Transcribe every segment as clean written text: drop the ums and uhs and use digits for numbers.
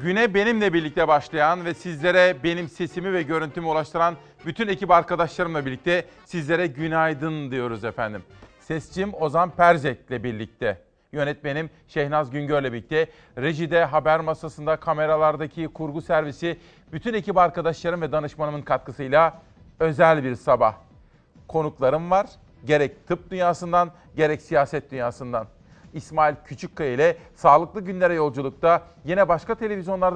Güne benimle birlikte başlayan ve sizlere benim sesimi ve görüntümü ulaştıran bütün ekip arkadaşlarımla birlikte sizlere günaydın diyoruz efendim. Sesçim Ozan Perzek'le birlikte, yönetmenim Şehnaz Güngör'le birlikte, rejide, haber masasında, kameralardaki kurgu servisi, bütün ekip arkadaşlarım ve danışmanımın katkısıyla özel bir sabah. Konuklarım var, gerek tıp dünyasından, gerek siyaset dünyasından. İsmail Küçükkaya ile Sağlıklı Günlere Yolculuk'ta yine başka televizyonlarda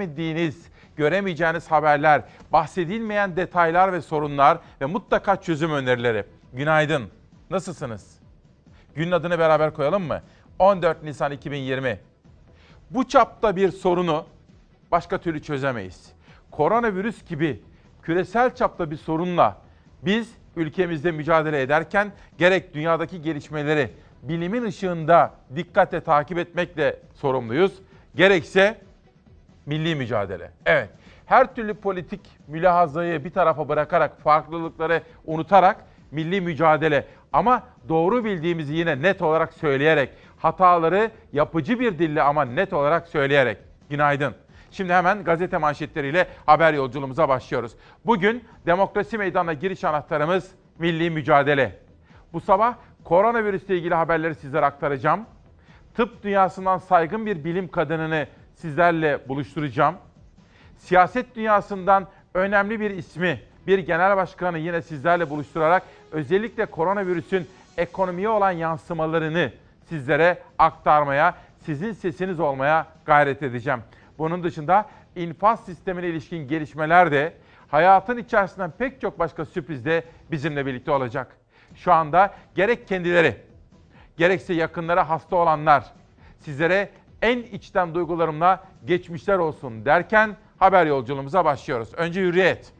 göremeyeceğiniz haberler, bahsedilmeyen detaylar ve sorunlar ve mutlaka çözüm önerileri. Günaydın, nasılsınız? Günün adını beraber koyalım mı? 14 Nisan 2020. Bu çapta bir sorunu başka türlü çözemeyiz. Koronavirüs gibi küresel çapta bir sorunla biz ülkemizde mücadele ederken gerek dünyadaki gelişmeleri bilimin ışığında dikkatle takip etmekle sorumluyuz. Gerekse milli mücadele. Evet, her türlü politik mülahazayı bir tarafa bırakarak, farklılıkları unutarak milli mücadele. Ama doğru bildiğimizi yine net olarak söyleyerek, hataları yapıcı bir dille ama net olarak söyleyerek. Günaydın. Şimdi hemen gazete manşetleriyle haber yolculuğumuza başlıyoruz. Bugün Demokrasi Meydanı'na giriş anahtarımız milli mücadele. Bu sabah koronavirüsle ilgili haberleri sizlere aktaracağım. Tıp dünyasından saygın bir bilim kadınını sizlerle buluşturacağım. Siyaset dünyasından önemli bir ismi, bir genel başkanı yine sizlerle buluşturarak özellikle koronavirüsün ekonomiye olan yansımalarını sizlere aktarmaya, sizin sesiniz olmaya gayret edeceğim. Bunun dışında infaz sistemine ilişkin gelişmeler de hayatın içerisinden pek çok başka sürpriz de bizimle birlikte olacak. Şu anda gerek kendileri, gerekse yakınları hasta olanlar sizlere en içten duygularımla geçmişler olsun derken haber yolculuğumuza başlıyoruz. Önce Hürriyet.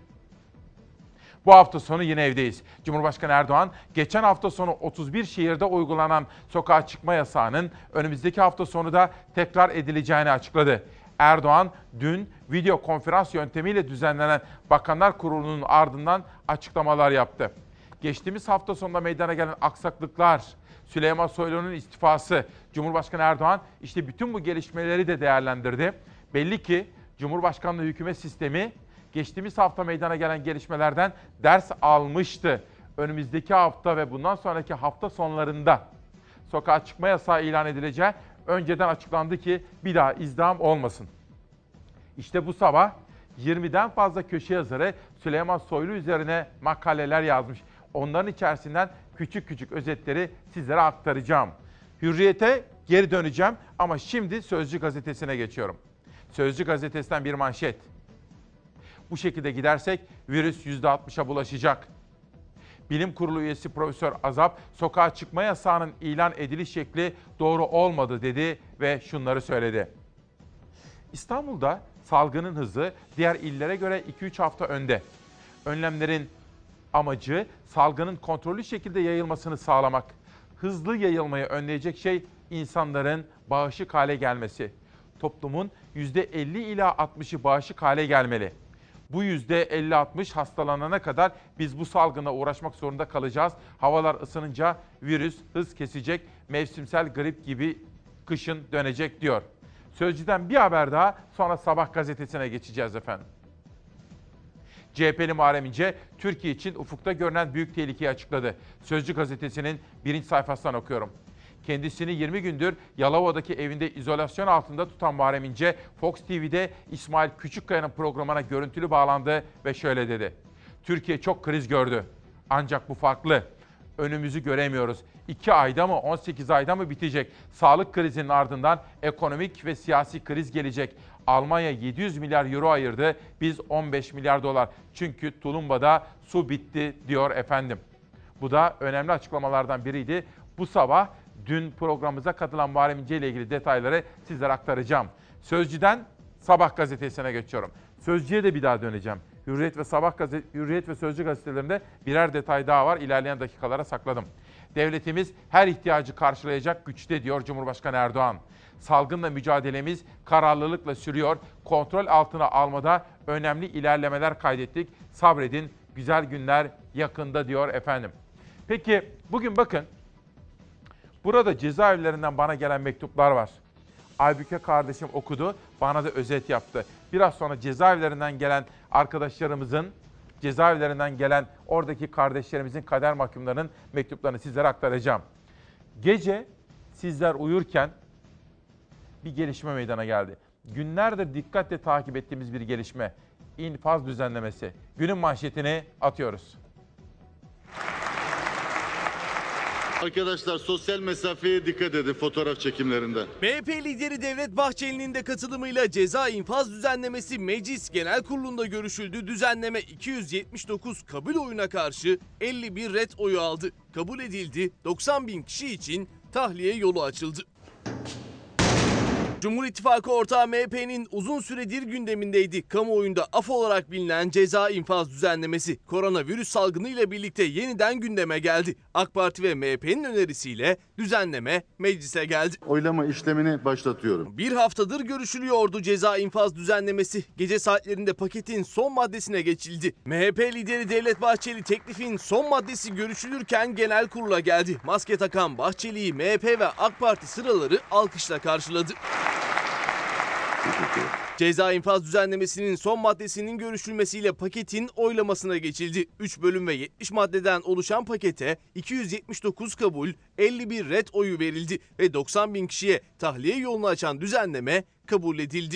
Bu hafta sonu yine evdeyiz. Cumhurbaşkanı Erdoğan geçen hafta sonu 31 şehirde uygulanan sokağa çıkma yasağının önümüzdeki hafta sonu da tekrar edileceğini açıkladı. Erdoğan dün video konferans yöntemiyle düzenlenen Bakanlar Kurulu'nun ardından açıklamalar yaptı. Geçtiğimiz hafta sonunda meydana gelen aksaklıklar, Süleyman Soylu'nun istifası, Cumhurbaşkanı Erdoğan işte bütün bu gelişmeleri de değerlendirdi. Belli ki Cumhurbaşkanlığı hükümet sistemi geçtiğimiz hafta meydana gelen gelişmelerden ders almıştı. Önümüzdeki hafta ve bundan sonraki hafta sonlarında sokağa çıkma yasağı ilan edileceği önceden açıklandı ki bir daha izdiham olmasın. İşte bu sabah 20'den fazla köşe yazarı Süleyman Soylu üzerine makaleler yazmış. Onların içerisinden küçük küçük özetleri sizlere aktaracağım. Hürriyet'e geri döneceğim ama şimdi Sözcü gazetesine geçiyorum. Sözcü gazetesinden bir manşet. Bu şekilde gidersek virüs %60'a bulaşacak. Bilim Kurulu üyesi Profesör Azap, sokağa çıkma yasağının ilan ediliş şekli doğru olmadı dedi ve şunları söyledi. İstanbul'da salgının hızı diğer illere göre 2-3 hafta önde. Önlemlerin amacı salgının kontrollü şekilde yayılmasını sağlamak. Hızlı yayılmayı önleyecek şey insanların bağışık hale gelmesi. Toplumun %50 ila 60'ı bağışık hale gelmeli. Bu %50-60 hastalanana kadar biz bu salgına uğraşmak zorunda kalacağız. Havalar ısınınca virüs hız kesecek, mevsimsel grip gibi kışın dönecek diyor. Sözcü'den bir haber daha, sonra Sabah gazetesine geçeceğiz efendim. CHP'li Muharrem İnce, Türkiye için ufukta görünen büyük tehlikeyi açıkladı. Sözcü gazetesinin birinci sayfasından okuyorum. Kendisini 20 gündür Yalova'daki evinde izolasyon altında tutan Muharrem İnce, Fox TV'de İsmail Küçükkaya'nın programına görüntülü bağlandı ve şöyle dedi. Türkiye çok kriz gördü. Ancak bu farklı. Önümüzü göremiyoruz. 2 ayda mı 18 ayda mı bitecek? Sağlık krizinin ardından ekonomik ve siyasi kriz gelecek. Almanya 700 milyar euro ayırdı. Biz 15 milyar dolar. Çünkü Tulumba'da su bitti diyor efendim. Bu da önemli açıklamalardan biriydi. Bu sabah dün programımıza katılan Muharrem İnce ile ilgili detayları sizlere aktaracağım. Sözcü'den Sabah gazetesine geçiyorum. Sözcü'ye de bir daha döneceğim. Hürriyet ve Sözcü gazetelerinde birer detay daha var. İlerleyen dakikalara sakladım. Devletimiz her ihtiyacı karşılayacak güçte diyor Cumhurbaşkanı Erdoğan. Salgınla mücadelemiz kararlılıkla sürüyor. Kontrol altına almada önemli ilerlemeler kaydettik. Sabredin, güzel günler yakında diyor efendim. Peki bugün bakın, burada cezaevlerinden bana gelen mektuplar var. Aybüke kardeşim okudu, bana da özet yaptı. Biraz sonra cezaevlerinden gelen arkadaşlarımızın, cezaevlerinden gelen oradaki kardeşlerimizin, kader mahkumlarının mektuplarını sizlere aktaracağım. Gece sizler uyurken bir gelişme meydana geldi. Günlerdir dikkatle takip ettiğimiz bir gelişme. İnfaz düzenlemesi. Günün manşetini atıyoruz. Arkadaşlar sosyal mesafeye dikkat edin fotoğraf çekimlerinde. MHP lideri Devlet Bahçeli'nin de katılımıyla ceza infaz düzenlemesi Meclis Genel Kurulu'nda görüşüldü. Düzenleme 279 kabul oyuna karşı 51 ret oyu aldı. Kabul edildi, 90 bin kişi için tahliye yolu açıldı. Cumhur İttifakı ortağı MHP'nin uzun süredir gündemindeydi. Kamuoyunda af olarak bilinen ceza infaz düzenlemesi koronavirüs salgınıyla birlikte yeniden gündeme geldi. AK Parti ve MHP'nin önerisiyle düzenleme meclise geldi. Oylama işlemini başlatıyorum. Bir haftadır görüşülüyordu ceza infaz düzenlemesi. Gece saatlerinde paketin son maddesine geçildi. MHP lideri Devlet Bahçeli teklifin son maddesi görüşülürken genel kurula geldi. Maske takan Bahçeli'yi MHP ve AK Parti sıraları alkışla karşıladı. Ceza infaz düzenlemesinin son maddesinin görüşülmesiyle paketin oylamasına geçildi. 3 bölüm ve 70 maddeden oluşan pakete 279 kabul, 51 ret oyu verildi ve 90 bin kişiye tahliye yolunu açan düzenleme kabul edildi.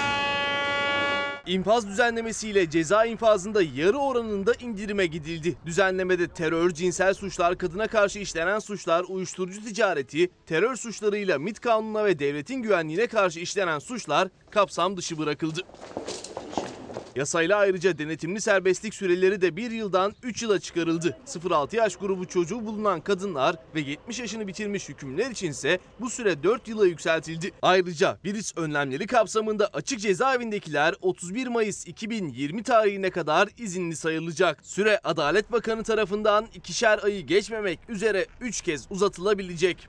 İnfaz düzenlemesiyle ceza infazında yarı oranında indirime gidildi. Düzenlemede terör, cinsel suçlar, kadına karşı işlenen suçlar, uyuşturucu ticareti, terör suçlarıyla MİT kanununa ve devletin güvenliğine karşı işlenen suçlar kapsam dışı bırakıldı. Yasayla ayrıca denetimli serbestlik süreleri de 1 yıldan 3 yıla çıkarıldı. 0-6 yaş grubu çocuğu bulunan kadınlar ve 70 yaşını bitirmiş hükümlüler içinse bu süre 4 yıla yükseltildi. Ayrıca virüs önlemleri kapsamında açık cezaevindekiler 31 Mayıs 2020 tarihine kadar izinli sayılacak. Süre Adalet Bakanı tarafından 2'şer ayı geçmemek üzere 3 kez uzatılabilecek.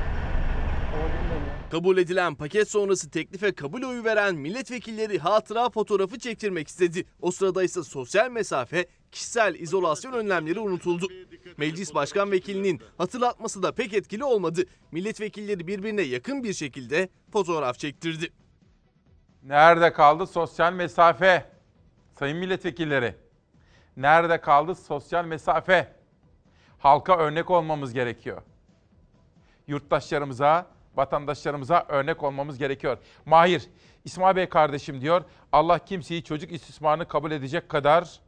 Kabul edilen paket sonrası teklife kabul oyu veren milletvekilleri hatıra fotoğrafı çektirmek istedi. O sırada ise sosyal mesafe, kişisel izolasyon önlemleri unutuldu. Meclis Başkan Vekilinin hatırlatması da pek etkili olmadı. Milletvekilleri birbirine yakın bir şekilde fotoğraf çektirdi. Nerede kaldı sosyal mesafe? Sayın milletvekilleri, nerede kaldı sosyal mesafe? Halka örnek olmamız gerekiyor. Yurttaşlarımıza, vatandaşlarımıza örnek olmamız gerekiyor. Mahir, İsmail Bey kardeşim diyor, Allah kimseyi çocuk istismarını kabul edecek kadar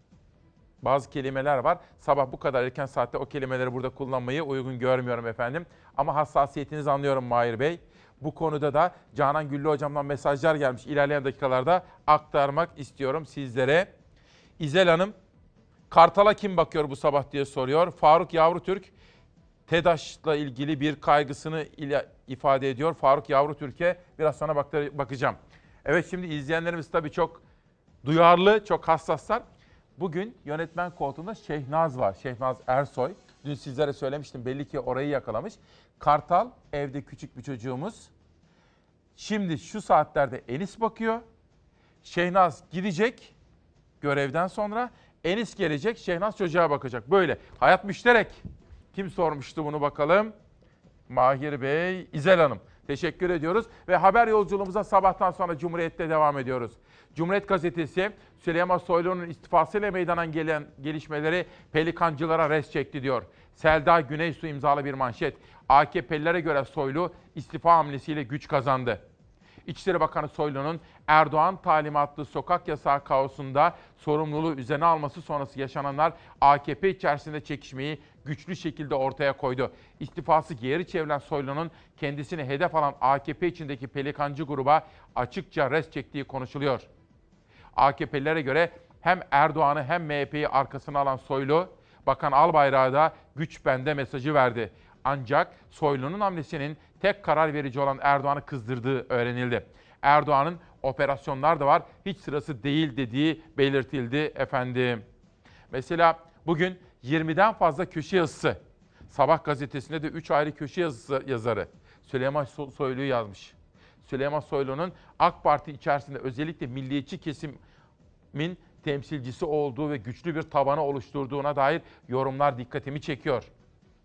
bazı kelimeler var. Sabah bu kadar erken saatte o kelimeleri burada kullanmayı uygun görmüyorum efendim. Ama hassasiyetinizi anlıyorum Mahir Bey. Bu konuda da Canan Güllü hocamdan mesajlar gelmiş. İlerleyen dakikalarda aktarmak istiyorum sizlere. İzel Hanım, Kartal'a kim bakıyor bu sabah diye soruyor. Faruk Yavrutürk, TEDAŞ'la ilgili bir kaygısını ifade ediyor. Faruk Yavrutürk'e biraz sonra bakacağım. Evet, şimdi izleyenlerimiz tabii çok duyarlı, çok hassaslar. Bugün yönetmen koltuğunda Şehnaz var. Şehnaz Ersoy. Dün sizlere söylemiştim, belli ki orayı yakalamış. Kartal, evde küçük bir çocuğumuz. Şimdi şu saatlerde Enis bakıyor. Şehnaz gidecek görevden sonra. Enis gelecek, Şehnaz çocuğa bakacak. Böyle. Hayat müşterek. Kim sormuştu bunu bakalım? Mahir Bey, İzel Hanım. Teşekkür ediyoruz ve haber yolculuğumuza sabahtan sonra Cumhuriyet'te devam ediyoruz. Cumhuriyet Gazetesi, Süleyman Soylu'nun istifasıyla meydana gelen gelişmeleri pelikancılara res çekti diyor. Selda Güneysu imzalı bir manşet. AKP'lilere göre Soylu istifa hamlesiyle güç kazandı. İçişleri Bakanı Soylu'nun Erdoğan talimatlı sokak yasağı kaosunda sorumluluğu üzerine alması sonrası yaşananlar AKP içerisinde çekişmeyi güçlü şekilde ortaya koydu. İstifası geri çevrilen Soylu'nun kendisini hedef alan AKP içindeki pelikancı gruba açıkça res çektiği konuşuluyor. AKP'lilere göre hem Erdoğan'ı hem MHP'yi arkasına alan Soylu, Bakan Albayrak'a da güç bende mesajı verdi. Ancak Soylu'nun hamlesinin tek karar verici olan Erdoğan'ı kızdırdığı öğrenildi. Erdoğan'ın operasyonlar da var, hiç sırası değil dediği belirtildi efendim. Mesela bugün 20'den fazla köşe yazısı. Sabah gazetesinde de 3 ayrı köşe yazısı yazarı Süleyman Soylu'yu yazmış. Süleyman Soylu'nun AK Parti içerisinde özellikle milliyetçi kesimin temsilcisi olduğu ve güçlü bir tabanı oluşturduğuna dair yorumlar dikkatimi çekiyor.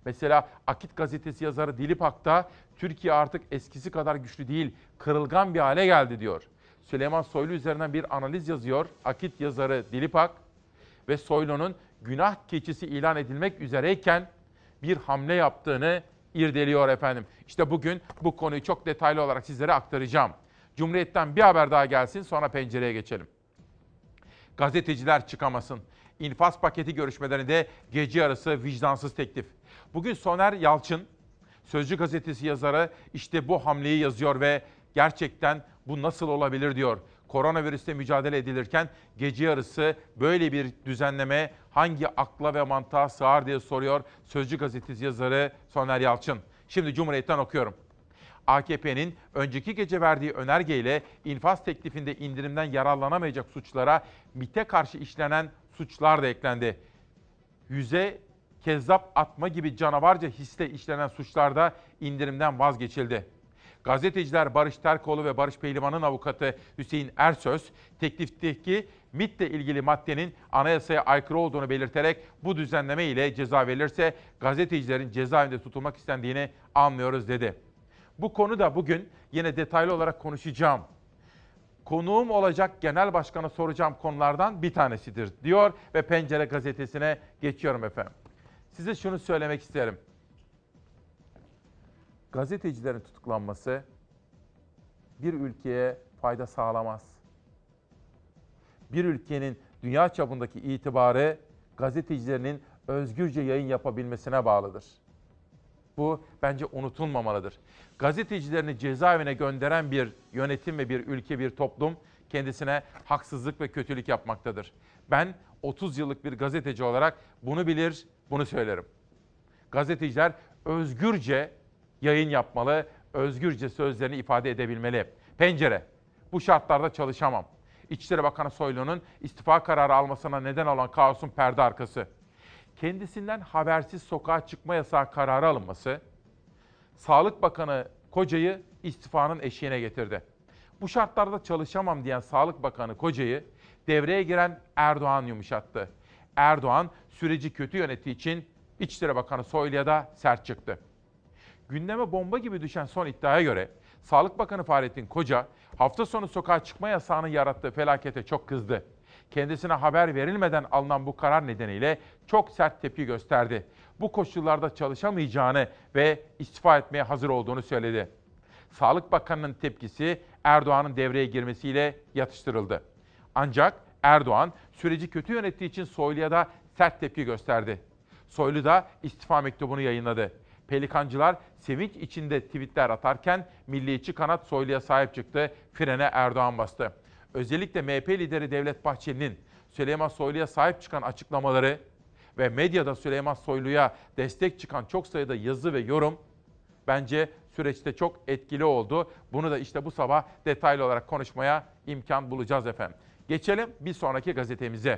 Mesela Akit gazetesi yazarı Dilip Ak da Türkiye artık eskisi kadar güçlü değil, kırılgan bir hale geldi diyor. Süleyman Soylu üzerinden bir analiz yazıyor Akit yazarı Dilip Ak ve Soylu'nun günah keçisi ilan edilmek üzereyken bir hamle yaptığını irdeliyor efendim. İşte bugün bu konuyu çok detaylı olarak sizlere aktaracağım. Cumhuriyet'ten bir haber daha gelsin, sonra pencereye geçelim. Gazeteciler çıkamasın. İnfaz paketi görüşmelerinde gece yarısı vicdansız teklif. Bugün Soner Yalçın, Sözcü gazetesi yazarı işte bu hamleyi yazıyor ve gerçekten bu nasıl olabilir diyor. Koronavirüsle mücadele edilirken gece yarısı böyle bir düzenleme hangi akla ve mantığa sığar diye soruyor Sözcü gazetesi yazarı Soner Yalçın. Şimdi Cumhuriyet'ten okuyorum. AKP'nin önceki gece verdiği önergeyle infaz teklifinde indirimden yararlanamayacak suçlara MİT'e karşı işlenen suçlar da eklendi. Yüze kezzap atma gibi canavarca hisle işlenen suçlarda indirimden vazgeçildi. Gazeteciler Barış Terkoğlu ve Barış Pehlivan'ın avukatı Hüseyin Ersöz, teklifteki MİT'le ilgili maddenin anayasaya aykırı olduğunu belirterek bu düzenleme ile ceza verilirse gazetecilerin cezaevinde tutulmak istendiğini anlıyoruz dedi. Bu konu da bugün yine detaylı olarak konuşacağım. Konuğum olacak genel başkana soracağım konulardan bir tanesidir diyor ve Pencere gazetesine geçiyorum efendim. Size şunu söylemek isterim. Gazetecilerin tutuklanması bir ülkeye fayda sağlamaz. Bir ülkenin dünya çapındaki itibarı gazetecilerinin özgürce yayın yapabilmesine bağlıdır. Bu bence unutulmamalıdır. Gazetecilerini cezaevine gönderen bir yönetim ve bir ülke, bir toplum kendisine haksızlık ve kötülük yapmaktadır. Ben 30 yıllık bir gazeteci olarak bunu bilir, bunu söylerim. Gazeteciler özgürce yayın yapmalı, özgürce sözlerini ifade edebilmeli. Pencere, bu şartlarda çalışamam. İçişleri Bakanı Soylu'nun istifa kararı almasına neden olan kaosun perde arkası. Kendisinden habersiz sokağa çıkma yasağı kararı alınması, Sağlık Bakanı Koca'yı istifanın eşiğine getirdi. Bu şartlarda çalışamam diyen Sağlık Bakanı Koca'yı devreye giren Erdoğan yumuşattı. Erdoğan süreci kötü yönettiği için İçişleri Bakanı Soylu'ya da sert çıktı. Gündeme bomba gibi düşen son iddiaya göre Sağlık Bakanı Fahrettin Koca hafta sonu sokağa çıkma yasağının yarattığı felakete çok kızdı. Kendisine haber verilmeden alınan bu karar nedeniyle çok sert tepki gösterdi. Bu koşullarda çalışamayacağını ve istifa etmeye hazır olduğunu söyledi. Sağlık Bakanı'nın tepkisi Erdoğan'ın devreye girmesiyle yatıştırıldı. Ancak Erdoğan süreci kötü yönettiği için Soylu'ya da sert tepki gösterdi. Soylu da istifa mektubunu yayınladı. Pelikancılar sevinç içinde tweetler atarken milliyetçi kanat Soylu'ya sahip çıktı, frene Erdoğan bastı. Özellikle MHP lideri Devlet Bahçeli'nin Süleyman Soylu'ya sahip çıkan açıklamaları ve medyada Süleyman Soylu'ya destek çıkan çok sayıda yazı ve yorum bence süreçte çok etkili oldu. Bunu da işte bu sabah detaylı olarak konuşmaya imkan bulacağız efendim. Geçelim bir sonraki gazetemize.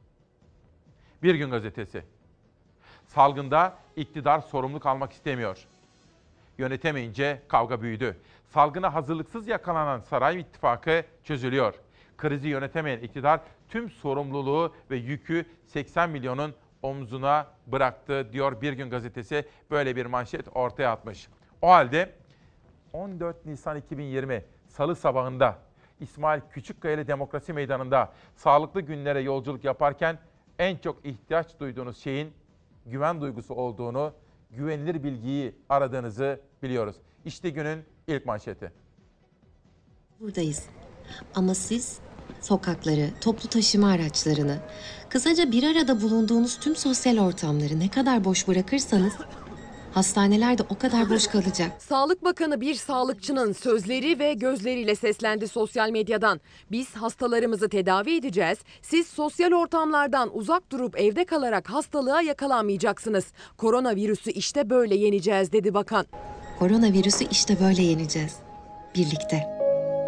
Bir Gün Gazetesi. Salgında iktidar sorumluluk almak istemiyor. Yönetemeyince kavga büyüdü. Salgına hazırlıksız yakalanan Saray İttifakı çözülüyor. Krizi yönetemeyen iktidar tüm sorumluluğu ve yükü 80 milyonun omzuna bıraktı diyor Bir Gün Gazetesi, böyle bir manşet ortaya atmış. O halde 14 Nisan 2020 Salı sabahında İsmail Küçükkaya ile Demokrasi Meydanı'nda sağlıklı günlere yolculuk yaparken en çok ihtiyaç duyduğunuz şeyin güven duygusu olduğunu, güvenilir bilgiyi aradığınızı biliyoruz. İşte günün ilk manşeti. Buradayız. Ama siz sokakları, toplu taşıma araçlarını, kısaca bir arada bulunduğunuz tüm sosyal ortamları ne kadar boş bırakırsanız hastaneler de o kadar boş kalacak. Sağlık Bakanı bir sağlıkçının sözleri ve gözleriyle seslendi sosyal medyadan. Biz hastalarımızı tedavi edeceğiz. Siz sosyal ortamlardan uzak durup evde kalarak hastalığa yakalanmayacaksınız. Koronavirüsü işte böyle yeneceğiz dedi bakan. Koronavirüsü işte böyle yeneceğiz. Birlikte.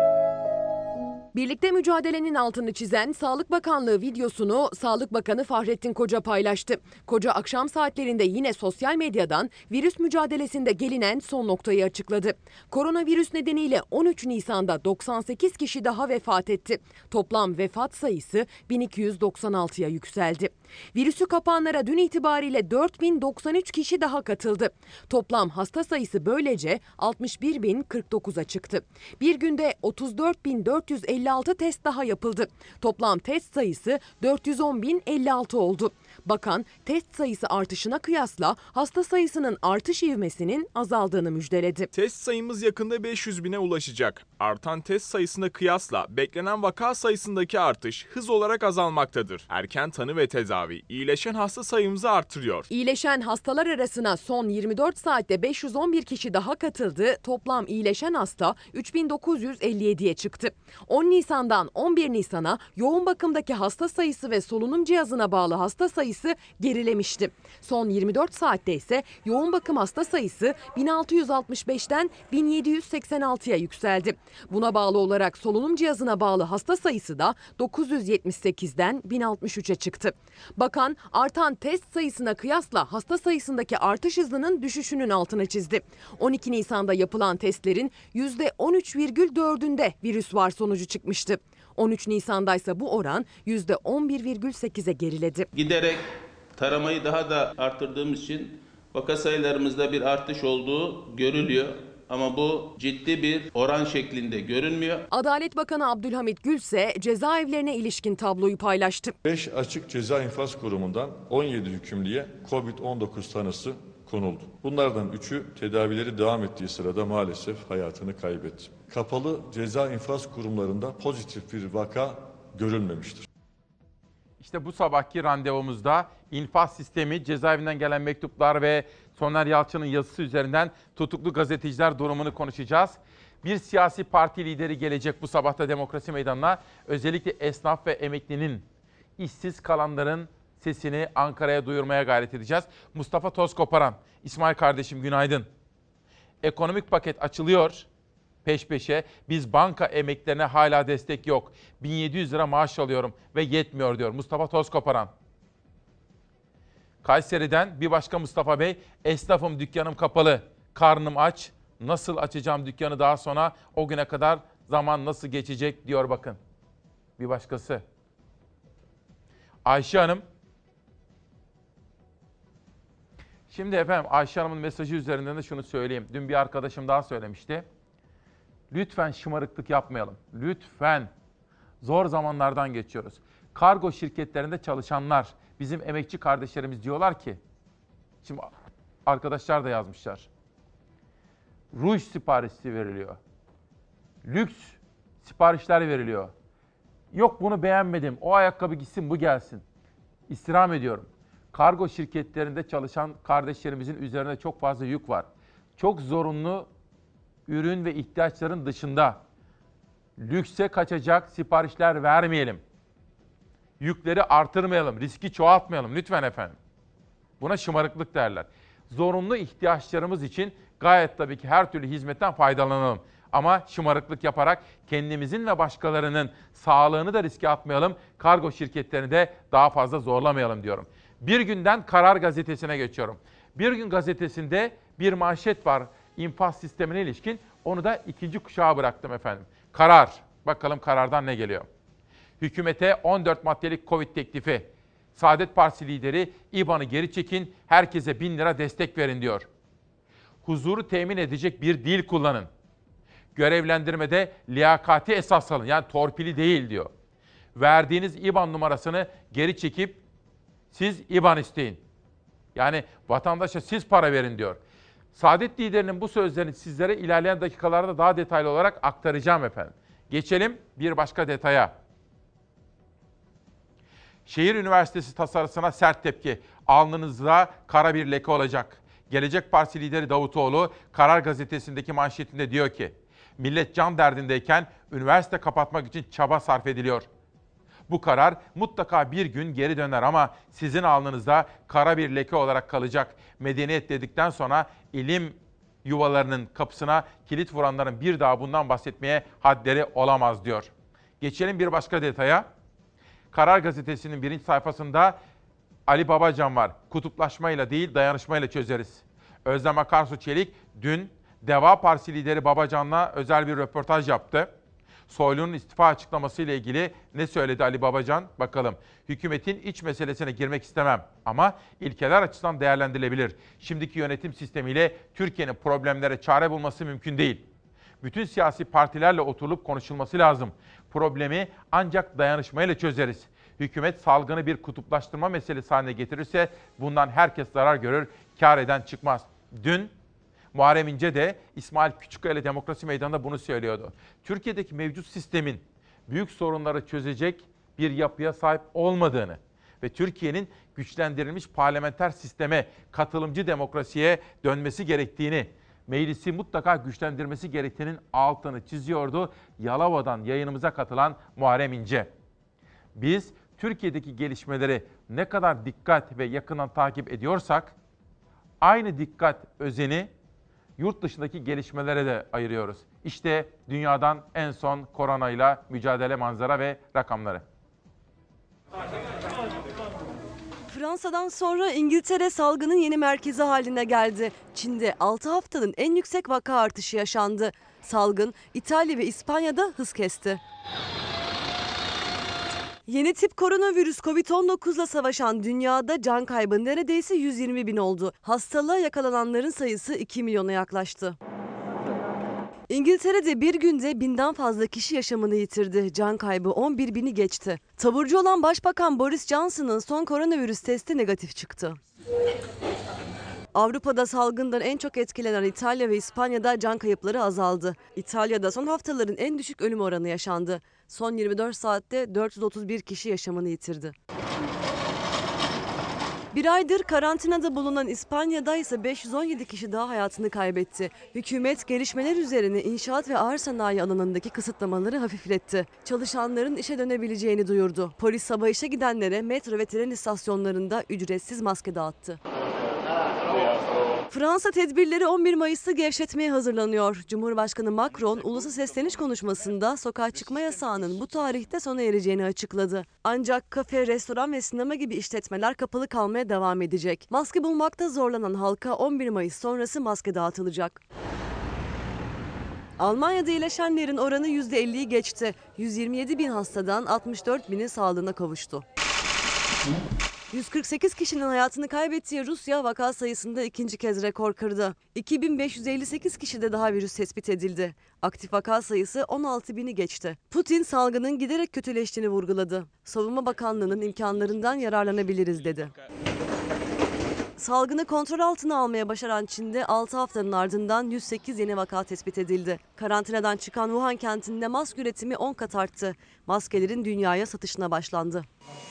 Birlikte mücadelenin altını çizen Sağlık Bakanlığı videosunu Sağlık Bakanı Fahrettin Koca paylaştı. Koca akşam saatlerinde yine sosyal medyadan virüs mücadelesinde gelinen son noktayı açıkladı. Koronavirüs nedeniyle 13 Nisan'da 98 kişi daha vefat etti. Toplam vefat sayısı 1296'ya yükseldi. Virüsü kapanlara dün itibariyle 4093 kişi daha katıldı. Toplam hasta sayısı böylece 61.049'a çıktı. Bir günde 34.456 test daha yapıldı. Toplam test sayısı 410.056 oldu. Bakan test sayısı artışına kıyasla hasta sayısının artış ivmesinin azaldığını müjdeledi. Test sayımız yakında 500 bine ulaşacak. Artan test sayısına kıyasla beklenen vaka sayısındaki artış hız olarak azalmaktadır. Erken tanı ve tedavi iyileşen hasta sayımızı artırıyor. İyileşen hastalar arasına son 24 saatte 511 kişi daha katıldı. Toplam iyileşen hasta 3957'ye çıktı. 10 Nisan'dan 11 Nisan'a yoğun bakımdaki hasta sayısı ve solunum cihazına bağlı hasta sayısı gerilemişti. Son 24 saatte ise yoğun bakım hasta sayısı 1665'ten 1786'ya yükseldi. Buna bağlı olarak solunum cihazına bağlı hasta sayısı da 978'den 1063'e çıktı. Bakan artan test sayısına kıyasla hasta sayısındaki artış hızının düşüşünün altına çizdi. 12 Nisan'da yapılan testlerin %13,4'ünde virüs var sonucu çıkmıştı. 13 Nisan'da ise bu oran %11,8'e geriledi. Giderek taramayı daha da arttırdığımız için vaka sayılarımızda bir artış olduğu görülüyor. Ama bu ciddi bir oran şeklinde görünmüyor. Adalet Bakanı Abdülhamit Gül ise cezaevlerine ilişkin tabloyu paylaştı. 5 açık ceza infaz kurumundan 17 hükümlüye COVID-19 tanısı konuldu. Bunlardan 3'ü tedavileri devam ettiği sırada maalesef hayatını kaybetti. Kapalı ceza infaz kurumlarında pozitif bir vaka görülmemiştir. İşte bu sabahki randevumuzda infaz sistemi, cezaevinden gelen mektuplar ve Soner Yalçın'ın yazısı üzerinden tutuklu gazeteciler durumunu konuşacağız. Bir siyasi parti lideri gelecek bu sabahta Demokrasi Meydanı'na. Özellikle esnaf ve emeklinin, işsiz kalanların sesini Ankara'ya duyurmaya gayret edeceğiz. Mustafa Tozkoparan, İsmail kardeşim günaydın. Ekonomik paket açılıyor peş peşe. Biz banka emeklilerine hala destek yok. 1700 lira maaş alıyorum ve yetmiyor diyor Mustafa Tozkoparan. Kayseri'den bir başka Mustafa Bey, esnafım dükkanım kapalı, karnım aç, nasıl açacağım dükkanı daha sonra, o güne kadar zaman nasıl geçecek diyor bakın. Bir başkası. Ayşe Hanım. Şimdi efendim Ayşe Hanım'ın mesajı üzerinden de şunu söyleyeyim. Dün bir arkadaşım daha söylemişti. Lütfen şımarıklık yapmayalım. Lütfen. Zor zamanlardan geçiyoruz. Kargo şirketlerinde çalışanlar, bizim emekçi kardeşlerimiz diyorlar ki, şimdi arkadaşlar da yazmışlar. Ruj siparişi veriliyor. Lüks siparişler veriliyor. Yok bunu beğenmedim, o ayakkabı gitsin bu gelsin. İstirham ediyorum. Kargo şirketlerinde çalışan kardeşlerimizin üzerine çok fazla yük var. Çok zorunlu ürün ve ihtiyaçların dışında lükse kaçacak siparişler vermeyelim. Yükleri artırmayalım, riski çoğaltmayalım lütfen efendim. Buna şımarıklık derler. Zorunlu ihtiyaçlarımız için gayet tabii ki her türlü hizmetten faydalanalım. Ama şımarıklık yaparak kendimizin ve başkalarının sağlığını da riske atmayalım. Kargo şirketlerini de daha fazla zorlamayalım diyorum. Bir günden Karar Gazetesi'ne geçiyorum. Bir Gün Gazetesi'nde bir manşet var infaz sistemine ilişkin. Onu da ikinci kuşağa bıraktım efendim. Karar. Bakalım karardan ne geliyor? Hükümete 14 maddelik Covid teklifi. Saadet Partisi lideri İBAN'ı geri çekin, herkese 1000 lira destek verin diyor. Huzuru temin edecek bir dil kullanın. Görevlendirmede liyakati esas alın, yani torpili değil diyor. Verdiğiniz İBAN numarasını geri çekip siz İBAN isteyin. Yani vatandaşa siz para verin diyor. Saadet liderinin bu sözlerini sizlere ilerleyen dakikalarda daha detaylı olarak aktaracağım efendim. Geçelim bir başka detaya. Şehir Üniversitesi tasarısına sert tepki. Alnınızda kara bir leke olacak. Gelecek Partisi lideri Davutoğlu Karar Gazetesi'ndeki manşetinde diyor ki, millet can derdindeyken üniversite kapatmak için çaba sarf ediliyor. Bu karar mutlaka bir gün geri döner ama sizin alnınızda kara bir leke olarak kalacak. Medeniyet dedikten sonra ilim yuvalarının kapısına kilit vuranların bir daha bundan bahsetmeye hadleri olamaz diyor. Geçelim bir başka detaya. Karar Gazetesi'nin birinci sayfasında Ali Babacan var. Kutuplaşmayla değil dayanışmayla çözeriz. Özlem Akarsu Çelik dün Deva Partisi lideri Babacan'la özel bir röportaj yaptı. Soylu'nun istifa açıklaması ile ilgili ne söyledi Ali Babacan? Bakalım. Hükümetin iç meselesine girmek istemem ama ilkeler açısından değerlendirilebilir. Şimdiki yönetim sistemiyle Türkiye'nin problemlere çare bulması mümkün değil. Bütün siyasi partilerle oturulup konuşulması lazım. Problemi ancak dayanışmayla çözeriz. Hükümet salgını bir kutuplaştırma meselesi haline getirirse bundan herkes zarar görür, kâr eden çıkmaz. Dün Muharrem İnce de İsmail Küçükkaya ile Demokrasi Meydanı'nda bunu söylüyordu. Türkiye'deki mevcut sistemin büyük sorunları çözecek bir yapıya sahip olmadığını ve Türkiye'nin güçlendirilmiş parlamenter sisteme, katılımcı demokrasiye dönmesi gerektiğini, meclisi mutlaka güçlendirmesi gerektiğinin altını çiziyordu Yalova'dan yayınımıza katılan Muharrem İnce. Biz Türkiye'deki gelişmeleri ne kadar dikkat ve yakından takip ediyorsak, aynı dikkat özeni yurt dışındaki gelişmelere de ayırıyoruz. İşte dünyadan en son koronayla mücadele manzara ve rakamları. Fransa'dan sonra İngiltere salgının yeni merkezi haline geldi. Çin'de 6 haftanın en yüksek vaka artışı yaşandı. Salgın İtalya ve İspanya'da hız kesti. Yeni tip koronavirüs Covid-19'la savaşan dünyada can kaybı neredeyse 120 bin oldu. Hastalığa yakalananların sayısı 2 milyona yaklaştı. İngiltere'de bir günde 1000'den fazla kişi yaşamını yitirdi. Can kaybı 11 bini geçti. Taburcu olan Başbakan Boris Johnson'ın son koronavirüs testi negatif çıktı. Avrupa'da salgından en çok etkilenen İtalya ve İspanya'da can kayıpları azaldı. İtalya'da son haftaların en düşük ölüm oranı yaşandı. Son 24 saatte 431 kişi yaşamını yitirdi. Bir aydır karantinada bulunan İspanya'da ise 517 kişi daha hayatını kaybetti. Hükümet gelişmeler üzerine inşaat ve ağır sanayi alanındaki kısıtlamaları hafifletti. Çalışanların işe dönebileceğini duyurdu. Polis sabah işe gidenlere metro ve tren istasyonlarında ücretsiz maske dağıttı. Fransa tedbirleri 11 Mayıs'ta gevşetmeye hazırlanıyor. Cumhurbaşkanı Macron, ulusal sesleniş konuşmasında sokağa çıkma yasağının bu tarihte sona ereceğini açıkladı. Ancak kafe, restoran ve sinema gibi işletmeler kapalı kalmaya devam edecek. Maske bulmakta zorlanan halka 11 Mayıs sonrası maske dağıtılacak. Almanya'da iyileşenlerin oranı %50'yi geçti. 127 bin hastadan 64 bini sağlığına kavuştu. 148 kişinin hayatını kaybettiği Rusya vaka sayısında ikinci kez rekor kırdı. 2558 kişide daha virüs tespit edildi. Aktif vaka sayısı 16 bini geçti. Putin salgının giderek kötüleştiğini vurguladı. Savunma Bakanlığı'nın imkanlarından yararlanabiliriz dedi. Salgını kontrol altına almaya başaran Çin'de 6 haftanın ardından 108 yeni vaka tespit edildi. Karantinadan çıkan Wuhan kentinde maske üretimi 10 kat arttı. Maskelerin dünyaya satışına başlandı.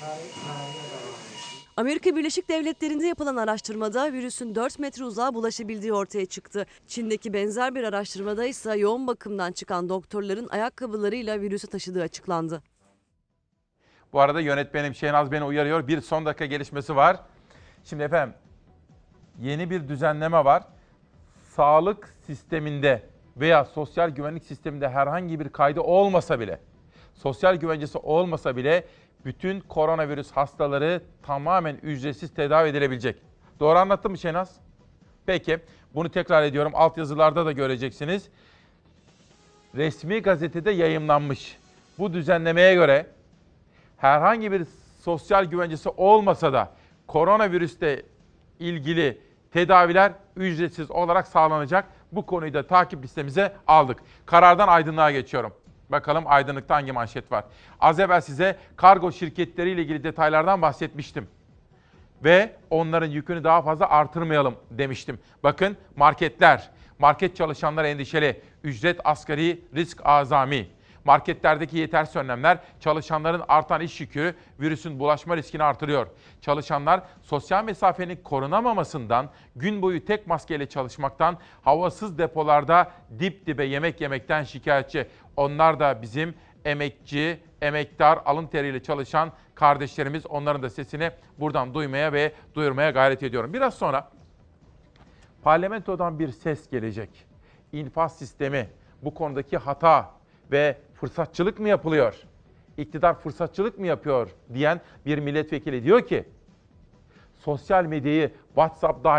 Amerika Birleşik Devletleri'nde yapılan araştırmada virüsün 4 metre uzağa bulaşabildiği ortaya çıktı. Çin'deki benzer bir araştırmada ise yoğun bakımdan çıkan doktorların ayakkabılarıyla virüsü taşıdığı açıklandı. Bu arada yönetmenim Şehnaz beni uyarıyor. Bir son dakika gelişmesi var. Şimdi efendim yeni bir düzenleme var. Sağlık sisteminde veya sosyal güvenlik sisteminde herhangi bir kaydı olmasa bile, sosyal güvencesi olmasa bile bütün koronavirüs hastaları tamamen ücretsiz tedavi edilebilecek. Doğru anlattım mı Şehnaz? Peki, bunu tekrar ediyorum. Altyazılarda da göreceksiniz. Resmi gazetede yayımlanmış. Bu düzenlemeye göre herhangi bir sosyal güvencesi olmasa da koronavirüsle ilgili tedaviler ücretsiz olarak sağlanacak. Bu konuyu da takip listemize aldık. Karardan aydınlığa geçiyorum. Bakalım aydınlıkta hangi manşet var? Az evvel size kargo şirketleriyle ilgili detaylardan bahsetmiştim. Ve onların yükünü daha fazla artırmayalım demiştim. Bakın marketler, market çalışanları endişeli. Ücret asgari, risk azami. Marketlerdeki yetersiz önlemler çalışanların artan iş yükü virüsün bulaşma riskini artırıyor. Çalışanlar sosyal mesafenin korunamamasından, gün boyu tek maskeyle çalışmaktan, havasız depolarda dip dibe yemek yemekten şikayetçi. Onlar da bizim emekçi, emektar, alın teriyle çalışan kardeşlerimiz. Onların da sesini buradan duymaya ve duyurmaya gayret ediyorum. Biraz sonra parlamentodan bir ses gelecek. İnfaz sistemi, bu konudaki hata ve fırsatçılık mı yapılıyor? İktidar fırsatçılık mı yapıyor diyen bir milletvekili diyor ki, sosyal medyayı WhatsApp dahil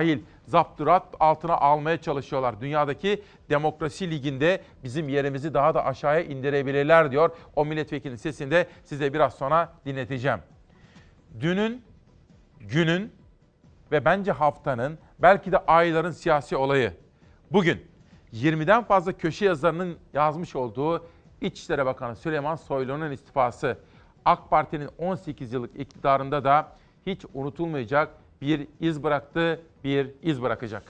zapturapt altına almaya çalışıyorlar. Dünyadaki demokrasi liginde bizim yerimizi daha da aşağıya indirebilirler diyor. O milletvekilinin sesini de size biraz sonra dinleteceğim. Dünün, günün ve bence haftanın, belki de ayların siyasi olayı. Bugün 20'den fazla köşe yazarının yazmış olduğu İçişleri Bakanı Süleyman Soylu'nun istifası. AK Parti'nin 18 yıllık iktidarında da hiç unutulmayacak bir iz bıraktı, bir iz bırakacak.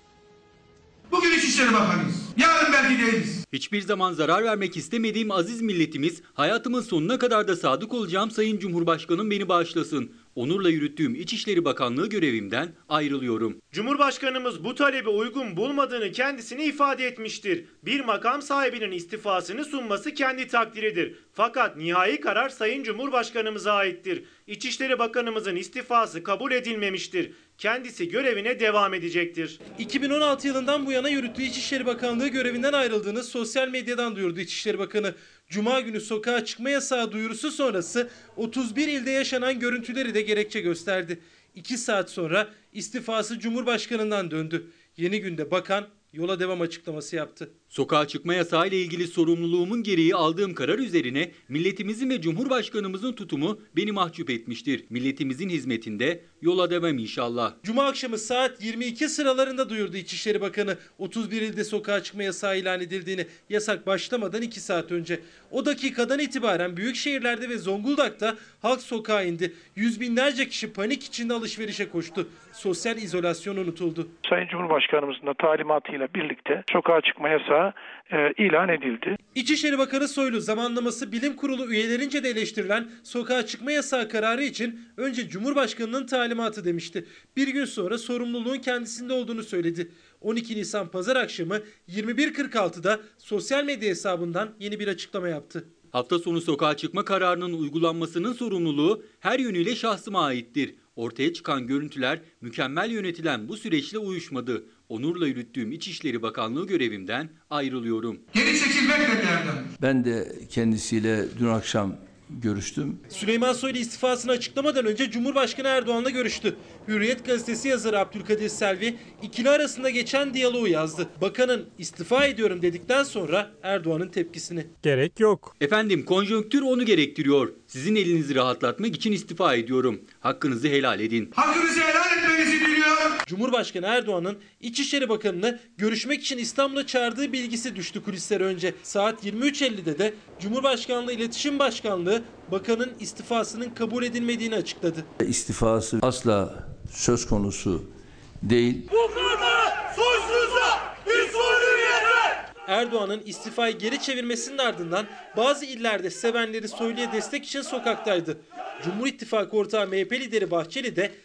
Bugün İçişleri Bakanıyız. Yarın belki değiliz. Hiçbir zaman zarar vermek istemediğim aziz milletimiz, hayatımın sonuna kadar da sadık olacağım Sayın Cumhurbaşkanım beni bağışlasın. Onurla yürüttüğüm İçişleri Bakanlığı görevimden ayrılıyorum. Cumhurbaşkanımız bu talebi uygun bulmadığını kendisine ifade etmiştir. Bir makam sahibinin istifasını sunması kendi takdiridir. Fakat nihai karar Sayın Cumhurbaşkanımıza aittir. İçişleri Bakanımızın istifası kabul edilmemiştir. Kendisi görevine devam edecektir. 2016 yılından bu yana yürüttüğü İçişleri Bakanlığı görevinden ayrıldığını sosyal medyadan duyurdu İçişleri Bakanı. Cuma günü sokağa çıkma yasağı duyurusu sonrası 31 ilde yaşanan görüntüleri de gerekçe gösterdi. 2 saat sonra istifası Cumhurbaşkanından döndü. Yeni günde bakan yola devam açıklaması yaptı. Sokağa çıkma yasağı ile ilgili sorumluluğumun gereği aldığım karar üzerine milletimizin ve Cumhurbaşkanımızın tutumu beni mahcup etmiştir. Milletimizin hizmetinde yola devam inşallah. Cuma akşamı saat 22 sıralarında duyurdu İçişleri Bakanı 31 ilde sokağa çıkma yasağı ilan edildiğini, yasak başlamadan 2 saat önce. O dakikadan itibaren büyük şehirlerde ve Zonguldak'ta halk sokağa indi. Yüz binlerce kişi panik içinde alışverişe koştu. Sosyal izolasyon unutuldu. Sayın Cumhurbaşkanımızın da talimatıyla birlikte sokağa çıkma yasağı ilan edildi. İçişleri Bakanı Soylu zamanlaması bilim kurulu üyelerince de eleştirilen sokağa çıkma yasağı kararı için önce Cumhurbaşkanı'nın talimatı demişti. Bir gün sonra sorumluluğun kendisinde olduğunu söyledi. 12 Nisan Pazar akşamı 21.46'da sosyal medya hesabından yeni bir açıklama yaptı. Hafta sonu sokağa çıkma kararının uygulanmasının sorumluluğu her yönüyle şahsıma aittir. Ortaya çıkan görüntüler mükemmel yönetilen bu süreçle uyuşmadı. Onurla yürüttüğüm İçişleri Bakanlığı görevimden ayrılıyorum. Geri çekilmek de bir erdem. Ben de kendisiyle dün akşam görüştüm. Süleyman Soylu istifasını açıklamadan önce Cumhurbaşkanı Erdoğan'la görüştü. Hürriyet gazetesi yazarı Abdülkadir Selvi ikili arasında geçen diyaloğu yazdı. Bakanın istifa ediyorum dedikten sonra Erdoğan'ın tepkisini. Gerek yok. Efendim konjonktür onu gerektiriyor. Sizin elinizi rahatlatmak için istifa ediyorum. Hakkınızı helal edin. Hakkınızı helal etmenizi diliyorum. Cumhurbaşkanı Erdoğan'ın İçişleri Bakanı'nı görüşmek için İstanbul'a çağırdığı bilgisi düştü kulislere önce. Saat 23.50'de de Cumhurbaşkanlığı İletişim Başkanlığı bakanın istifasının kabul edilmediğini açıkladı. İstifası asla söz konusu değil. Bu konuda suçsuzsa bir sorun yeter. Erdoğan'ın istifayı geri çevirmesinin ardından bazı illerde sevenleri Soylu'ya destek için sokaktaydı. Cumhur İttifakı ortağı MHP lideri Bahçeli de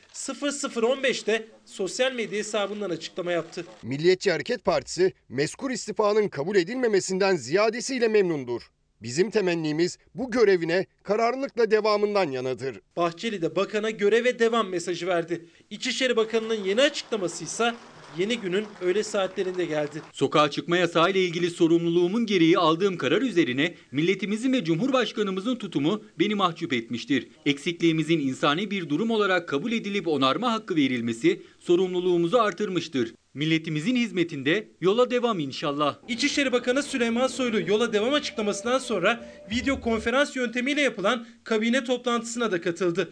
00.15'te sosyal medya hesabından açıklama yaptı. Milliyetçi Hareket Partisi mezkur istifanın kabul edilmemesinden ziyadesiyle memnundur. Bizim temennimiz bu görevine kararlılıkla devamından yanadır. Bahçeli de bakana göreve devam mesajı verdi. İçişleri Bakanı'nın yeni açıklaması ise yeni günün öğle saatlerinde geldi. Sokağa çıkma yasağı ile ilgili sorumluluğumun gereği aldığım karar üzerine milletimizin ve Cumhurbaşkanımızın tutumu beni mahcup etmiştir. Eksikliğimizin insani bir durum olarak kabul edilip onarma hakkı verilmesi sorumluluğumuzu artırmıştır. Milletimizin hizmetinde yola devam inşallah. İçişleri Bakanı Süleyman Soylu yola devam açıklamasından sonra video konferans yöntemiyle yapılan kabine toplantısına da katıldı.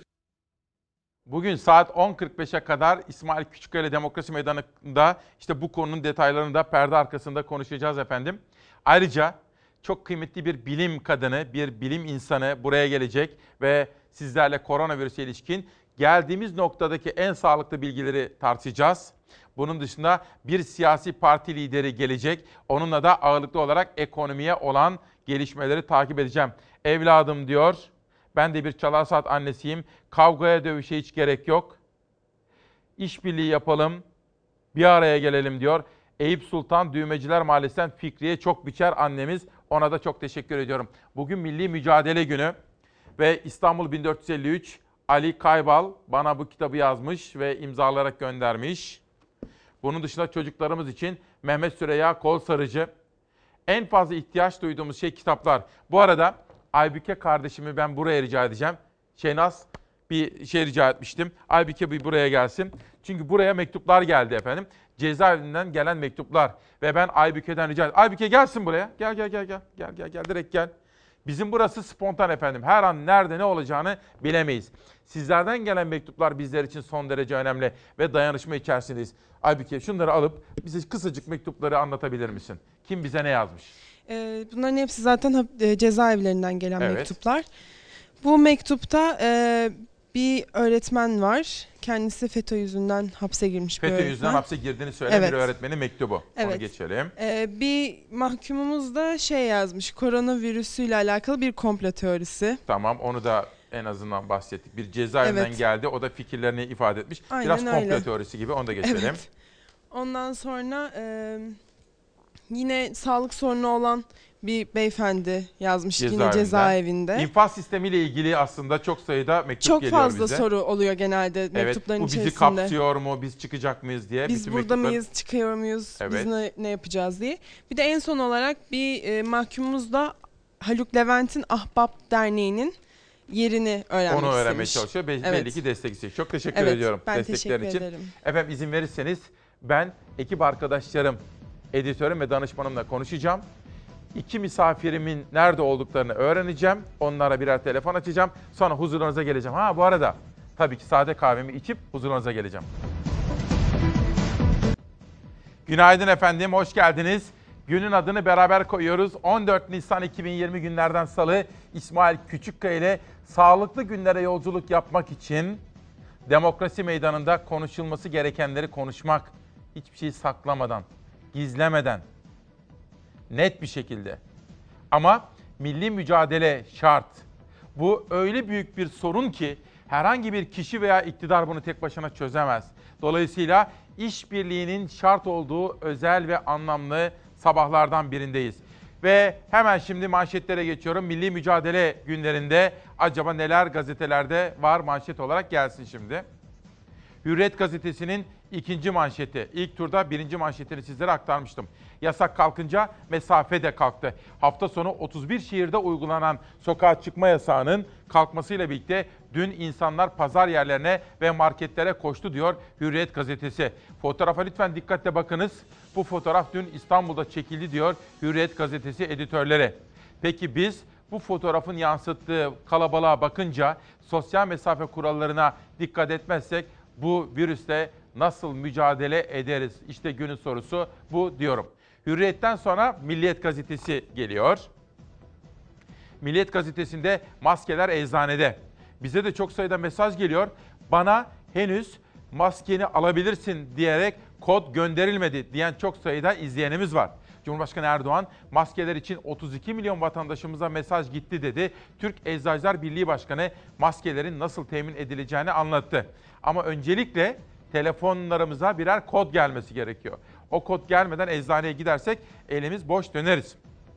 Bugün saat 10.45'e kadar İsmail Küçükkaya Demokrasi Meydanı'nda işte bu konunun detaylarını da perde arkasında konuşacağız efendim. Ayrıca çok kıymetli bir bilim kadını, bir bilim insanı buraya gelecek ve sizlerle koronavirüse ilişkin geldiğimiz noktadaki en sağlıklı bilgileri tartışacağız. Bunun dışında bir siyasi parti lideri gelecek. Onunla da ağırlıklı olarak ekonomiye olan gelişmeleri takip edeceğim. Evladım diyor, ben de bir Çalar Saat annesiyim. Kavgaya, dövüşe hiç gerek yok. İşbirliği yapalım, bir araya gelelim diyor. Eyüp Sultan Düğmeciler Mahallesi'nden Fikriye Çokbiçer annemiz. Ona da çok teşekkür ediyorum. Bugün Milli Mücadele Günü ve İstanbul 1453 Ali Kaybal bana bu kitabı yazmış ve imzalayarak göndermiş. Bunun dışında çocuklarımız için Mehmet Süreyya Kolsarıcı. En fazla ihtiyaç duyduğumuz şey kitaplar. Bu arada Aybüke kardeşimi ben buraya rica edeceğim. Şehnaz, bir şey rica etmiştim. Aybüke bir buraya gelsin. Çünkü buraya mektuplar geldi efendim. Cezaevinden gelen mektuplar. Ve ben Aybüke'den rica ettim. Aybüke gelsin buraya. Gel direkt gel. Bizim burası spontan efendim. Her an nerede ne olacağını bilemeyiz. Sizlerden gelen mektuplar bizler için son derece önemli ve dayanışma içerisindeyiz. Aybüke şunları alıp bize kısacık mektupları anlatabilir misin? Kim bize ne yazmış? Bunların hepsi zaten cezaevlerinden gelen Evet. mektuplar. Bu mektupta bir öğretmen var. Kendisi FETÖ yüzünden hapse girmiş bir öğretmen. FETÖ yüzünden hapse girdiğini söyleyen bir öğretmenin mektubu. Evet. Onu geçelim. Bir mahkumumuz da yazmış. Koronavirüsüyle alakalı bir komplo teorisi. Tamam, onu da en azından bahsettik. Bir cezaevinden geldi. O da fikirlerini ifade etmiş. Aynen biraz komplo öyle. teorisi gibi. Onu da geçelim. Evet. Ondan sonra yine sağlık sorunu olan bir beyefendi yazmış yine cezaevinde. İnfaz sistemiyle ilgili aslında çok sayıda mektup çok geliyor bize. fazla soru oluyor genelde mektupların bu içerisinde. bizi kapsıyor mu? Biz çıkacak mıyız diye. Biz burada mıyız? Çıkıyor muyuz? Evet. Biz ne yapacağız diye. Bir de en son olarak bir mahkumumuz da Haluk Levent'in Ahbap Derneği'nin yerini öğrenmek Onu öğrenmeye istemiş. çalışıyor. Evet. Belli ki destek istiyor. Çok teşekkür ediyorum ben desteklerin teşekkür için. ederim. Efendim izin verirseniz ben ekip arkadaşlarım, editörüm ve danışmanımla konuşacağım. 2 misafirimin nerede olduklarını öğreneceğim. Onlara birer telefon açacağım. Sonra huzurlarınıza geleceğim. Bu arada tabii ki sade kahvemi içip huzurlarınıza geleceğim. Günaydın efendim, hoş geldiniz. Günün adını beraber koyuyoruz. 14 Nisan 2020 günlerden Salı, İsmail Küçükkaya ile sağlıklı günlere yolculuk yapmak için demokrasi meydanında konuşulması gerekenleri konuşmak, hiçbir şeyi saklamadan, gizlemeden, net bir şekilde. Ama milli mücadele şart. Bu öyle büyük bir sorun ki herhangi bir kişi veya iktidar bunu tek başına çözemez. Dolayısıyla işbirliğinin şart olduğu özel ve anlamlı sabahlardan birindeyiz. Ve hemen şimdi manşetlere geçiyorum. Milli mücadele günlerinde acaba neler gazetelerde var manşet olarak gelsin şimdi. Hürriyet gazetesinin ikinci manşeti. İlk turda birinci manşetini sizlere aktarmıştım. Yasak kalkınca mesafe de kalktı. Hafta sonu 31 şehirde uygulanan sokağa çıkma yasağının kalkmasıyla birlikte dün insanlar pazar yerlerine ve marketlere koştu diyor Hürriyet gazetesi. Fotoğrafa lütfen dikkatle bakınız. Bu fotoğraf dün İstanbul'da çekildi diyor Hürriyet gazetesi editörleri. Peki biz bu fotoğrafın yansıttığı kalabalığa bakınca sosyal mesafe kurallarına dikkat etmezsek bu virüsle nasıl mücadele ederiz? İşte günün sorusu bu diyorum. Hürriyet'ten sonra Milliyet gazetesi geliyor. Milliyet gazetesinde maskeler eczanede. Bize de çok sayıda mesaj geliyor. Bana henüz maskeni alabilirsin diyerek kod gönderilmedi diyen çok sayıda izleyenimiz var. Cumhurbaşkanı Erdoğan maskeler için 32 milyon vatandaşımıza mesaj gitti dedi. Türk Eczacılar Birliği Başkanı maskelerin nasıl temin edileceğini anlattı. Ama öncelikle telefonlarımıza birer kod gelmesi gerekiyor. O kod gelmeden eczaneye gidersek elimiz boş döneriz.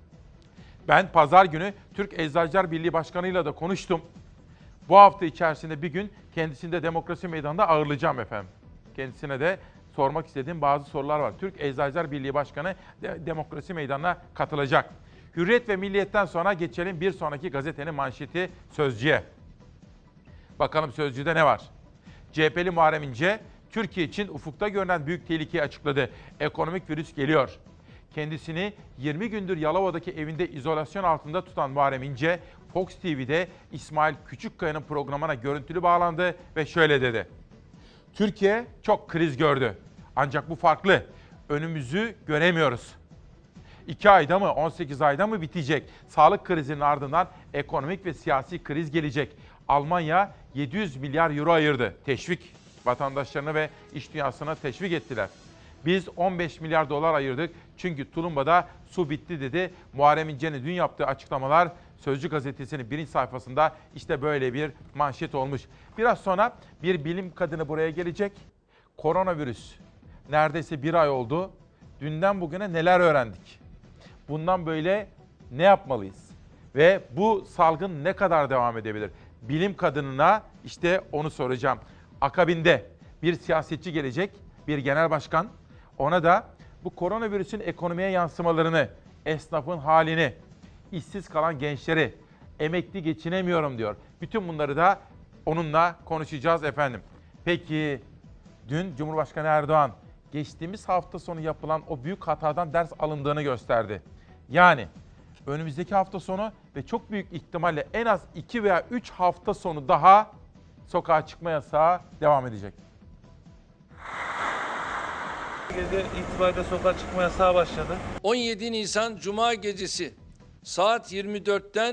Ben pazar günü Türk Eczacılar Birliği Başkanı'yla da konuştum. Bu hafta içerisinde bir gün kendisini de Demokrasi Meydanı'nda ağırlayacağım efendim. Kendisine de sormak istediğim bazı sorular var. Türk Eczacılar Birliği Başkanı Demokrasi Meydanı'na katılacak. Hürriyet ve Milliyet'ten sonra geçelim bir sonraki gazetenin manşeti Sözcü'ye. Bakalım Sözcü'de ne var? CHP'li Muharrem İnce, Türkiye için ufukta görünen büyük tehlikeyi açıkladı. Ekonomik virüs geliyor. Kendisini 20 gündür Yalova'daki evinde izolasyon altında tutan Muharrem İnce, Fox TV'de İsmail Küçükkaya'nın programına görüntülü bağlandı ve şöyle dedi. Türkiye çok kriz gördü. Ancak bu farklı. Önümüzü göremiyoruz. 2 ayda mı, 18 ayda mı bitecek? Sağlık krizinin ardından ekonomik ve siyasi kriz gelecek. Almanya 700 milyar euro ayırdı. Teşvik, vatandaşlarını ve iş dünyasına teşvik ettiler. Biz 15 milyar dolar ayırdık çünkü Tulumba'da su bitti dedi. Muharrem İnce'nin dün yaptığı açıklamalar Sözcü gazetesinin birinci sayfasında işte böyle bir manşet olmuş. Biraz sonra bir bilim kadını buraya gelecek. Koronavirüs neredeyse 1 ay oldu. Dünden bugüne neler öğrendik? Bundan böyle ne yapmalıyız? Ve bu salgın ne kadar devam edebilir? Bilim kadınına işte onu soracağım. Akabinde bir siyasetçi gelecek, bir genel başkan. Ona da bu koronavirüsün ekonomiye yansımalarını, esnafın halini, işsiz kalan gençleri, emekli geçinemiyorum diyor. Bütün bunları da Onunla konuşacağız efendim. Peki dün Cumhurbaşkanı Erdoğan geçtiğimiz hafta sonu yapılan o büyük hatadan ders alındığını gösterdi. Yani önümüzdeki hafta sonu ve çok büyük ihtimalle en az 2 veya 3 hafta sonu daha sokağa çıkma yasağı devam edecek. Gece itibariyle sokağa çıkma yasağı başladı. 17 Nisan Cuma gecesi saat 24'ten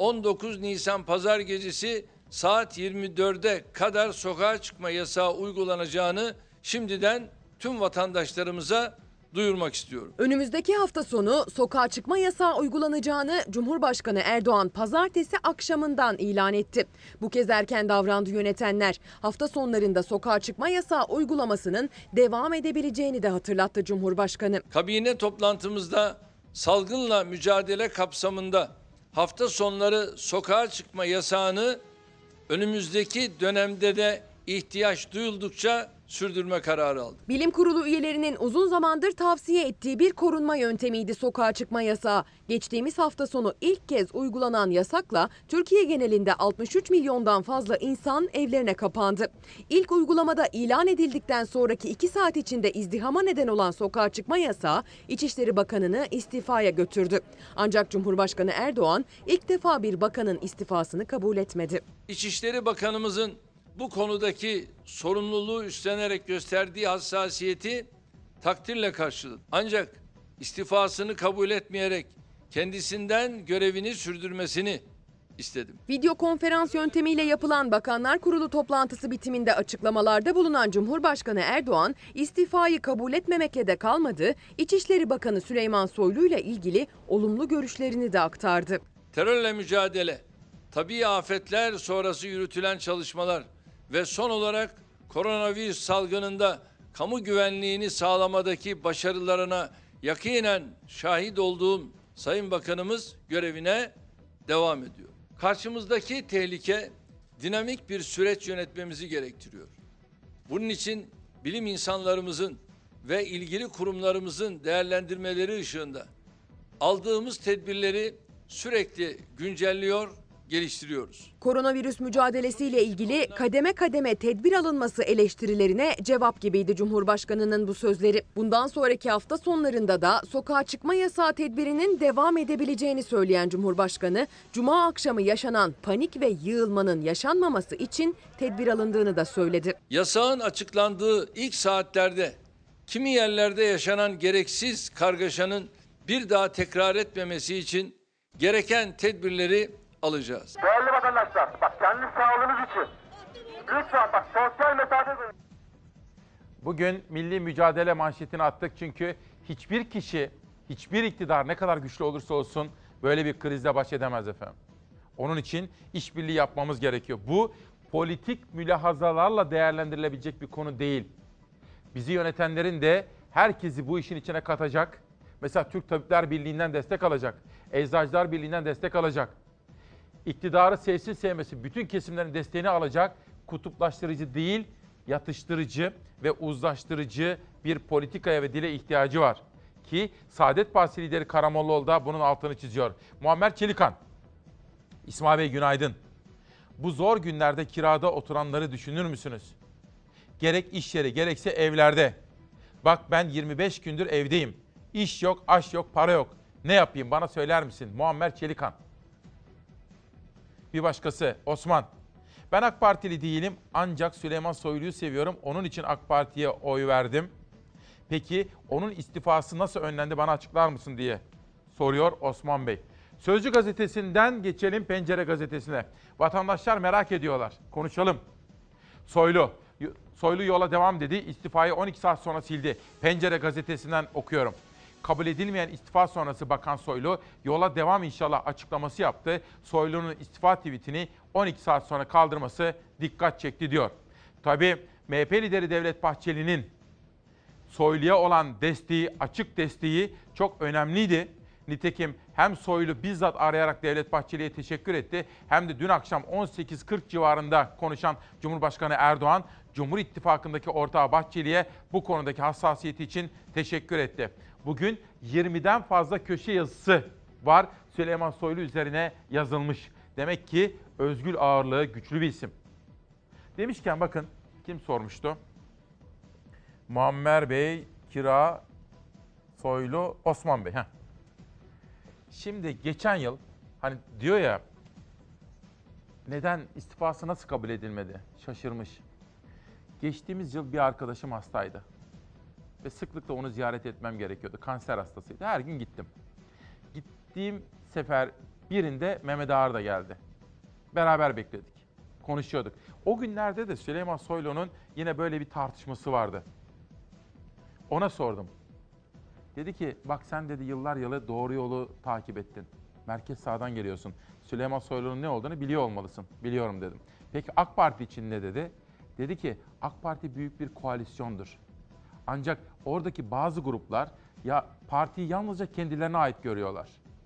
19 Nisan Pazar gecesi saat 24'e kadar sokağa çıkma yasağı uygulanacağını şimdiden tüm vatandaşlarımıza duyurmak istiyorum. Önümüzdeki hafta sonu sokağa çıkma yasağı uygulanacağını Cumhurbaşkanı Erdoğan pazartesi akşamından ilan etti. Bu kez erken davrandı yönetenler. Hafta sonlarında sokağa çıkma yasağı uygulamasının devam edebileceğini de hatırlattı Cumhurbaşkanı. Kabine toplantımızda salgınla mücadele kapsamında hafta sonları sokağa çıkma yasağını önümüzdeki dönemde de ihtiyaç duyuldukça sürdürme kararı aldı. Bilim Kurulu üyelerinin uzun zamandır tavsiye ettiği bir korunma yöntemiydi sokağa çıkma yasağı. Geçtiğimiz hafta sonu ilk kez uygulanan yasakla Türkiye genelinde 63 milyondan fazla insan evlerine kapandı. İlk uygulamada ilan edildikten sonraki 2 saat içinde izdihama neden olan sokağa çıkma yasağı İçişleri Bakanı'nı istifaya götürdü. Ancak Cumhurbaşkanı Erdoğan ilk defa bir bakanın istifasını kabul etmedi. İçişleri Bakanımızın bu konudaki sorumluluğu üstlenerek gösterdiği hassasiyeti takdirle karşıladım. Ancak istifasını kabul etmeyerek kendisinden görevini sürdürmesini istedim. Video konferans yöntemiyle yapılan Bakanlar Kurulu toplantısı bitiminde açıklamalarda bulunan Cumhurbaşkanı Erdoğan istifayı kabul etmemekle de kalmadı, İçişleri Bakanı Süleyman Soylu ile ilgili olumlu görüşlerini de aktardı. Terörle mücadele, tabii afetler sonrası yürütülen çalışmalar ve son olarak koronavirüs salgınında kamu güvenliğini sağlamadaki başarılarına yakinen şahit olduğum Sayın Bakanımız görevine devam ediyor. Karşımızdaki tehlike dinamik bir süreç yönetmemizi gerektiriyor. Bunun için bilim insanlarımızın ve ilgili kurumlarımızın değerlendirmeleri ışığında aldığımız tedbirleri sürekli güncelliyor, geliştiriyoruz. Koronavirüs mücadelesiyle ilgili kademe kademe tedbir alınması eleştirilerine cevap gibiydi Cumhurbaşkanı'nın bu sözleri. Bundan sonraki hafta sonlarında da sokağa çıkma yasağı tedbirinin devam edebileceğini söyleyen Cumhurbaşkanı, Cuma akşamı yaşanan panik ve yığılmanın yaşanmaması için tedbir alındığını da söyledi. Yasağın açıklandığı ilk saatlerde kimi yerlerde yaşanan gereksiz kargaşanın bir daha tekrar etmemesi için gereken tedbirleri alacağız. Değerli vatandaşlar, bak kendi sağlığınız için lütfen bak sosyal mesafe. Bugün milli mücadele manşetini attık çünkü hiçbir kişi, hiçbir iktidar ne kadar güçlü olursa olsun böyle bir krizle baş edemez efendim. Onun için işbirliği yapmamız gerekiyor. Bu politik mülahazalarla değerlendirilebilecek bir konu değil. Bizi yönetenlerin de herkesi bu işin içine katacak. Mesela Türk Tabipler Birliği'nden destek alacak. Eczacılar Birliği'nden destek alacak. İktidarı sevsin sevmesi bütün kesimlerin desteğini alacak, kutuplaştırıcı değil, yatıştırıcı ve uzlaştırıcı bir politikaya ve dile ihtiyacı var. Ki Saadet Partisi lideri Karamollaoğlu da bunun altını çiziyor. Muammer Çelikan, İsmail Bey günaydın. Bu zor günlerde kirada oturanları düşünür müsünüz? Gerek iş yeri gerekse evlerde. Bak ben 25 gündür evdeyim. İş yok, aş yok, para yok. Ne yapayım bana söyler misin? Muammer Çelikan. Bir başkası Osman. Ben AK Partili değilim ancak Süleyman Soylu'yu seviyorum. Onun için AK Parti'ye oy verdim. Peki onun istifası nasıl önlendi bana açıklar mısın diye soruyor Osman Bey. Sözcü gazetesinden geçelim Pencere gazetesine. Vatandaşlar merak ediyorlar. Konuşalım. Soylu yola devam dedi. İstifayı 12 saat sonra sildi. Pencere gazetesinden okuyorum. Kabul edilmeyen istifa sonrası Bakan Soylu yola devam inşallah açıklaması yaptı. Soylu'nun istifa tweetini 12 saat sonra kaldırması dikkat çekti diyor. Tabii MHP lideri Devlet Bahçeli'nin Soylu'ya olan desteği, açık desteği çok önemliydi. Nitekim hem Soylu bizzat arayarak Devlet Bahçeli'ye teşekkür etti, hem de dün akşam 18.40 civarında konuşan Cumhurbaşkanı Erdoğan, Cumhur İttifakı'ndaki ortağı Bahçeli'ye bu konudaki hassasiyeti için teşekkür etti. Bugün 20'den fazla köşe yazısı var Süleyman Soylu üzerine yazılmış. Demek ki özgür ağırlığı güçlü bir isim. Demişken bakın kim sormuştu? Muammer Bey, Kira, Soylu, Osman Bey. Şimdi geçen yıl hani diyor ya neden istifası nasıl kabul edilmedi? Şaşırmış. Geçtiğimiz yıl bir arkadaşım hastaydı. Ve sıklıkla onu ziyaret etmem gerekiyordu. Kanser hastasıydı. Her gün gittim. Gittiğim sefer birinde Mehmet Ağar da geldi. Beraber bekledik. Konuşuyorduk. O günlerde de Süleyman Soylu'nun yine böyle bir tartışması vardı. Ona sordum. Dedi ki bak sen dedi yıllar yılı doğru yolu takip ettin. Merkez sağdan geliyorsun. Süleyman Soylu'nun ne olduğunu biliyor olmalısın. Biliyorum dedim. Peki AK Parti için ne dedi? Dedi ki AK Parti büyük bir koalisyondur. Ancak oradaki bazı gruplar ya partiyi yalnızca kendilerine ait görüyorlar.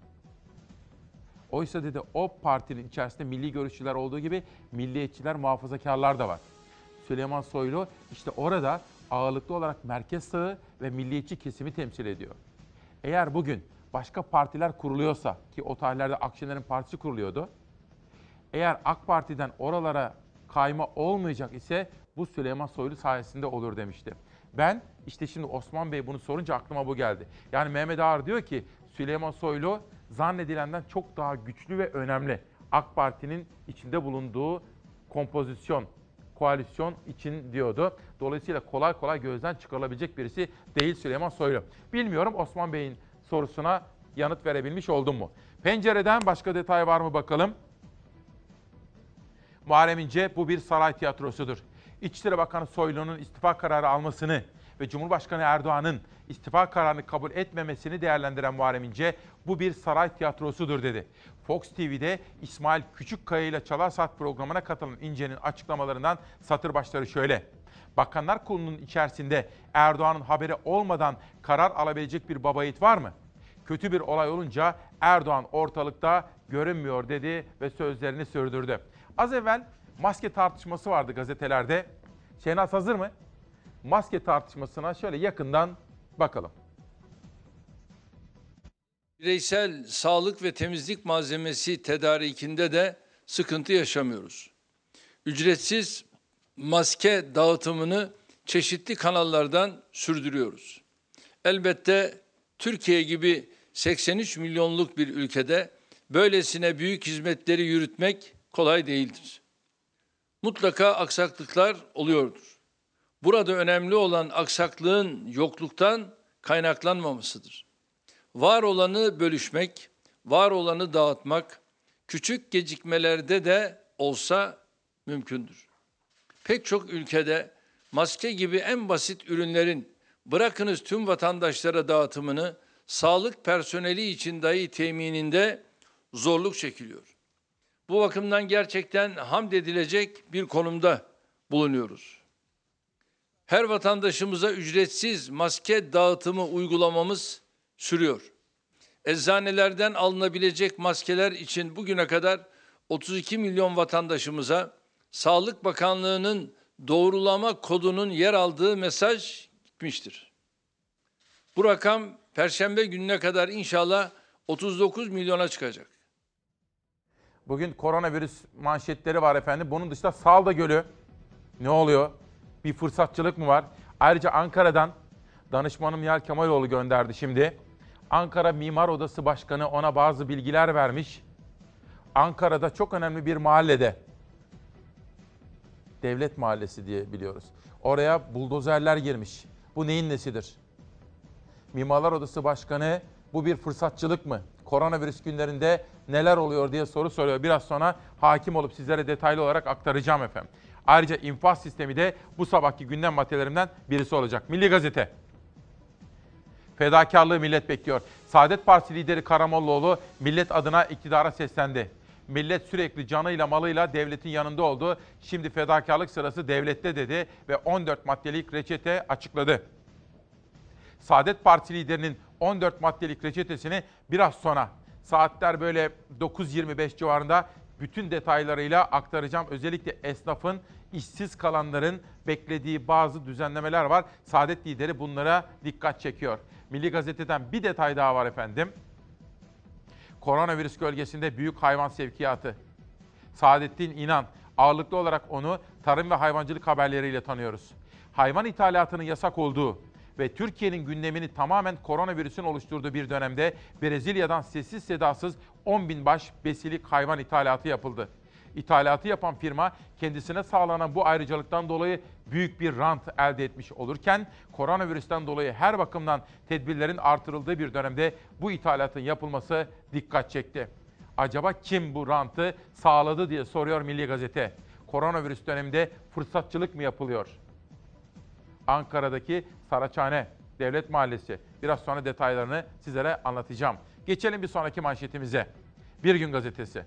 Oysa dedi o partinin içerisinde milli görüşçüler olduğu gibi milliyetçiler, muhafazakarlar da var. Süleyman Soylu işte orada ağırlıklı olarak merkez sağı ve milliyetçi kesimi temsil ediyor. Eğer bugün başka partiler kuruluyorsa ki o tarihlerde Akşener'in partisi kuruluyordu. Eğer AK Parti'den oralara kayma olmayacak ise bu Süleyman Soylu sayesinde olur demişti. Ben işte şimdi Osman Bey bunu sorunca aklıma bu geldi. Yani Mehmet Ağar diyor ki Süleyman Soylu zannedilenden çok daha güçlü ve önemli. AK Parti'nin içinde bulunduğu kompozisyon, koalisyon için diyordu. Dolayısıyla kolay kolay gözden çıkarılabilecek birisi değil Süleyman Soylu. Bilmiyorum Osman Bey'in sorusuna yanıt verebilmiş oldum mu? Pencereden başka detay var mı bakalım. Muharrem İnce bu bir saray tiyatrosudur. İçişleri Bakanı Soylu'nun istifa kararı almasını ve Cumhurbaşkanı Erdoğan'ın istifa kararını kabul etmemesini değerlendiren Muharrem İnce bu bir saray tiyatrosudur dedi. Fox TV'de İsmail Küçükkaya ile Çalar Saat programına katılan İnce'nin açıklamalarından satır başları şöyle. Bakanlar Kurulu'nun içerisinde Erdoğan'ın haberi olmadan karar alabilecek bir baba yiğit var mı? Kötü bir olay olunca Erdoğan ortalıkta görünmüyor dedi ve sözlerini sürdürdü. Az evvel maske tartışması vardı gazetelerde. Şehnaz hazır mı? Maske tartışmasına şöyle yakından bakalım. Bireysel sağlık ve temizlik malzemesi tedarikinde de sıkıntı yaşamıyoruz. Ücretsiz maske dağıtımını çeşitli kanallardan sürdürüyoruz. Elbette Türkiye gibi 83 milyonluk bir ülkede böylesine büyük hizmetleri yürütmek kolay değildir. Mutlaka aksaklıklar oluyordur. Burada önemli olan aksaklığın yokluktan kaynaklanmamasıdır. Var olanı bölüşmek, var olanı dağıtmak, küçük gecikmelerde de olsa mümkündür. Pek çok ülkede maske gibi en basit ürünlerin bırakınız tüm vatandaşlara dağıtımını, sağlık personeli için dahi temininde zorluk çekiliyor. Bu bakımdan gerçekten hamd edilecek bir konumda bulunuyoruz. Her vatandaşımıza ücretsiz maske dağıtımı uygulamamız sürüyor. Eczanelerden alınabilecek maskeler için bugüne kadar 32 milyon vatandaşımıza Sağlık Bakanlığı'nın doğrulama kodunun yer aldığı mesaj gitmiştir. Bu rakam Perşembe gününe kadar inşallah 39 milyona çıkacak. Bugün koronavirüs manşetleri var efendim. Bunun dışında Salda Gölü ne oluyor? Bir fırsatçılık mı var? Ayrıca Ankara'dan danışmanım Nihal Kemaloğlu gönderdi şimdi. Ankara Mimar Odası Başkanı ona bazı bilgiler vermiş. Ankara'da çok önemli bir mahallede, Devlet Mahallesi diye biliyoruz. Oraya buldozerler girmiş. Bu neyin nesidir? Mimarlar Odası Başkanı bu bir fırsatçılık mı? Koronavirüs günlerinde neler oluyor diye soru soruyor. Biraz sonra hakim olup sizlere detaylı olarak aktaracağım efendim. Ayrıca infaz sistemi de bu sabahki gündem maddelerimden birisi olacak. Milli Gazete. Fedakarlığı millet bekliyor. Saadet Partisi lideri Karamollaoğlu millet adına iktidara seslendi. Millet sürekli canıyla malıyla devletin yanında oldu. Şimdi fedakarlık sırası devlette dedi ve 14 maddelik reçete açıkladı. Saadet Partisi liderinin 14 maddelik reçetesini biraz sonra saatler böyle 9.25 civarında bütün detaylarıyla aktaracağım. Özellikle esnafın, işsiz kalanların beklediği bazı düzenlemeler var. Saadet lideri bunlara dikkat çekiyor. Milli Gazete'den bir detay daha var efendim. Koronavirüs gölgesinde büyük hayvan sevkiyatı. Saadettin İnan, Ağırlıklı olarak onu tarım ve hayvancılık haberleriyle tanıyoruz. Hayvan ithalatının yasak olduğu ve Türkiye'nin gündemini tamamen koronavirüsün oluşturduğu bir dönemde Brezilya'dan sessiz sedasız 10.000 baş besilik hayvan ithalatı yapıldı. İthalatı yapan firma kendisine sağlanan bu ayrıcalıktan dolayı büyük bir rant elde etmiş olurken koronavirüsten dolayı her bakımdan tedbirlerin artırıldığı bir dönemde bu ithalatın yapılması dikkat çekti. Acaba kim bu rantı sağladı diye soruyor Milli Gazete. Koronavirüs döneminde fırsatçılık mı yapılıyor? Ankara'daki Saraçhane Devlet Mahallesi. Biraz sonra detaylarını sizlere anlatacağım. Geçelim bir sonraki manşetimize. Bir Gün Gazetesi.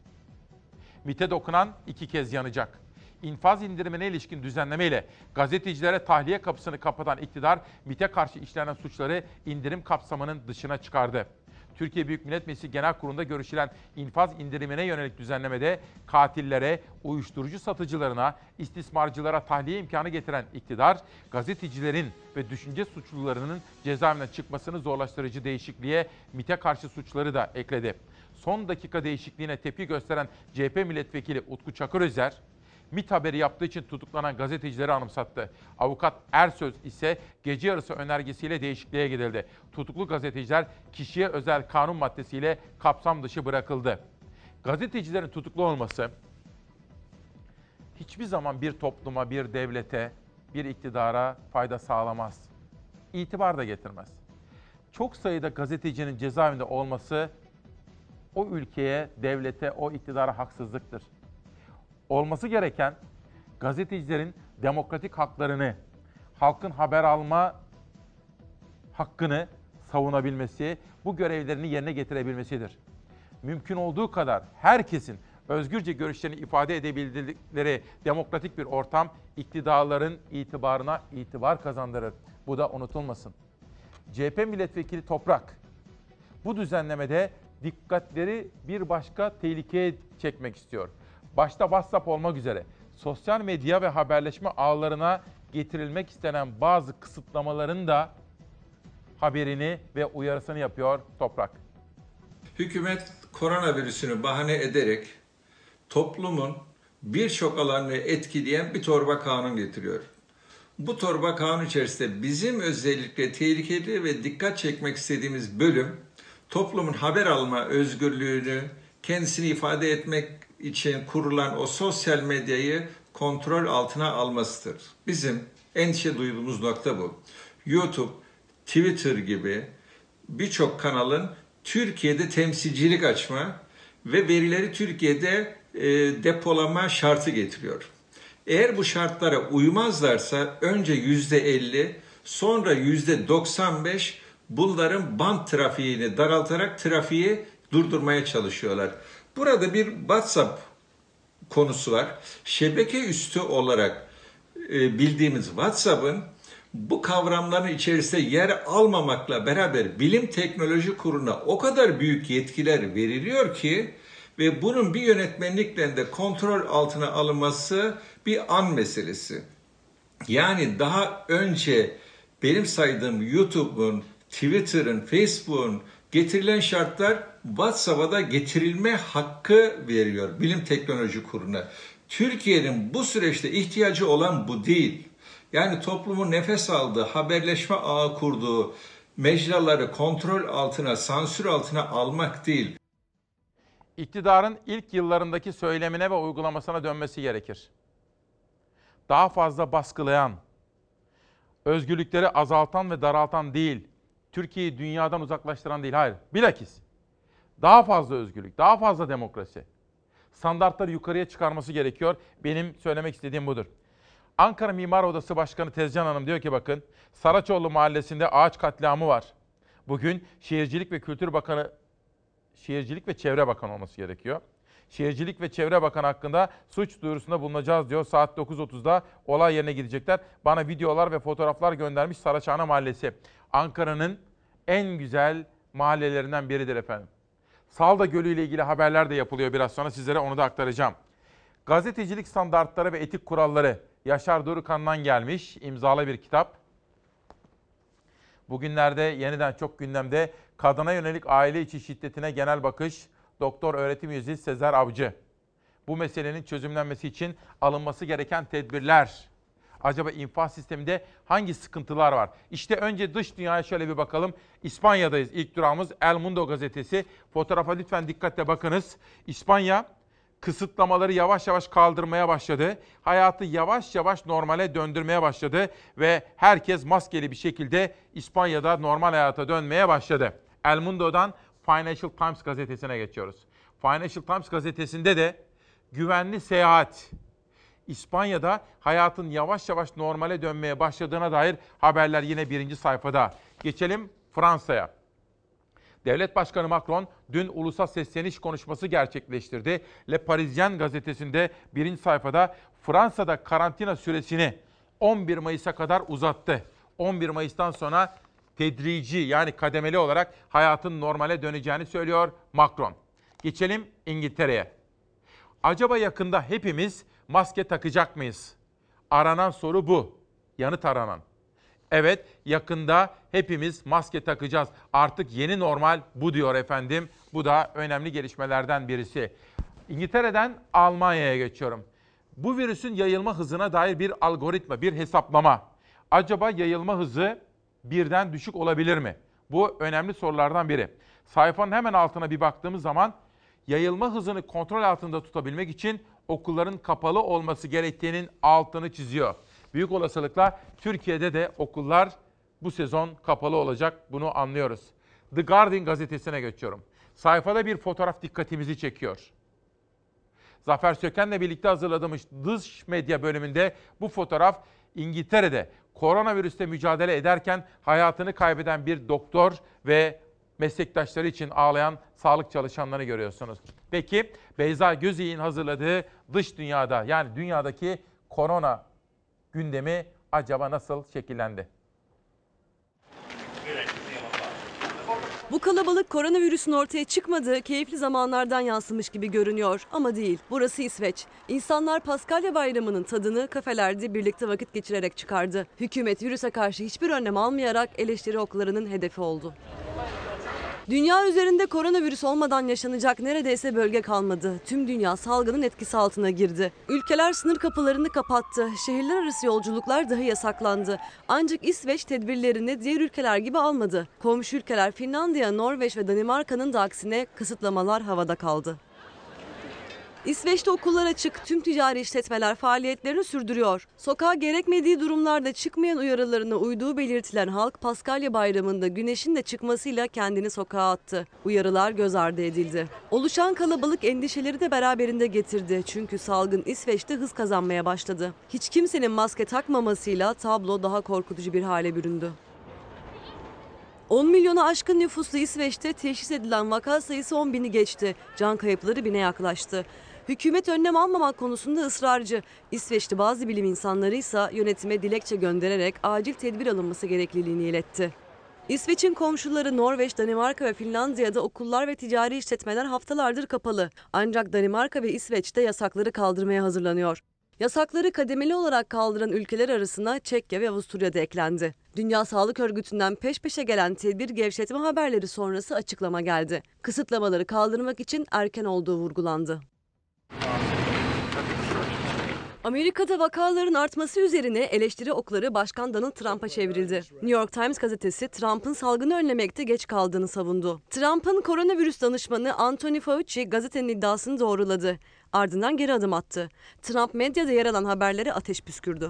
MİT'e dokunan 2 kez yanacak. İnfaz indirimine ilişkin düzenlemeyle gazetecilere tahliye kapısını kapatan iktidar, MİT'e karşı işlenen suçları indirim kapsamının dışına çıkardı. Türkiye Büyük Millet Meclisi Genel Kurulu'nda görüşülen infaz indirimine yönelik düzenlemede katillere, uyuşturucu satıcılarına, istismarcılara tahliye imkanı getiren iktidar, gazetecilerin ve düşünce suçlularının cezaevinden çıkmasını zorlaştırıcı değişikliğe MİT'e karşı suçları da ekledi. Son dakika değişikliğine tepki gösteren CHP milletvekili Utku Çakırözer, MİT haberi yaptığı için tutuklanan gazetecileri anımsattı. Avukat Ersöz ise gece yarısı önergesiyle değişikliğe gidildi. Tutuklu gazeteciler kişiye özel kanun maddesiyle kapsam dışı bırakıldı. Gazetecilerin tutuklu olması hiçbir zaman bir topluma, bir devlete, bir iktidara fayda sağlamaz. İtibar da getirmez. Çok sayıda gazetecinin cezaevinde olması o ülkeye, devlete, o iktidara haksızlıktır. Olması gereken gazetecilerin demokratik haklarını, halkın haber alma hakkını savunabilmesi, bu görevlerini yerine getirebilmesidir. Mümkün olduğu kadar herkesin özgürce görüşlerini ifade edebildikleri demokratik bir ortam iktidarların itibarına itibar kazandırır. Bu da unutulmasın. CHP milletvekili Toprak, bu düzenlemede dikkatleri bir başka tehlikeye çekmek istiyor. Başta WhatsApp olmak üzere sosyal medya ve haberleşme ağlarına getirilmek istenen bazı kısıtlamaların da haberini ve uyarısını yapıyor Toprak. Hükümet koronavirüsünü bahane ederek toplumun birçok alanını etkileyen bir torba kanun getiriyor. Bu torba kanun içerisinde bizim özellikle tehlikeli ve dikkat çekmek istediğimiz bölüm toplumun haber alma özgürlüğünü, kendisini ifade etmek için kurulan o sosyal medyayı kontrol altına almasıdır. Bizim endişe duyduğumuz nokta bu. YouTube, Twitter gibi birçok kanalın Türkiye'de temsilcilik açma ve verileri Türkiye'de depolama şartı getiriyor. Eğer bu şartlara uymazlarsa önce %50, sonra %95 bunların band trafiğini daraltarak trafiği durdurmaya çalışıyorlar. Burada bir WhatsApp konusu var. Şebeke üstü olarak bildiğimiz WhatsApp'ın bu kavramların içerisinde yer almamakla beraber Bilim Teknoloji Kurulu'na o kadar büyük yetkiler veriliyor ki ve bunun bir yönetmenlikle de kontrol altına alınması bir an meselesi. Yani daha önce benim saydığım YouTube'un, Twitter'ın, Facebook'un getirilen şartlar WhatsApp'a da getirilme hakkı veriyor Bilim Teknoloji Kurulu'na. Türkiye'nin bu süreçte ihtiyacı olan bu değil. Yani toplumun nefes aldığı, haberleşme ağı kurduğu mecraları kontrol altına, sansür altına almak değil. İktidarın ilk yıllarındaki söylemine ve uygulamasına dönmesi gerekir. Daha fazla baskılayan, özgürlükleri azaltan ve daraltan değil, Türkiye'yi dünyadan uzaklaştıran değil, hayır. Bilakis daha fazla özgürlük, daha fazla demokrasi. Standartları yukarıya çıkarması gerekiyor. Benim söylemek istediğim budur. Ankara Mimar Odası Başkanı Tezcan Hanım diyor ki bakın, Saraçoğlu Mahallesi'nde ağaç katliamı var. Bugün Şehircilik ve Kültür Bakanı, Şehircilik ve Çevre Bakanı olması gerekiyor. Şehircilik ve Çevre Bakanı hakkında suç duyurusunda bulunacağız diyor. Saat 9.30'da olay yerine gidecekler. Bana videolar ve fotoğraflar göndermiş Saraçhane Mahallesi. Ankara'nın en güzel mahallelerinden biridir efendim. Salda Gölü ile ilgili haberler de yapılıyor biraz sonra. Sizlere onu da aktaracağım. Gazetecilik standartları ve etik kuralları Yaşar Dorukan'dan gelmiş imzalı bir kitap. Bugünlerde yeniden çok gündemde kadına yönelik aile içi şiddetine genel bakış Doktor öğretim üyesi Sezer Avcı. Bu meselenin çözümlenmesi için alınması gereken tedbirler. Acaba infaz sisteminde hangi sıkıntılar var? İşte önce dış dünyaya şöyle bir bakalım. İspanya'dayız. İlk durağımız El Mundo gazetesi. Fotoğrafa lütfen dikkatle bakınız. İspanya kısıtlamaları yavaş yavaş kaldırmaya başladı. Hayatı yavaş yavaş normale döndürmeye başladı. Ve herkes maskeli bir şekilde İspanya'da normal hayata dönmeye başladı. El Mundo'dan Financial Times gazetesine geçiyoruz. Financial Times gazetesinde de güvenli seyahat, İspanya'da hayatın yavaş yavaş normale dönmeye başladığına dair haberler yine birinci sayfada. Geçelim Fransa'ya. Devlet Başkanı Macron dün ulusal sesleniş konuşması gerçekleştirdi. Le Parisien gazetesinde birinci sayfada Fransa'da karantina süresini 11 Mayıs'a kadar uzattı. 11 Mayıs'tan sonra tedrici yani kademeli olarak hayatın normale döneceğini söylüyor Macron. Geçelim İngiltere'ye. Acaba yakında hepimiz maske takacak mıyız? Aranan soru bu. Yanıt aranan. Evet, yakında hepimiz maske takacağız. Artık yeni normal bu diyor efendim. Bu da önemli gelişmelerden birisi. İngiltere'den Almanya'ya geçiyorum. Bu virüsün yayılma hızına dair bir algoritma, bir hesaplama. Acaba yayılma hızı birden düşük olabilir mi? Bu önemli sorulardan biri. Sayfanın hemen altına bir baktığımız zaman yayılma hızını kontrol altında tutabilmek için okulların kapalı olması gerektiğinin altını çiziyor. Büyük olasılıkla Türkiye'de de okullar bu sezon kapalı olacak, bunu anlıyoruz. The Guardian gazetesine geçiyorum. Sayfada bir fotoğraf dikkatimizi çekiyor. Zafer Söken'le birlikte hazırladığımız dış medya bölümünde bu fotoğraf İngiltere'de koronavirüste mücadele ederken hayatını kaybeden bir doktor ve meslektaşları için ağlayan sağlık çalışanlarını görüyorsunuz. Peki Beyza Gözey'in hazırladığı dış dünyada yani dünyadaki korona gündemi acaba nasıl şekillendi? Bu kalabalık koronavirüsün ortaya çıkmadığı keyifli zamanlardan yansımış gibi görünüyor ama değil. Burası İsveç. İnsanlar Paskalya Bayramı'nın tadını kafelerde birlikte vakit geçirerek çıkardı. Hükümet virüse karşı hiçbir önlem almayarak eleştiri oklarının hedefi oldu. Dünya üzerinde koronavirüs olmadan yaşanacak neredeyse bölge kalmadı. Tüm dünya salgının etkisi altına girdi. Ülkeler sınır kapılarını kapattı. Şehirler arası yolculuklar dahi yasaklandı. Ancak İsveç tedbirlerini diğer ülkeler gibi almadı. Komşu ülkeler Finlandiya, Norveç ve Danimarka'nın da aksine kısıtlamalar havada kaldı. İsveç'te okullar açık, tüm ticari işletmeler faaliyetlerini sürdürüyor. Sokağa gerekmediği durumlarda çıkmayan uyarılarına uyduğu belirtilen halk Paskalya Bayramı'nda güneşin de çıkmasıyla kendini sokağa attı. Uyarılar göz ardı edildi. Oluşan kalabalık endişeleri de beraberinde getirdi. Çünkü salgın İsveç'te hız kazanmaya başladı. Hiç kimsenin maske takmamasıyla tablo daha korkutucu bir hale büründü. 10 milyona aşkın nüfuslu İsveç'te teşhis edilen vaka sayısı 10 bini geçti. Can kayıpları 1000'e yaklaştı. Hükümet önlem almamak konusunda ısrarcı. İsveçli bazı bilim insanları ise yönetime dilekçe göndererek acil tedbir alınması gerekliliğini iletti. İsveç'in komşuları Norveç, Danimarka ve Finlandiya'da okullar ve ticari işletmeler haftalardır kapalı. Ancak Danimarka ve İsveç'te yasakları kaldırmaya hazırlanıyor. Yasakları kademeli olarak kaldıran ülkeler arasına Çekya ve Avusturya da eklendi. Dünya Sağlık Örgütü'nden peş peşe gelen tedbir gevşetme haberleri sonrası açıklama geldi. Kısıtlamaları kaldırmak için erken olduğu vurgulandı. Amerika'da vakaların artması üzerine eleştiri okları Başkan Donald Trump'a çevrildi. New York Times gazetesi Trump'ın salgını önlemekte geç kaldığını savundu. Trump'ın koronavirüs danışmanı Anthony Fauci gazetenin iddiasını doğruladı. Ardından geri adım attı. Trump medyada yer alan haberlere ateş püskürdü.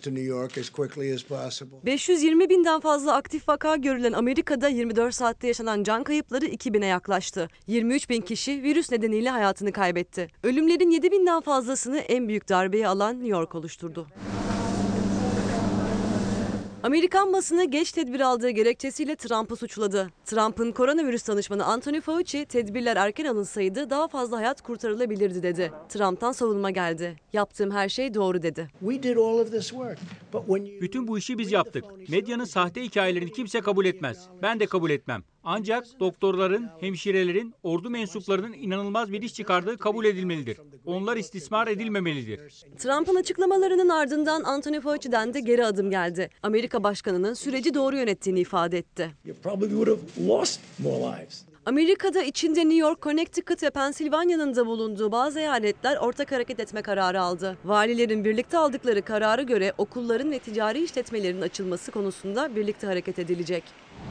520 binden fazla aktif vaka görülen Amerika'da 24 saatte yaşanan can kayıpları 2000'e yaklaştı. 23 bin kişi virüs nedeniyle hayatını kaybetti. Ölümlerin 7 binden fazlasını en büyük darbeyi alan New York oluşturdu. Amerikan basını geç tedbir aldığı gerekçesiyle Trump'ı suçladı. Trump'ın koronavirüs danışmanı Anthony Fauci, tedbirler erken alınsaydı daha fazla hayat kurtarılabilirdi dedi. Trump'tan savunma geldi. Yaptığım her şey doğru dedi. Bütün bu işi biz yaptık. Medyanın sahte hikayelerini kimse kabul etmez. Ben de kabul etmem. Ancak doktorların, hemşirelerin, ordu mensuplarının inanılmaz bir iş çıkardığı kabul edilmelidir. Onlar istismar edilmemelidir. Trump'ın açıklamalarının ardından Anthony Fauci'den de geri adım geldi. Amerika Başkanı'nın süreci doğru yönettiğini ifade etti. Amerika'da içinde New York, Connecticut ve Pensilvanya'nın da bulunduğu bazı eyaletler ortak hareket etme kararı aldı. Valilerin birlikte aldıkları karara göre okulların ve ticari işletmelerin açılması konusunda birlikte hareket edilecek.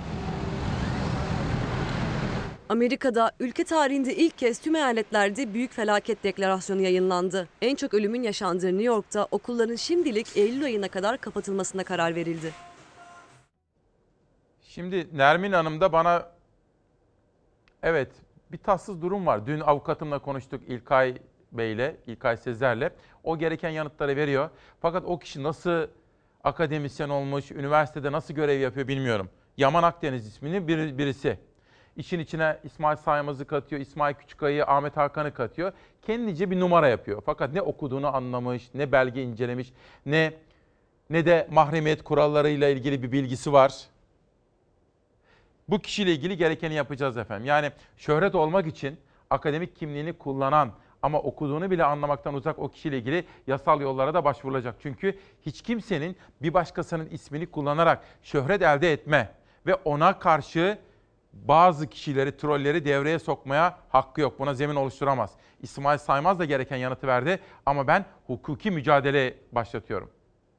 Amerika'da ülke tarihinde ilk kez tüm eyaletlerde büyük felaket deklarasyonu yayınlandı. En çok ölümün yaşandığı New York'ta okulların şimdilik Eylül ayına kadar kapatılmasına karar verildi. Şimdi Nermin Hanım da bana evet bir tatsız durum var. Dün avukatımla konuştuk İlkay Bey'le, İlkay Sezer'le. O gereken yanıtları veriyor. Fakat o kişi nasıl akademisyen olmuş, üniversitede nasıl görev yapıyor bilmiyorum. Yaman Akdeniz isminin birisi. İşin içine İsmail Saymaz'ı katıyor, İsmail Küçükay'ı, Ahmet Hakan'ı katıyor. Kendince bir numara yapıyor. Fakat ne okuduğunu anlamış, ne belge incelemiş, ne de mahremiyet kurallarıyla ilgili bir bilgisi var. Bu kişiyle ilgili gerekeni yapacağız efendim. Yani şöhret olmak için akademik kimliğini kullanan ama okuduğunu bile anlamaktan uzak o kişiyle ilgili yasal yollara da başvurulacak. Çünkü hiç kimsenin bir başkasının ismini kullanarak şöhret elde etme ve ona karşı bazı kişileri, trolleri devreye sokmaya hakkı yok. Buna zemin oluşturamaz. İsmail Saymaz da gereken yanıtı verdi ama ben hukuki mücadele başlatıyorum.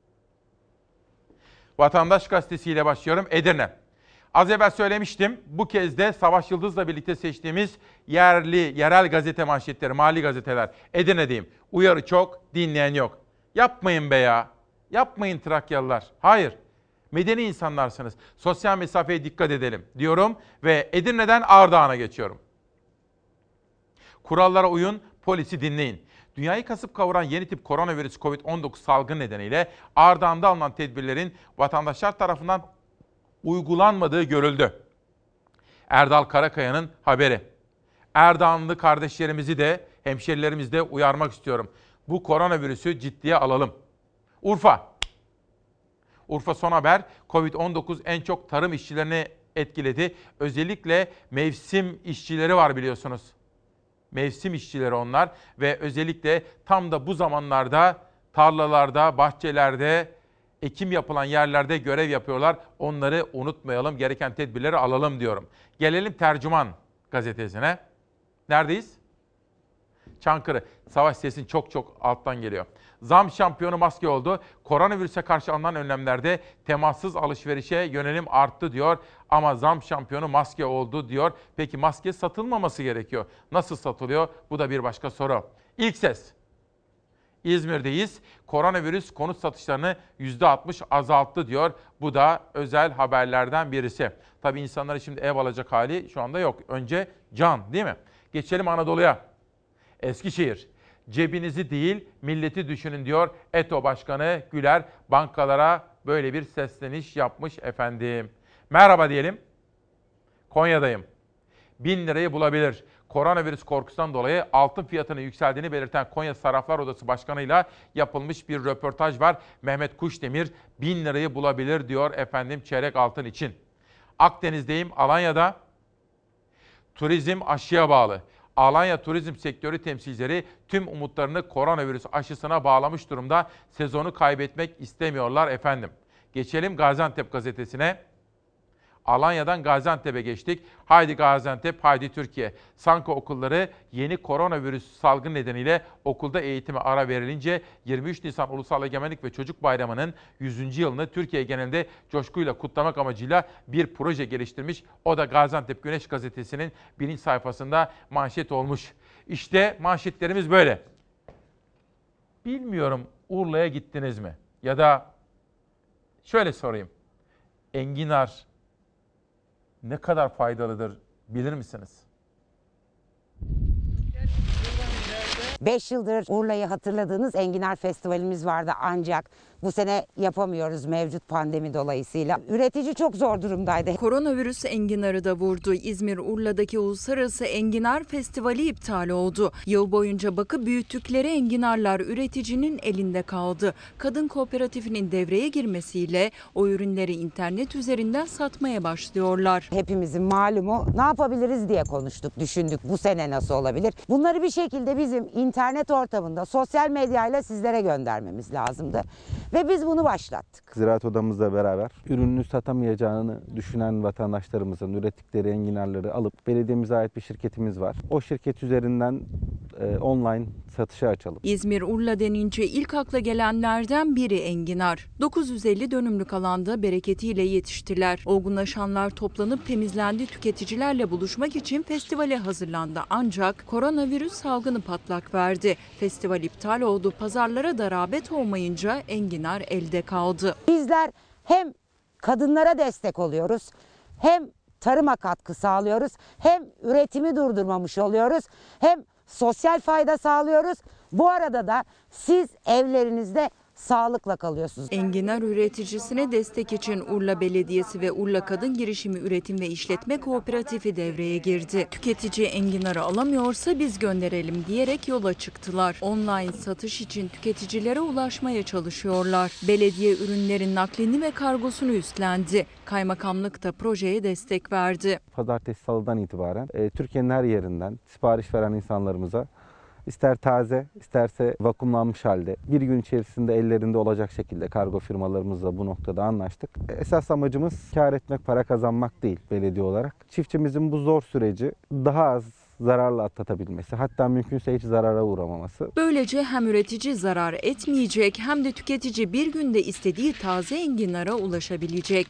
Vatandaş Gazetesi ile başlıyorum. Edirne. Az evvel söylemiştim. Bu kez de Savaş Yıldız'la birlikte seçtiğimiz yerel gazete manşetleri, mahalli gazeteler. Edirne'deyim. Uyarı çok, dinleyen yok. Yapmayın be ya. Yapmayın Trakyalılar. Hayır. Medeni insanlarsınız. Sosyal mesafeye dikkat edelim diyorum ve Edirne'den Ardahan'a geçiyorum. Kurallara uyun, polisi dinleyin. Dünyayı kasıp kavuran yeni tip koronavirüs COVID-19 salgını nedeniyle Ardahan'da alınan tedbirlerin vatandaşlar tarafından uygulanmadığı görüldü. Erdal Karakaya'nın haberi. Erdoğanlı kardeşlerimizi de, hemşerilerimizi de uyarmak istiyorum. Bu koronavirüsü ciddiye alalım. Urfa Son Haber, COVID-19 en çok tarım işçilerini etkiledi. Özellikle mevsim işçileri var biliyorsunuz. Mevsim işçileri onlar ve özellikle tam da bu zamanlarda tarlalarda, bahçelerde, ekim yapılan yerlerde görev yapıyorlar. Onları unutmayalım, gereken tedbirleri alalım diyorum. Gelelim Tercüman gazetesine. Neredeyiz? Çankırı. Savaş sesin çok alttan geliyor. Zam şampiyonu maske oldu. Koronavirüse karşı alınan önlemlerde temassız alışverişe yönelim arttı diyor. Ama zam şampiyonu maske oldu diyor. Peki maske satılmaması gerekiyor. Nasıl satılıyor? Bu da bir başka soru. İlk ses. İzmir'deyiz. Koronavirüs konut satışlarını %60 azalttı diyor. Bu da özel haberlerden birisi. Tabii insanların şimdi ev alacak hali şu anda yok. Önce can, değil mi? Geçelim Anadolu'ya. Eskişehir. Cebinizi değil milleti düşünün diyor. ETO Başkanı Güler bankalara böyle bir sesleniş yapmış efendim. Merhaba diyelim. Konya'dayım. 1000 lirayı bulabilir. Koronavirüs korkusundan dolayı altın fiyatının yükseldiğini belirten Konya Sarraflar Odası Başkanı'yla yapılmış bir röportaj var. Mehmet Kuşdemir 1000 lirayı bulabilir diyor efendim çeyrek altın için. Akdeniz'deyim, Alanya'da. Turizm aşıya bağlı. Alanya turizm sektörü temsilcileri tüm umutlarını koronavirüs aşısına bağlamış durumda. Sezonu kaybetmek istemiyorlar efendim. Geçelim Gaziantep gazetesine. Alanya'dan Gaziantep'e geçtik. Haydi Gaziantep, haydi Türkiye. Sanko okulları yeni koronavirüs salgını nedeniyle okulda eğitime ara verilince 23 Nisan Ulusal Egemenlik ve Çocuk Bayramı'nın 100. yılını Türkiye genelinde coşkuyla kutlamak amacıyla bir proje geliştirmiş. O da Gaziantep Güneş Gazetesi'nin birinci sayfasında manşet olmuş. İşte manşetlerimiz böyle. Bilmiyorum Urla'ya gittiniz mi? Ya da şöyle sorayım. Enginar ne kadar faydalıdır bilir misiniz? 5 yıldır Urla'yı hatırladığınız Enginar Festivalimiz vardı ancak bu sene yapamıyoruz mevcut pandemi dolayısıyla. Üretici çok zor durumdaydı. Koronavirüs enginarı da vurdu. İzmir Urla'daki Uluslararası Enginar Festivali iptal oldu. Yıl boyunca bakı büyüttükleri enginarlar üreticinin elinde kaldı. Kadın kooperatifinin devreye girmesiyle o ürünleri internet üzerinden satmaya başlıyorlar. Hepimizin malumu ne yapabiliriz diye konuştuk, düşündük bu sene nasıl olabilir. Bunları bir şekilde bizim internet ortamında sosyal medyayla sizlere göndermemiz lazımdı. Ve biz bunu başlattık. Ziraat Odamızla beraber ürününü satamayacağını düşünen vatandaşlarımızın ürettikleri enginarları alıp belediyemize ait bir şirketimiz var. O şirket üzerinden online satışa açalım. İzmir Urla denince ilk akla gelenlerden biri enginar. 950 dönümlük alanda bereketiyle yetiştiler. Olgunlaşanlar toplanıp temizlendi, tüketicilerle buluşmak için festivale hazırlandı. Ancak koronavirüs salgını patlak verdi. Festival iptal oldu. Pazarlara da rağbet olmayınca enginar elde kaldı. Bizler hem kadınlara destek oluyoruz, hem tarıma katkı sağlıyoruz, hem üretimi durdurmamış oluyoruz, hem sosyal fayda sağlıyoruz. Bu arada da siz evlerinizde sağlıkla kalıyorsunuz. Enginar üreticisine destek için Urla Belediyesi ve Urla Kadın Girişimi Üretim ve İşletme Kooperatifi devreye girdi. Tüketici enginarı alamıyorsa biz gönderelim diyerek yola çıktılar. Online satış için tüketicilere ulaşmaya çalışıyorlar. Belediye ürünlerin naklini ve kargosunu üstlendi. Kaymakamlık da projeye destek verdi. Pazartesi, salıdan itibaren Türkiye'nin her yerinden sipariş veren insanlarımıza İster taze, isterse vakumlanmış halde bir gün içerisinde ellerinde olacak şekilde kargo firmalarımızla bu noktada anlaştık. Esas amacımız kar etmek, para kazanmak değil belediye olarak. Çiftçimizin bu zor süreci daha az zararla atlatabilmesi, hatta mümkünse hiç zarara uğramaması. Böylece hem üretici zarar etmeyecek hem de tüketici bir günde istediği taze enginara ulaşabilecek.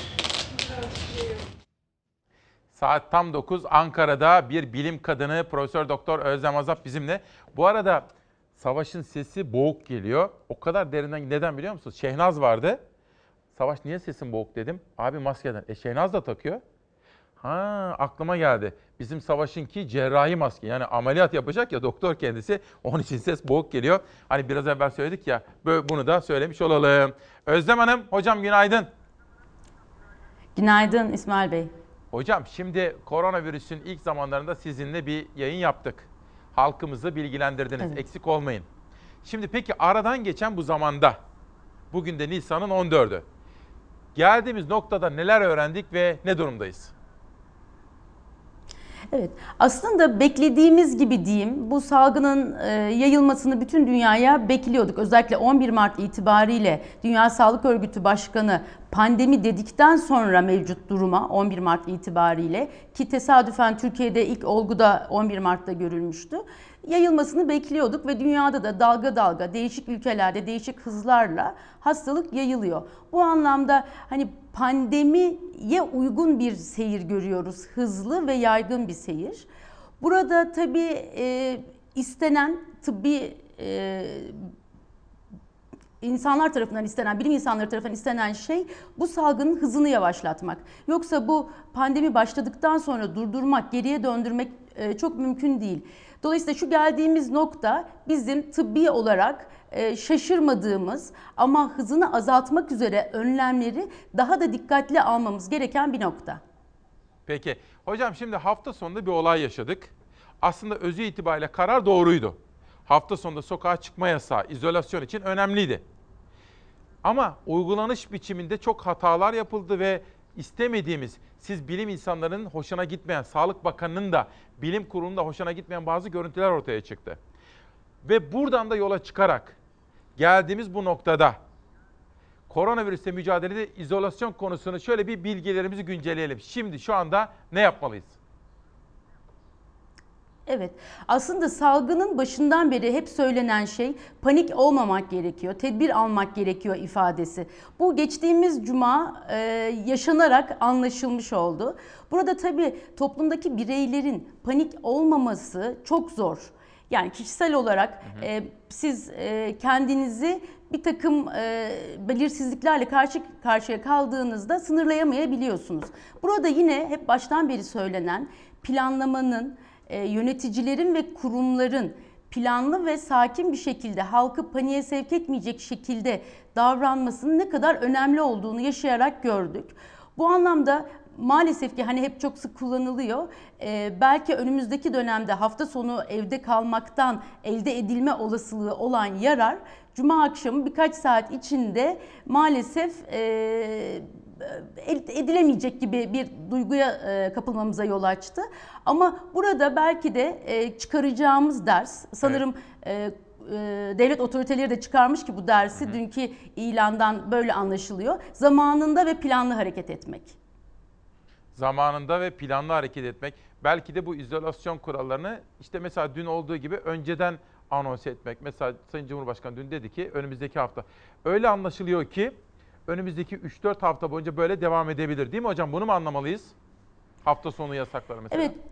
Saat tam 9. Ankara'da bir bilim kadını Profesör Doktor Özlem Azap bizimle. Bu arada Savaş'ın sesi boğuk geliyor. O kadar derinden, neden biliyor musunuz? Şehnaz vardı. Savaş niye sesin boğuk dedim. Abi maskeden. Şehnaz da takıyor. Aklıma geldi. Bizim Savaş'ınki cerrahi maske. Yani ameliyat yapacak ya doktor kendisi. Onun için ses boğuk geliyor. Hani biraz evvel söyledik ya. Bunu da söylemiş olalım. Özlem Hanım, hocam günaydın. Günaydın İsmail Bey. Hocam şimdi koronavirüsün ilk zamanlarında sizinle bir yayın yaptık. Halkımızı bilgilendirdiniz. Evet. Eksik olmayın. Şimdi peki aradan geçen bu zamanda, bugün de Nisan'ın 14'ü. Geldiğimiz noktada neler öğrendik ve ne durumdayız? Evet, aslında beklediğimiz gibi diyeyim, bu salgının yayılmasını bütün dünyaya bekliyorduk. Özellikle 11 Mart itibariyle Dünya Sağlık Örgütü Başkanı pandemi dedikten sonra mevcut duruma 11 Mart itibariyle, ki tesadüfen Türkiye'de ilk olgu da 11 Mart'ta görülmüştü. Yayılmasını bekliyorduk ve dünyada da dalga dalga değişik ülkelerde değişik hızlarla hastalık yayılıyor. Bu anlamda hani pandemiye uygun bir seyir görüyoruz. Hızlı ve yaygın bir seyir. Burada tabii istenen tıbbi insanlar tarafından istenen, bilim insanları tarafından istenen şey bu salgının hızını yavaşlatmak. Yoksa bu pandemi başladıktan sonra durdurmak, geriye döndürmek çok mümkün değil. Dolayısıyla şu geldiğimiz nokta bizim tıbbi olarak şaşırmadığımız ama hızını azaltmak üzere önlemleri daha da dikkatli almamız gereken bir nokta. Peki. Hocam şimdi hafta sonunda bir olay yaşadık. Aslında özü itibariyle karar doğruydu. Hafta sonunda sokağa çıkma yasağı, izolasyon için önemliydi. Ama uygulanış biçiminde çok hatalar yapıldı ve istemediğimiz, siz bilim insanlarının hoşuna gitmeyen, Sağlık Bakanı'nın da bilim kurulunun da hoşuna gitmeyen bazı görüntüler ortaya çıktı. Ve buradan da yola çıkarak geldiğimiz bu noktada koronavirüsle mücadelede izolasyon konusunu şöyle bir bilgilerimizi güncelleyelim. Şimdi şu anda ne yapmalıyız? Evet, aslında salgının başından beri hep söylenen şey panik olmamak gerekiyor, tedbir almak gerekiyor ifadesi. Bu geçtiğimiz cuma yaşanarak anlaşılmış oldu. Burada tabii toplumdaki bireylerin panik olmaması çok zor. Yani kişisel olarak siz kendinizi bir takım belirsizliklerle karşı karşıya kaldığınızda sınırlayamayabiliyorsunuz. Burada yine hep baştan beri söylenen planlamanın, yöneticilerin ve kurumların planlı ve sakin bir şekilde halkı paniğe sevk etmeyecek şekilde davranmasının ne kadar önemli olduğunu yaşayarak gördük. Bu anlamda maalesef ki hani hep çok sık kullanılıyor. Belki önümüzdeki dönemde hafta sonu evde kalmaktan elde edilme olasılığı olan yarar cuma akşamı birkaç saat içinde maalesef edilemeyecek gibi bir duyguya kapılmamıza yol açtı. Ama burada belki de çıkaracağımız ders, sanırım devlet otoriteleri de çıkarmış ki bu dersi, dünkü ilandan böyle anlaşılıyor. Zamanında ve planlı hareket etmek. Zamanında ve planlı hareket etmek. Belki de bu izolasyon kurallarını işte mesela dün olduğu gibi önceden anons etmek. Mesela Sayın Cumhurbaşkanı dün dedi ki önümüzdeki hafta. Öyle anlaşılıyor ki önümüzdeki 3-4 hafta boyunca böyle devam edebilir değil mi hocam? Bunu mu anlamalıyız? Hafta sonu yasakları mesela. Evet,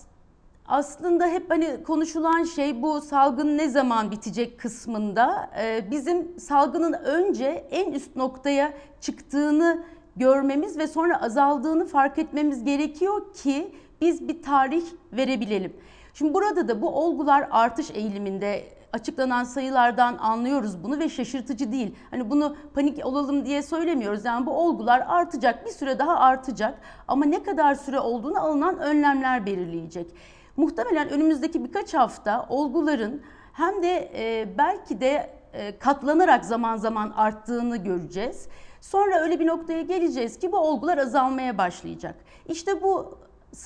aslında hep hani konuşulan şey bu salgın ne zaman bitecek kısmında. Bizim salgının önce en üst noktaya çıktığını görmemiz ve sonra azaldığını fark etmemiz gerekiyor ki biz bir tarih verebilelim. Şimdi burada da bu olgular artış eğiliminde, açıklanan sayılardan anlıyoruz bunu ve şaşırtıcı değil. Hani bunu panik olalım diye söylemiyoruz. Yani bu olgular artacak, bir süre daha artacak ama ne kadar süre olduğunu alınan önlemler belirleyecek. Muhtemelen önümüzdeki birkaç hafta olguların hem de belki de katlanarak zaman zaman arttığını göreceğiz. Sonra öyle bir noktaya geleceğiz ki bu olgular azalmaya başlayacak. İşte bu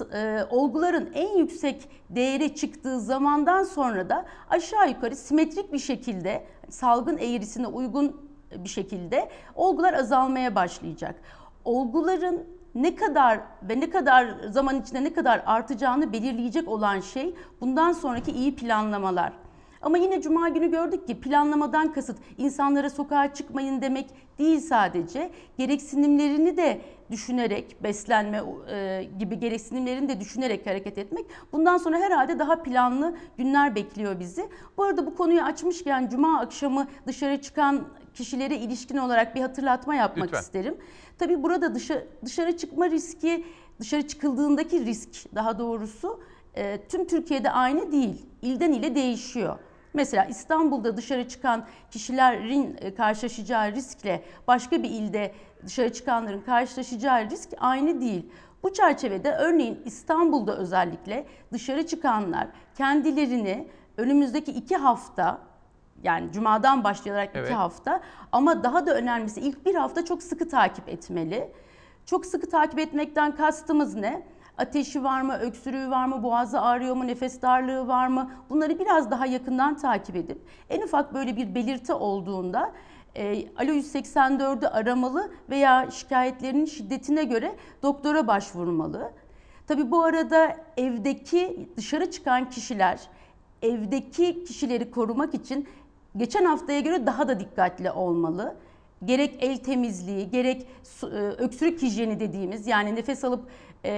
olguların en yüksek değere çıktığı zamandan sonra da aşağı yukarı simetrik bir şekilde, salgın eğrisine uygun bir şekilde olgular azalmaya başlayacak. Olguların ne kadar ve ne kadar zaman içinde ne kadar artacağını belirleyecek olan şey bundan sonraki iyi planlamalar. Ama yine Cuma günü gördük ki planlamadan kasıt insanlara sokağa çıkmayın demek değil sadece. Gereksinimlerini de düşünerek, beslenme gibi gereksinimlerini de düşünerek hareket etmek. Bundan sonra herhalde daha planlı günler bekliyor bizi. Bu arada bu konuyu açmışken Cuma akşamı dışarı çıkan kişilere ilişkin olarak bir hatırlatma yapmak isterim. Tabii burada dışarı çıkma riski, dışarı çıkıldığındaki risk daha doğrusu tüm Türkiye'de aynı değil. İlden ile değişiyor. Mesela İstanbul'da dışarı çıkan kişilerin karşılaşacağı riskle başka bir ilde dışarı çıkanların karşılaşacağı risk aynı değil. Bu çerçevede örneğin İstanbul'da özellikle dışarı çıkanlar kendilerini önümüzdeki 2 hafta, yani Cuma'dan başlayarak 2 hafta ama daha da önemlisi ilk 1 hafta çok sıkı takip etmeli. Çok sıkı takip etmekten kastımız ne? Ateşi var mı, öksürüğü var mı, boğazı ağrıyor mu, nefes darlığı var mı? Bunları biraz daha yakından takip edip en ufak böyle bir belirti olduğunda Alo 184'ü aramalı veya şikayetlerinin şiddetine göre doktora başvurmalı. Tabii bu arada evdeki dışarı çıkan kişiler, evdeki kişileri korumak için geçen haftaya göre daha da dikkatli olmalı. Gerek el temizliği, gerek öksürük hijyeni dediğimiz, yani nefes alıp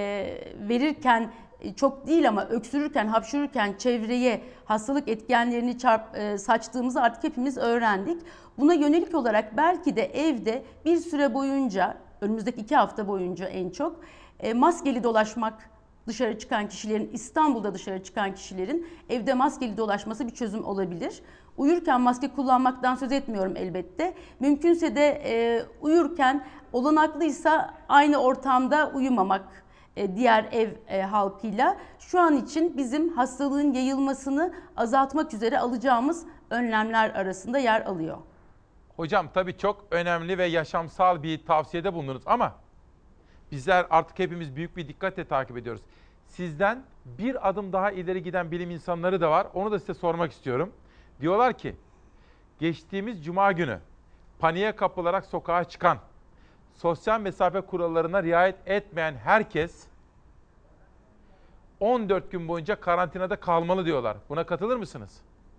verirken çok değil ama öksürürken, hapşırırken çevreye hastalık etkenlerini saçtığımızı artık hepimiz öğrendik. Buna yönelik olarak belki de evde bir süre boyunca, önümüzdeki 2 hafta boyunca en çok maskeli dolaşmak, dışarı çıkan kişilerin, İstanbul'da dışarı çıkan kişilerin evde maskeli dolaşması bir çözüm olabilir. Uyurken maske kullanmaktan söz etmiyorum elbette. Mümkünse de uyurken olanaklıysa aynı ortamda uyumamak diğer ev halkıyla. Şu an için bizim hastalığın yayılmasını azaltmak üzere alacağımız önlemler arasında yer alıyor. Hocam tabii çok önemli ve yaşamsal bir tavsiyede bulundunuz ama bizler artık hepimiz büyük bir dikkatle takip ediyoruz. Sizden bir adım daha ileri giden bilim insanları da var. Onu da size sormak istiyorum. Diyorlar ki geçtiğimiz Cuma günü paniğe kapılarak sokağa çıkan, sosyal mesafe kurallarına riayet etmeyen herkes 14 gün boyunca karantinada kalmalı diyorlar. Buna katılır mısınız?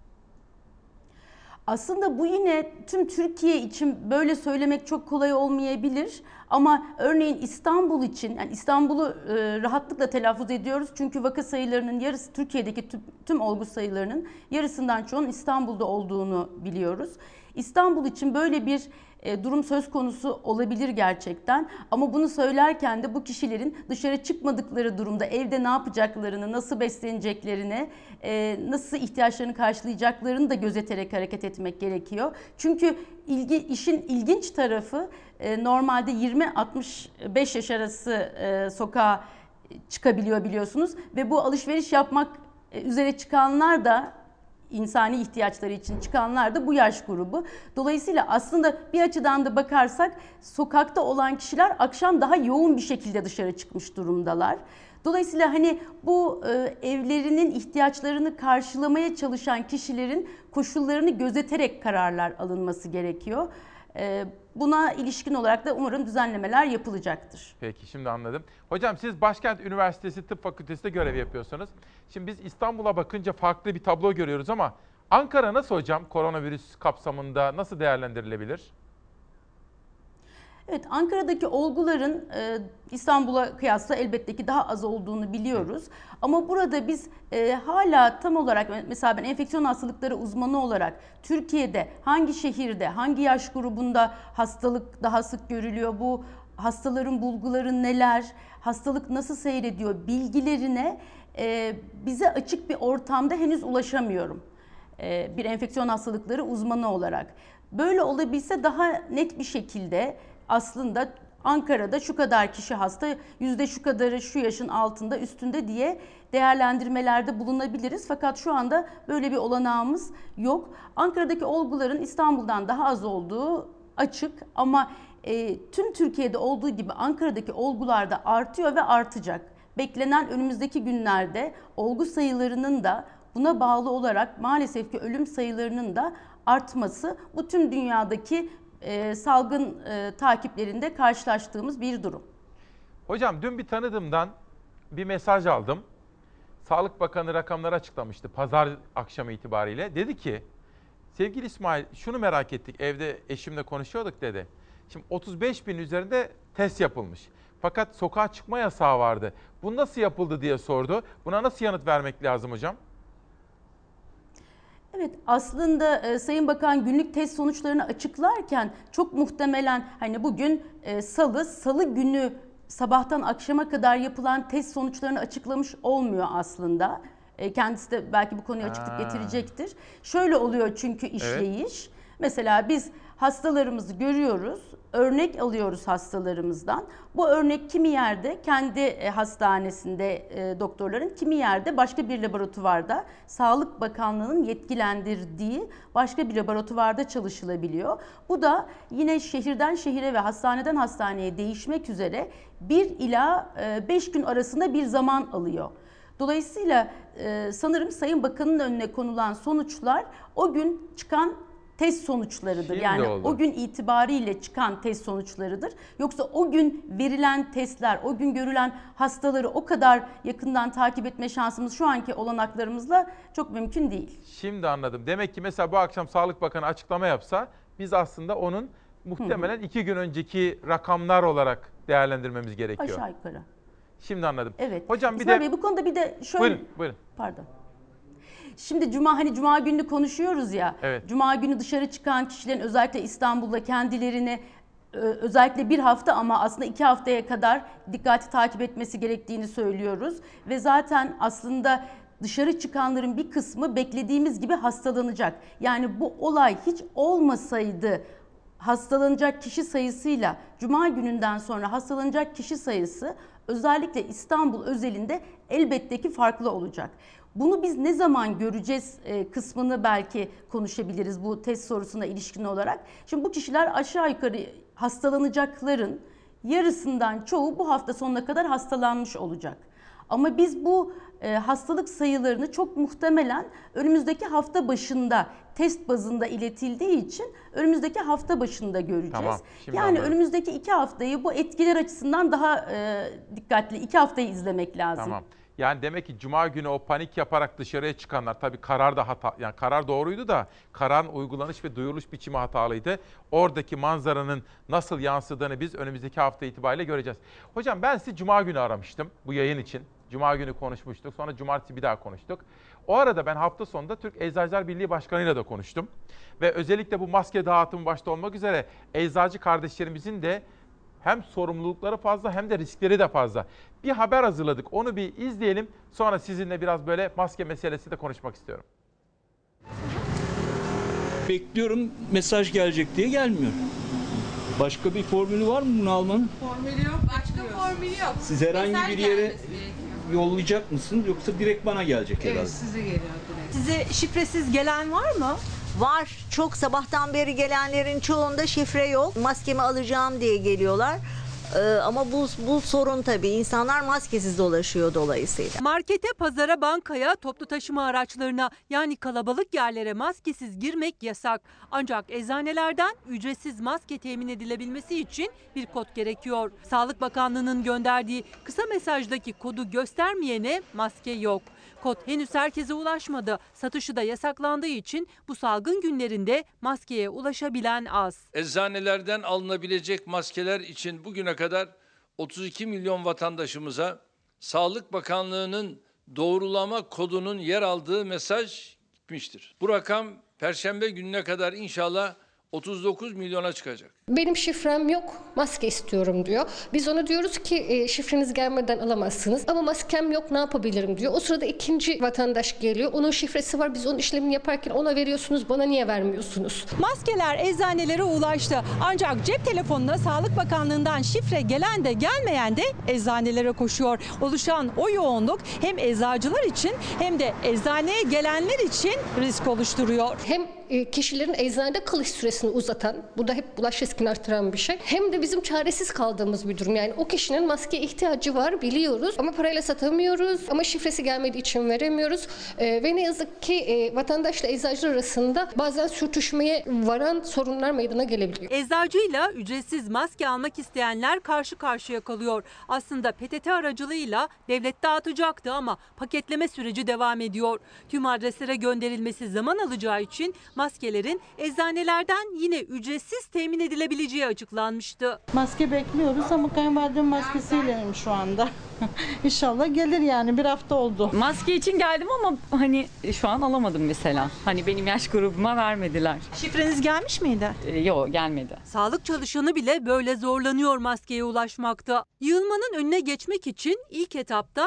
Aslında bu yine tüm Türkiye için böyle söylemek çok kolay olmayabilir. Ama örneğin İstanbul için, yani İstanbul'u rahatlıkla telaffuz ediyoruz. Çünkü vaka sayılarının yarısı, Türkiye'deki tüm olgu sayılarının yarısından çoğunun İstanbul'da olduğunu biliyoruz. İstanbul için böyle bir durum söz konusu olabilir gerçekten. Ama bunu söylerken de bu kişilerin dışarı çıkmadıkları durumda evde ne yapacaklarını, nasıl besleneceklerini, nasıl ihtiyaçlarını karşılayacaklarını da gözeterek hareket etmek gerekiyor. Çünkü işin ilginç tarafı normalde 20-65 yaş arası sokağa çıkabiliyor biliyorsunuz. Ve bu alışveriş yapmak üzere çıkanlar da insani ihtiyaçları için çıkanlar da bu yaş grubu. Dolayısıyla aslında bir açıdan da bakarsak sokakta olan kişiler akşam daha yoğun bir şekilde dışarı çıkmış durumdalar. Dolayısıyla hani bu evlerinin ihtiyaçlarını karşılamaya çalışan kişilerin koşullarını gözeterek kararlar alınması gerekiyor. Buna ilişkin olarak da umarım düzenlemeler yapılacaktır. Peki, şimdi anladım. Hocam siz Başkent Üniversitesi Tıp Fakültesi'nde görev yapıyorsunuz. Şimdi biz İstanbul'a bakınca farklı bir tablo görüyoruz ama Ankara nasıl hocam? Koronavirüs kapsamında nasıl değerlendirilebilir? Evet, Ankara'daki olguların İstanbul'a kıyasla elbette ki daha az olduğunu biliyoruz. Ama burada biz hala tam olarak, mesela ben enfeksiyon hastalıkları uzmanı olarak Türkiye'de hangi şehirde, hangi yaş grubunda hastalık daha sık görülüyor, bu hastaların bulguları neler, hastalık nasıl seyrediyor bilgilerine bize açık bir ortamda henüz ulaşamıyorum. Bir enfeksiyon hastalıkları uzmanı olarak. Böyle olabilse daha net bir şekilde aslında Ankara'da şu kadar kişi hasta, yüzde şu kadarı şu yaşın altında, üstünde diye değerlendirmelerde bulunabiliriz. Fakat şu anda böyle bir olanağımız yok. Ankara'daki olguların İstanbul'dan daha az olduğu açık ama tüm Türkiye'de olduğu gibi Ankara'daki olgular da artıyor ve artacak. Beklenen önümüzdeki günlerde olgu sayılarının da buna bağlı olarak maalesef ki ölüm sayılarının da artması bu tüm dünyadaki salgın takiplerinde karşılaştığımız bir durum. Hocam dün bir tanıdığımdan bir mesaj aldım. Sağlık Bakanı rakamları açıklamıştı pazar akşamı itibariyle. Dedi ki, sevgili İsmail şunu merak ettik, evde eşimle konuşuyorduk dedi. Şimdi 35 bin üzerinde test yapılmış. Fakat sokağa çıkma yasağı vardı. Bu nasıl yapıldı diye sordu. Buna nasıl yanıt vermek lazım hocam? Evet, aslında Sayın Bakan günlük test sonuçlarını açıklarken çok muhtemelen hani bugün salı günü sabahtan akşama kadar yapılan test sonuçlarını açıklamış olmuyor aslında. Kendisi de belki bu konuya açıklık getirecektir. Şöyle oluyor çünkü işleyiş. Evet. Mesela biz hastalarımızı görüyoruz, örnek alıyoruz hastalarımızdan. Bu örnek kimi yerde kendi hastanesinde doktorların, kimi yerde başka bir laboratuvarda, Sağlık Bakanlığı'nın yetkilendirdiği başka bir laboratuvarda çalışılabiliyor. Bu da yine şehirden şehire ve hastaneden hastaneye değişmek üzere 1 ila 5 gün arasında bir zaman alıyor. Dolayısıyla sanırım Sayın Bakan'ın önüne konulan sonuçlar o gün çıkan test sonuçlarıdır. Şimdi yani oldu. O gün itibariyle çıkan test sonuçlarıdır. Yoksa o gün verilen testler, o gün görülen hastaları o kadar yakından takip etme şansımız şu anki olanaklarımızla çok mümkün değil. Şimdi anladım. Demek ki mesela bu akşam Sağlık Bakanı açıklama yapsa biz aslında onun muhtemelen 2 gün önceki rakamlar olarak değerlendirmemiz gerekiyor. Aşağı yukarı. Şimdi anladım. Evet. Hocam İsmail Bey, bu konuda bir de şöyle... Buyurun. Pardon. Şimdi Cuma günü konuşuyoruz ya. Evet. Cuma günü dışarı çıkan kişilerin özellikle İstanbul'da kendilerini özellikle bir hafta ama aslında 2 haftaya kadar dikkatli takip etmesi gerektiğini söylüyoruz. Ve zaten aslında dışarı çıkanların bir kısmı beklediğimiz gibi hastalanacak. Yani bu olay hiç olmasaydı hastalanacak kişi sayısıyla Cuma gününden sonra hastalanacak kişi sayısı özellikle İstanbul özelinde elbette ki farklı olacak. Bunu biz ne zaman göreceğiz kısmını belki konuşabiliriz bu test sorusuna ilişkin olarak. Şimdi bu kişiler aşağı yukarı hastalanacakların yarısından çoğu bu hafta sonuna kadar hastalanmış olacak. Ama biz bu hastalık sayılarını çok muhtemelen önümüzdeki hafta başında test bazında iletildiği için önümüzdeki hafta başında göreceğiz. Tamam, yani anladım. Önümüzdeki 2 haftayı bu etkiler açısından daha dikkatli 2 haftayı izlemek lazım. Tamam. Yani demek ki Cuma günü o panik yaparak dışarıya çıkanlar, tabii karar da hata, yani karar doğruydu da kararın uygulanış ve duyuruluş biçimi hatalıydı. Oradaki manzaranın nasıl yansıdığını biz önümüzdeki hafta itibariyle göreceğiz. Hocam ben sizi Cuma günü aramıştım bu yayın için. Cuma günü konuşmuştuk, sonra Cumartesi bir daha konuştuk. O arada ben hafta sonunda Türk Eczacılar Birliği Başkanı'yla da konuştum. Ve özellikle bu maske dağıtımı başta olmak üzere eczacı kardeşlerimizin de hem sorumlulukları fazla hem de riskleri de fazla. Bir haber hazırladık. Onu bir izleyelim. Sonra sizinle biraz böyle maske meselesi de konuşmak istiyorum. Bekliyorum mesaj gelecek diye gelmiyor. Başka bir formülü var mı bunu almanın? Formülü yok. Başka formülü yok. Siz herhangi bir yere yollayacak mısınız yoksa direkt bana gelecek herhalde? Evet, size geliyor direkt. Size şifresiz gelen var mı? Var. Çok sabahtan beri gelenlerin çoğunda şifre yok. Maskemi alacağım diye geliyorlar. Ama bu sorun tabii. İnsanlar maskesiz dolaşıyor dolayısıyla. Markete, pazara, bankaya, toplu taşıma araçlarına yani kalabalık yerlere maskesiz girmek yasak. Ancak eczanelerden ücretsiz maske temin edilebilmesi için bir kod gerekiyor. Sağlık Bakanlığı'nın gönderdiği kısa mesajdaki kodu göstermeyene maske yok. Kod henüz herkese ulaşmadı. Satışı da yasaklandığı için bu salgın günlerinde maskeye ulaşabilen az. Eczanelerden alınabilecek maskeler için bugüne kadar 32 milyon vatandaşımıza Sağlık Bakanlığı'nın doğrulama kodunun yer aldığı mesaj gitmiştir. Bu rakam Perşembe gününe kadar inşallah 39 milyona çıkacak. Benim şifrem yok, maske istiyorum diyor. Biz ona diyoruz ki şifreniz gelmeden alamazsınız. Ama maskem yok, ne yapabilirim diyor. O sırada ikinci vatandaş geliyor. Onun şifresi var, biz onun işlemini yaparken ona veriyorsunuz, bana niye vermiyorsunuz? Maskeler eczanelere ulaştı. Ancak cep telefonuna Sağlık Bakanlığı'ndan şifre gelen de gelmeyen de eczanelere koşuyor. Oluşan o yoğunluk hem eczacılar için hem de eczaneye gelenler için risk oluşturuyor. Hem kişilerin eczanede kalış süresini uzatan, bu da hep bulaş riskini artıran bir şey. Hem de bizim çaresiz kaldığımız bir durum. Yani o kişinin maske ihtiyacı var biliyoruz ama parayla satamıyoruz ama şifresi gelmediği için veremiyoruz. Ve ne yazık ki vatandaşla eczacı arasında bazen sürtüşmeye varan sorunlar meydana gelebiliyor. Eczacıyla ücretsiz maske almak isteyenler karşı karşıya kalıyor. Aslında PTT aracılığıyla devlet dağıtacaktı ama paketleme süreci devam ediyor. Tüm adreslere gönderilmesi zaman alacağı için maskelerin eczanelerden yine ücretsiz temin edilebileceği açıklanmıştı. Maske bekliyoruz ama kayınvalidem maskesiyleyim şu anda. İnşallah gelir yani, bir hafta oldu. Maske için geldim ama hani şu an alamadım mesela. Hani benim yaş grubuma vermediler. Şifreniz gelmiş miydi? Yok, gelmedi. Sağlık çalışanı bile böyle zorlanıyor maskeye ulaşmakta. Yığılmanın önüne geçmek için ilk etapta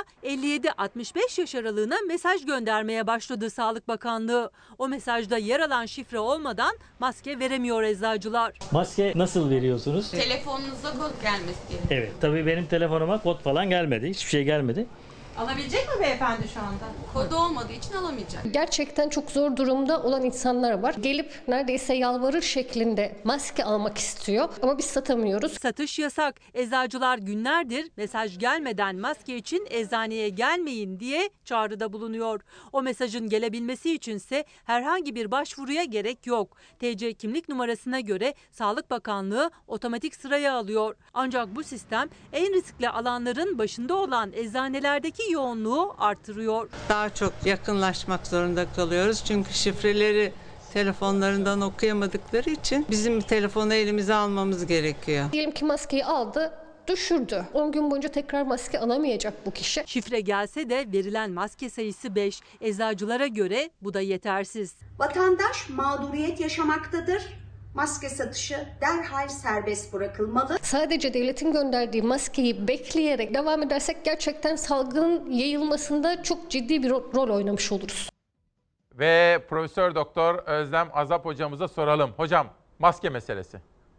57-65 yaş aralığına mesaj göndermeye başladı Sağlık Bakanlığı. O mesajda yer alan şifre olmadan maske veremiyor eczacılar. Maske nasıl veriyorsunuz? Telefonunuza kod gelmesi gerekiyor. Evet, tabii benim telefonuma kod falan gelmedi. Hiçbir şey gelmedi. Alabilecek mi beyefendi şu anda? Kodu olmadığı için alamayacak. Gerçekten çok zor durumda olan insanlar var. Gelip neredeyse yalvarır şeklinde maske almak istiyor ama biz satamıyoruz. Satış yasak. Eczacılar günlerdir mesaj gelmeden maske için eczaneye gelmeyin diye çağrıda bulunuyor. O mesajın gelebilmesi içinse herhangi bir başvuruya gerek yok. TC kimlik numarasına göre Sağlık Bakanlığı otomatik sıraya alıyor. Ancak bu sistem en riskli alanların başında olan eczanelerdeki yoğunluğu artırıyor. Daha çok yakınlaşmak zorunda kalıyoruz çünkü şifreleri telefonlarından okuyamadıkları için bizim telefonu elimize almamız gerekiyor. Diyelim ki maskeyi aldı, düşürdü. 10 gün boyunca tekrar maske alamayacak bu kişi. Şifre gelse de verilen maske sayısı 5. Eczacılara göre bu da yetersiz. Vatandaş mağduriyet yaşamaktadır. Maske satışı derhal serbest bırakılmalı. Sadece devletin gönderdiği maskeyi bekleyerek devam edersek gerçekten salgının yayılmasında çok ciddi bir rol oynamış oluruz. Ve Profesör Doktor Özlem Azap hocamıza soralım. Hocam, maske meselesi.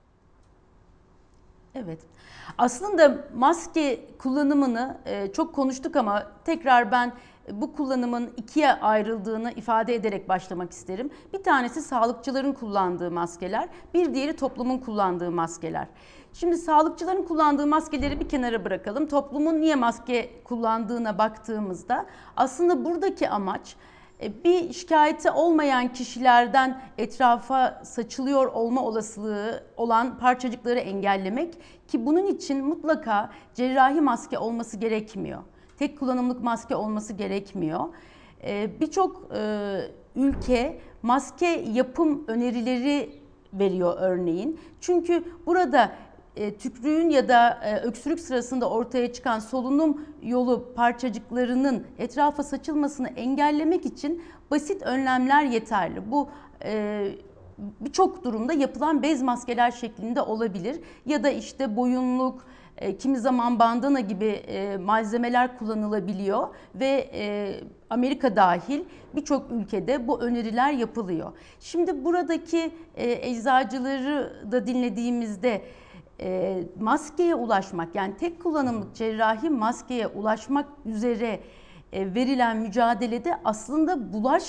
Evet. Aslında maske kullanımını çok konuştuk ama tekrar ben bu kullanımın ikiye ayrıldığını ifade ederek başlamak isterim. Bir tanesi sağlıkçıların kullandığı maskeler, bir diğeri toplumun kullandığı maskeler. Şimdi sağlıkçıların kullandığı maskeleri bir kenara bırakalım. Toplumun niye maske kullandığına baktığımızda aslında buradaki amaç bir şikayeti olmayan kişilerden etrafa saçılıyor olma olasılığı olan parçacıkları engellemek ki bunun için mutlaka cerrahi maske olması gerekmiyor. Tek kullanımlık maske olması gerekmiyor. Birçok ülke maske yapım önerileri veriyor örneğin. Çünkü burada tükrüğün ya da öksürük sırasında ortaya çıkan solunum yolu parçacıklarının etrafa saçılmasını engellemek için basit önlemler yeterli. Bu birçok durumda yapılan bez maskeler şeklinde olabilir ya da işte boyunluk, kimi zaman bandana gibi malzemeler kullanılabiliyor ve Amerika dahil birçok ülkede bu öneriler yapılıyor. Şimdi buradaki eczacıları da dinlediğimizde maskeye ulaşmak, yani tek kullanımlık cerrahi maskeye ulaşmak üzere verilen mücadelede aslında bulaş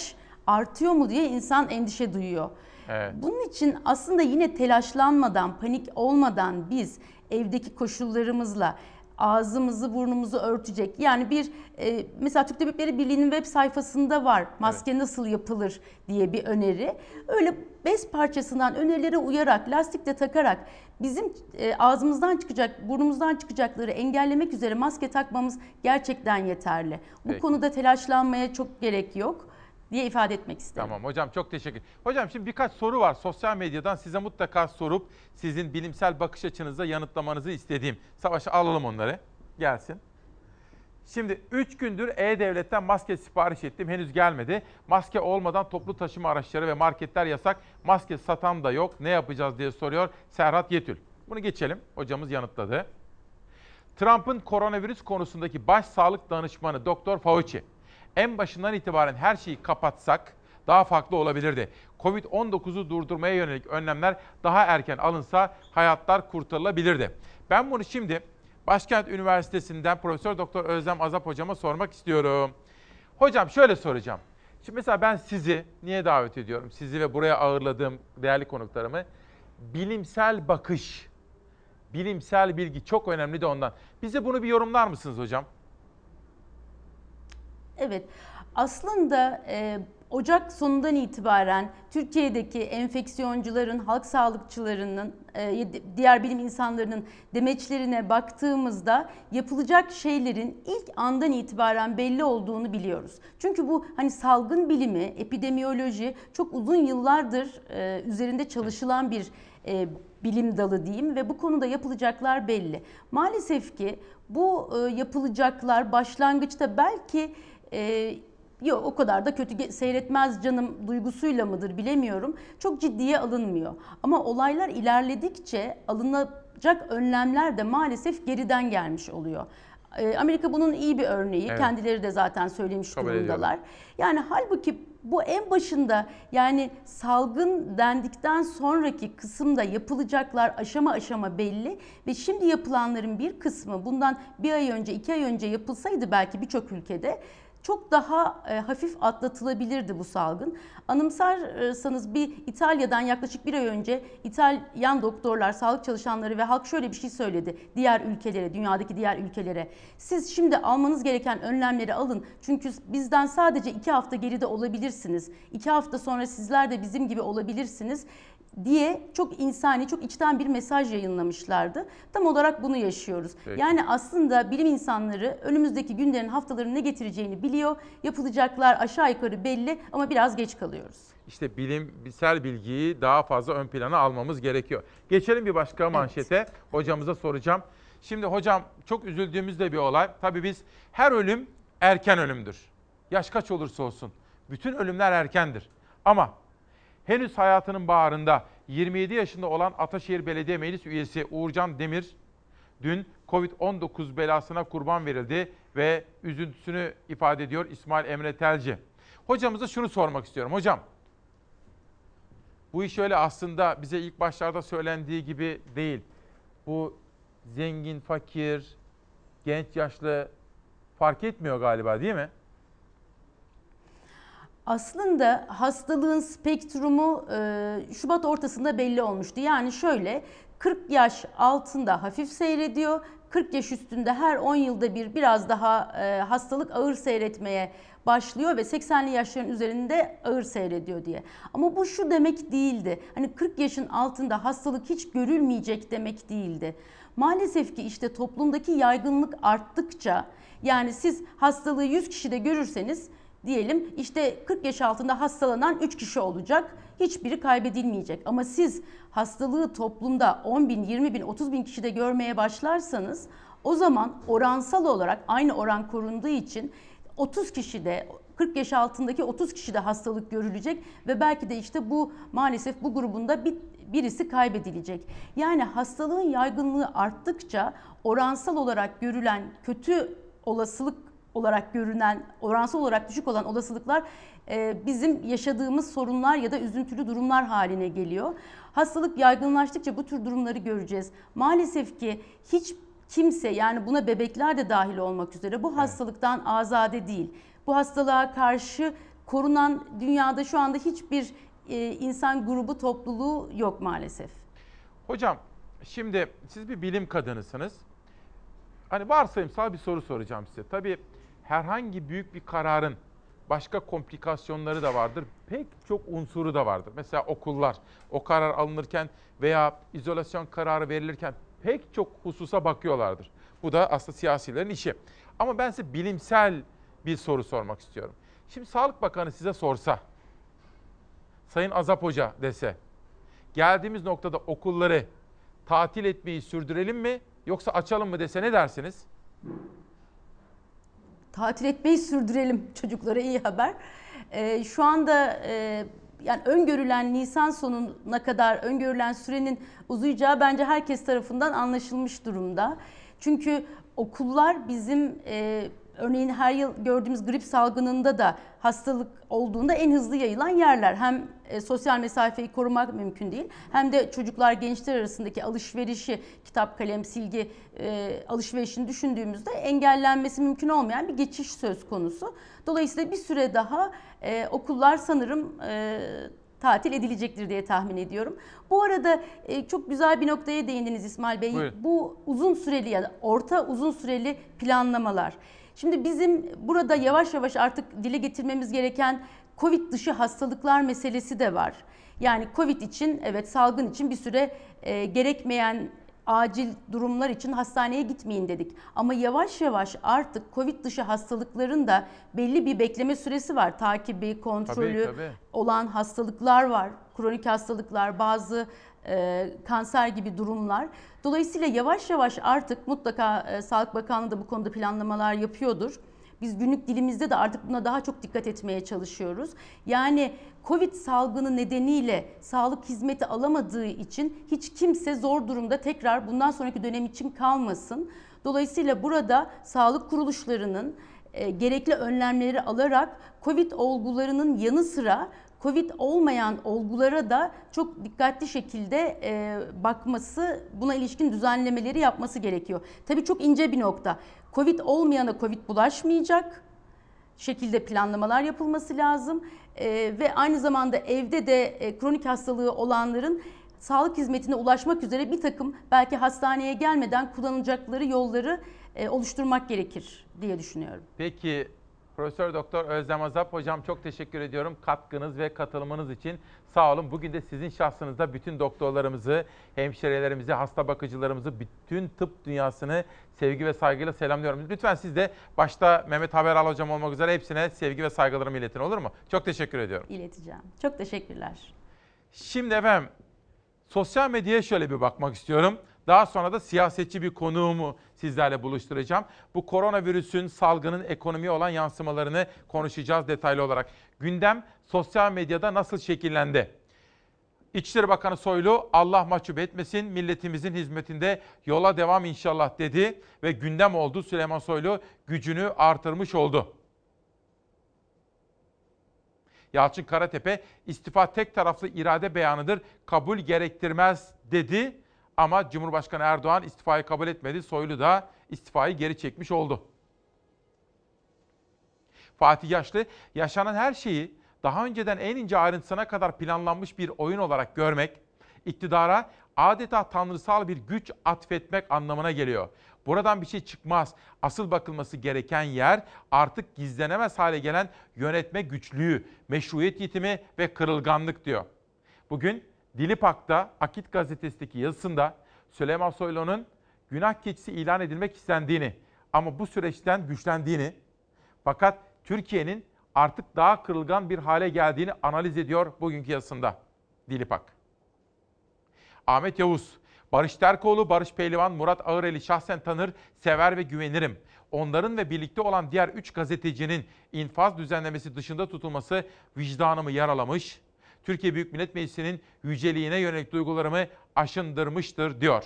artıyor mu diye insan endişe duyuyor. Evet. Bunun için aslında yine telaşlanmadan, panik olmadan biz evdeki koşullarımızla ağzımızı burnumuzu örtecek. Yani mesela Türk Tabipleri Birliği'nin web sayfasında var maske nasıl yapılır diye bir öneri. Öyle bez parçasından önerilere uyarak, lastik de takarak bizim ağzımızdan çıkacak, burnumuzdan çıkacakları engellemek üzere maske takmamız gerçekten yeterli. Bu konuda telaşlanmaya çok gerek yok diye ifade etmek isterim. Tamam hocam, çok teşekkür. Hocam şimdi birkaç soru var sosyal medyadan size mutlaka sorup sizin bilimsel bakış açınızda yanıtlamanızı istediğim. Savaş'a alalım onları. Gelsin. Şimdi 3 gündür E-Devlet'ten maske sipariş ettim. Henüz gelmedi. Maske olmadan toplu taşıma araçları ve marketler yasak. Maske satan da yok. Ne yapacağız diye soruyor Serhat Yetül. Bunu geçelim. Hocamız yanıtladı. Trump'ın koronavirüs konusundaki baş sağlık danışmanı Dr. Fauci. En başından itibaren her şeyi kapatsak daha farklı olabilirdi. Covid-19'u durdurmaya yönelik önlemler daha erken alınsa hayatlar kurtarılabilirdi. Ben bunu şimdi Başkent Üniversitesi'nden Profesör Doktor Özlem Azap hocama sormak istiyorum. Hocam şöyle soracağım. Şimdi mesela ben sizi niye davet ediyorum? Sizi ve buraya ağırladığım değerli konuklarımı. Bilimsel bakış, bilimsel bilgi çok önemli de ondan. Bize bunu bir yorumlar mısınız hocam? Evet, aslında Ocak sonundan itibaren Türkiye'deki enfeksiyoncuların, halk sağlıkçılarının, diğer bilim insanlarının demeçlerine baktığımızda yapılacak şeylerin ilk andan itibaren belli olduğunu biliyoruz. Çünkü bu hani salgın bilimi, epidemiyoloji çok uzun yıllardır üzerinde çalışılan bir bilim dalı diyeyim ve bu konuda yapılacaklar belli. Maalesef ki bu yapılacaklar başlangıçta belki yok o kadar da kötü seyretmez canım duygusuyla mıdır bilemiyorum. Çok ciddiye alınmıyor. Ama olaylar ilerledikçe alınacak önlemler de maalesef geriden gelmiş oluyor. Amerika bunun iyi bir örneği. Evet. Kendileri de zaten söylemiş durumdalar. Yani halbuki bu en başında yani salgın dendikten sonraki kısımda yapılacaklar aşama aşama belli ve şimdi yapılanların bir kısmı bundan bir ay önce 2 ay önce yapılsaydı belki birçok ülkede çok daha hafif atlatılabilirdi bu salgın. Anımsarsanız İtalya'dan yaklaşık bir ay önce İtalyan doktorlar, sağlık çalışanları ve halk şöyle bir şey söyledi diğer ülkelere, dünyadaki diğer ülkelere. Siz şimdi almanız gereken önlemleri alın çünkü bizden sadece 2 hafta geride olabilirsiniz. 2 hafta sonra sizler de bizim gibi olabilirsiniz diye çok insani, çok içten bir mesaj yayınlamışlardı. Tam olarak bunu yaşıyoruz. Peki. Yani aslında bilim insanları önümüzdeki günlerin, haftaların ne getireceğini biliyor. Yapılacaklar aşağı yukarı belli ama biraz geç kalıyoruz. İşte bilimsel bilgiyi daha fazla ön plana almamız gerekiyor. Geçelim bir başka manşete. Evet. Hocamıza soracağım. Şimdi hocam çok üzüldüğümüz de bir olay. Tabii biz her ölüm erken ölümdür. Yaş kaç olursa olsun. Bütün ölümler erkendir. Ama henüz hayatının baharında 27 yaşında olan Ataşehir Belediye Meclis üyesi Uğurcan Demir dün Covid-19 belasına kurban verildi ve üzüntüsünü ifade ediyor İsmail Emre Telci. Hocamıza şunu sormak istiyorum. Hocam, bu iş öyle aslında bize ilk başlarda söylendiği gibi değil. Bu zengin, fakir, genç, yaşlı fark etmiyor galiba değil mi? Aslında hastalığın spektrumu Şubat ortasında belli olmuştu. Yani şöyle 40 yaş altında hafif seyrediyor, 40 yaş üstünde her 10 yılda biraz daha hastalık ağır seyretmeye başlıyor ve 80'li yaşların üzerinde ağır seyrediyor diye. Ama bu şu demek değildi. Hani 40 yaşın altında hastalık hiç görülmeyecek demek değildi. Maalesef ki işte toplumdaki yaygınlık arttıkça yani siz hastalığı 100 kişide görürseniz diyelim işte 40 yaş altında hastalanan 3 kişi olacak. Hiçbiri kaybedilmeyecek. Ama siz hastalığı toplumda 10 bin, 20 bin, 30 bin kişide görmeye başlarsanız o zaman oransal olarak aynı oran korunduğu için 30 kişide 40 yaş altındaki 30 kişide hastalık görülecek ve belki de işte bu maalesef bu grubunda birisi kaybedilecek. Yani hastalığın yaygınlığı arttıkça oransal olarak görülen kötü olasılık olarak görünen, oransal olarak düşük olan olasılıklar bizim yaşadığımız sorunlar ya da üzüntülü durumlar haline geliyor. Hastalık yaygınlaştıkça bu tür durumları göreceğiz. Maalesef ki hiç kimse yani buna bebekler de dahil olmak üzere bu hastalıktan azade değil. Bu hastalığa karşı korunan dünyada şu anda hiçbir insan grubu, topluluğu yok maalesef. Hocam şimdi siz bir bilim kadınısınız. Hani varsayımsal bir soru soracağım size. Tabii herhangi büyük bir kararın başka komplikasyonları da vardır. Pek çok unsuru da vardır. Mesela okullar, o karar alınırken veya izolasyon kararı verilirken pek çok hususa bakıyorlardır. Bu da aslında siyasilerin işi. Ama ben size bilimsel bir soru sormak istiyorum. Şimdi Sağlık Bakanı size sorsa, Sayın Azap Hoca dese, geldiğimiz noktada okulları tatil etmeyi sürdürelim mi yoksa açalım mı dese ne dersiniz? Tatil etmeyi sürdürelim, çocuklara iyi haber. Şu anda yani öngörülen Nisan sonuna kadar öngörülen sürenin uzayacağı bence herkes tarafından anlaşılmış durumda. Çünkü okullar bizim örneğin her yıl gördüğümüz grip salgınında da hastalık olduğunda en hızlı yayılan yerler. Hem sosyal mesafeyi korumak mümkün değil, hem de çocuklar, gençler arasındaki alışverişi, kitap, kalem, silgi alışverişini düşündüğümüzde engellenmesi mümkün olmayan bir geçiş söz konusu. Dolayısıyla bir süre daha okullar sanırım tatil edilecektir diye tahmin ediyorum. Bu arada çok güzel bir noktaya değindiniz İsmail Bey. Buyurun. Bu uzun süreli ya da orta uzun süreli planlamalar. Şimdi bizim burada yavaş yavaş artık dile getirmemiz gereken Covid dışı hastalıklar meselesi de var. Yani Covid için, evet, salgın için bir süre gerekmeyen acil durumlar için hastaneye gitmeyin dedik. Ama yavaş yavaş artık Covid dışı hastalıkların da belli bir bekleme süresi var. Takibi, kontrolü Tabii. olan hastalıklar var. Kronik hastalıklar, bazı kanser gibi durumlar. Dolayısıyla yavaş yavaş artık mutlaka Sağlık Bakanlığı da bu konuda planlamalar yapıyordur. Biz günlük dilimizde de artık buna daha çok dikkat etmeye çalışıyoruz. Yani Covid salgını nedeniyle sağlık hizmeti alamadığı için hiç kimse zor durumda tekrar bundan sonraki dönem için kalmasın. Dolayısıyla burada sağlık kuruluşlarının gerekli önlemleri alarak Covid olgularının yanı sıra Covid olmayan olgulara da çok dikkatli şekilde bakması, buna ilişkin düzenlemeleri yapması gerekiyor. Tabii çok ince bir nokta. Covid olmayana Covid bulaşmayacak şekilde planlamalar yapılması lazım. Ve aynı zamanda evde de kronik hastalığı olanların sağlık hizmetine ulaşmak üzere bir takım belki hastaneye gelmeden kullanacakları yolları oluşturmak gerekir diye düşünüyorum. Peki Profesör Doktor Özlem Azap Hocam, çok teşekkür ediyorum katkınız ve katılımınız için. Sağ olun. Bugün de sizin şahsınızda bütün doktorlarımızı, hemşirelerimizi, hasta bakıcılarımızı, bütün tıp dünyasını sevgi ve saygıyla selamlıyorum. Lütfen siz de başta Mehmet Haberal Hocam olmak üzere hepsine sevgi ve saygılarımı iletin, olur mu? Çok teşekkür ediyorum. İleteceğim. Çok teşekkürler. Şimdi efendim sosyal medyaya şöyle bir bakmak istiyorum. Daha sonra da siyasetçi bir konuğumu sizlerle buluşturacağım. Bu koronavirüsün, salgının ekonomiye olan yansımalarını konuşacağız detaylı olarak. Gündem sosyal medyada nasıl şekillendi? İçişleri Bakanı Soylu, Allah mahcup etmesin, milletimizin hizmetinde yola devam inşallah dedi ve gündem oldu. Süleyman Soylu gücünü artırmış oldu. Yalçın Karatepe, istifa tek taraflı irade beyanıdır, kabul gerektirmez dedi. Ama Cumhurbaşkanı Erdoğan istifayı kabul etmedi. Soylu da istifayı geri çekmiş oldu. Fatih Yaşlı, yaşanan her şeyi daha önceden en ince ayrıntısına kadar planlanmış bir oyun olarak görmek, iktidara adeta tanrısal bir güç atfetmek anlamına geliyor. Buradan bir şey çıkmaz. Asıl bakılması gereken yer artık gizlenemez hale gelen yönetme güçlüğü, meşruiyet yitimi ve kırılganlık diyor. Bugün Dilipak'ta Akit gazetesindeki yazısında Süleyman Soylu'nun günah keçisi ilan edilmek istendiğini ama bu süreçten güçlendiğini, fakat Türkiye'nin artık daha kırılgan bir hale geldiğini analiz ediyor bugünkü yazısında Dilipak. Ahmet Yavuz, Barış Terkoğlu, Barış Pehlivan, Murat Ağırel'i şahsen tanır, sever ve güvenirim. Onların ve birlikte olan diğer 3 gazetecinin infaz düzenlemesi dışında tutulması vicdanımı yaralamış, Türkiye Büyük Millet Meclisi'nin yüceliğine yönelik duygularımı aşındırmıştır diyor.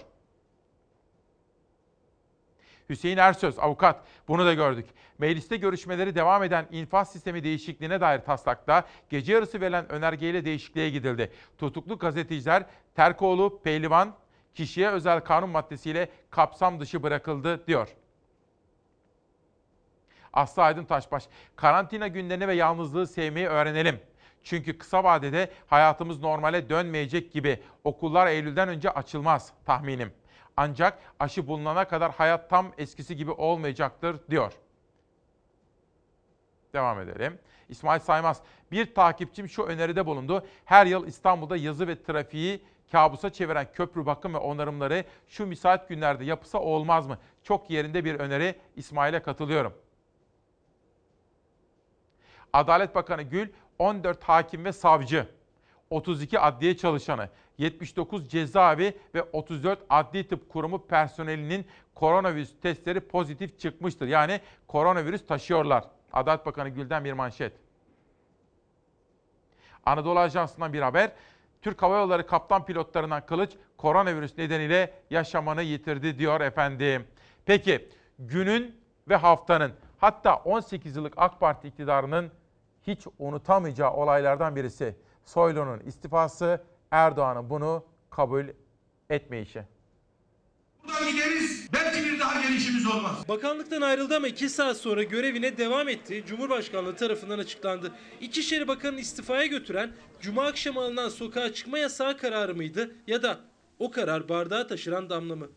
Hüseyin Ersöz, avukat, bunu da gördük. Mecliste görüşmeleri devam eden infaz sistemi değişikliğine dair taslakta gece yarısı verilen önergeyle değişikliğe gidildi. Tutuklu gazeteciler Terkoğlu, Pehlivan, kişiye özel kanun maddesiyle kapsam dışı bırakıldı diyor. Aslı Aydın Taşbaş, karantina günlerini ve yalnızlığı sevmeyi öğrenelim. Çünkü kısa vadede hayatımız normale dönmeyecek gibi. Okullar Eylül'den önce açılmaz tahminim. Ancak aşı bulunana kadar hayat tam eskisi gibi olmayacaktır diyor. Devam edelim. İsmail Saymaz, bir takipçim şu öneride bulundu. Her yıl İstanbul'da yazı ve trafiği kabusa çeviren köprü bakım ve onarımları şu müsait günlerde yapılsa olmaz mı? Çok yerinde bir öneri. İsmail'e katılıyorum. Adalet Bakanı Gül, 14 hakim ve savcı, 32 adliye çalışanı, 79 cezaevi ve 34 adli tıp kurumu personelinin koronavirüs testleri pozitif çıkmıştır. Yani koronavirüs taşıyorlar. Adalet Bakanı Gül'den bir manşet. Anadolu Ajansı'ndan bir haber. Türk Hava Yolları kaptan pilotlarından Kılıç koronavirüs nedeniyle yaşamını yitirdi diyor efendim. Peki günün ve haftanın, hatta 18 yıllık AK Parti iktidarının hiç unutamayacağı olaylardan birisi Soylu'nun istifası, Erdoğan'ın bunu kabul etmeyişi. Buradan gideriz, belki bir daha gelişimiz olmaz. Bakanlıktan ayrıldı ama 2 saat sonra görevine devam etti. Cumhurbaşkanlığı tarafından açıklandı. İçişleri Bakanı'nı istifaya götüren Cuma akşamı alınan sokağa çıkma yasağı kararı mıydı? Ya da o karar bardağı taşıran damla mı?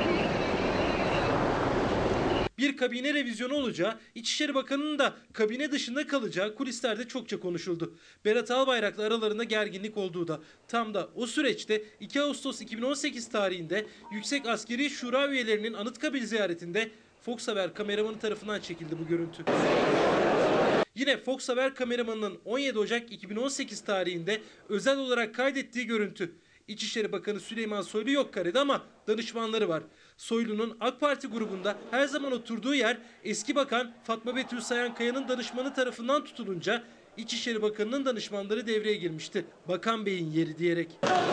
Bir kabine revizyonu olacağı, İçişleri Bakanı'nın da kabine dışında kalacağı kulislerde çokça konuşuldu. Berat Albayrak'la aralarında gerginlik olduğu da tam da o süreçte 2 Ağustos 2018 tarihinde Yüksek Askeri Şura üyelerinin Anıtkabir ziyaretinde Fox Haber kameramanı tarafından çekildi bu görüntü. Yine Fox Haber kameramanının 17 Ocak 2018 tarihinde özel olarak kaydettiği görüntü. İçişleri Bakanı Süleyman Soylu yok karede ama danışmanları var. Soylu'nun AK Parti grubunda her zaman oturduğu yer eski bakan Fatma Betül Sayankaya'nın danışmanı tarafından tutulunca İçişleri Bakanı'nın danışmanları devreye girmişti. Bakan Bey'in yeri diyerek.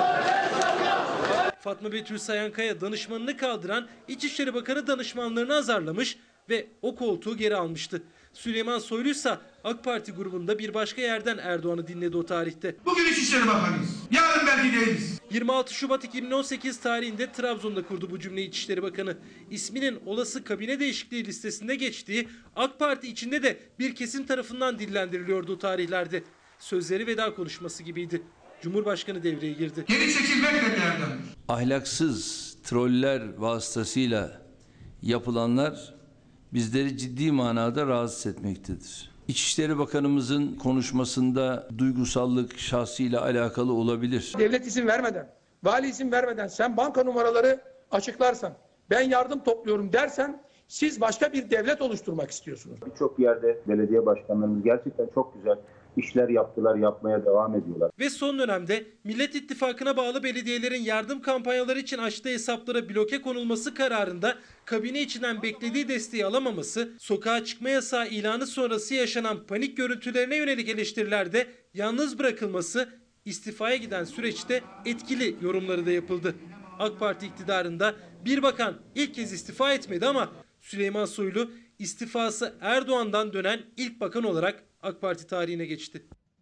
Fatma Betül Sayankaya danışmanını kaldıran İçişleri Bakanı danışmanlarını azarlamış ve o koltuğu geri almıştı. Süleyman Soylu ise AK Parti grubunda bir başka yerden Erdoğan'ı dinledi o tarihte. Bugün İçişleri Bakanıyız. Yarın belki değiliz. 26 Şubat 2018 tarihinde Trabzon'da kurdu bu cümleyi İçişleri Bakanı. İsminin olası kabine değişikliği listesinde geçtiği AK Parti içinde de bir kesim tarafından dillendiriliyordu o tarihlerde. Sözleri veda konuşması gibiydi. Cumhurbaşkanı devreye girdi. Geri çekilmek de bir yerden. Ahlaksız troller vasıtasıyla yapılanlar bizleri ciddi manada rahatsız etmektedir. İçişleri Bakanımızın konuşmasında duygusallık şahsıyla alakalı olabilir. Devlet izin vermeden, vali izin vermeden sen banka numaraları açıklarsan, ben yardım topluyorum dersen siz başka bir devlet oluşturmak istiyorsunuz. Birçok yerde belediye başkanlarımız gerçekten çok güzel işler yaptılar, yapmaya devam ediyorlar. Ve son dönemde Millet İttifakı'na bağlı belediyelerin yardım kampanyaları için açtığı hesaplara bloke konulması kararında kabine içinden beklediği desteği alamaması, sokağa çıkma yasağı ilanı sonrası yaşanan panik görüntülerine yönelik eleştirilerde yalnız bırakılması, istifaya giden süreçte etkili yorumları da yapıldı. AK Parti iktidarında bir bakan ilk kez istifa etmedi ama Süleyman Soylu istifası Erdoğan'dan dönen ilk bakan olarak AK Parti tarihine geçti.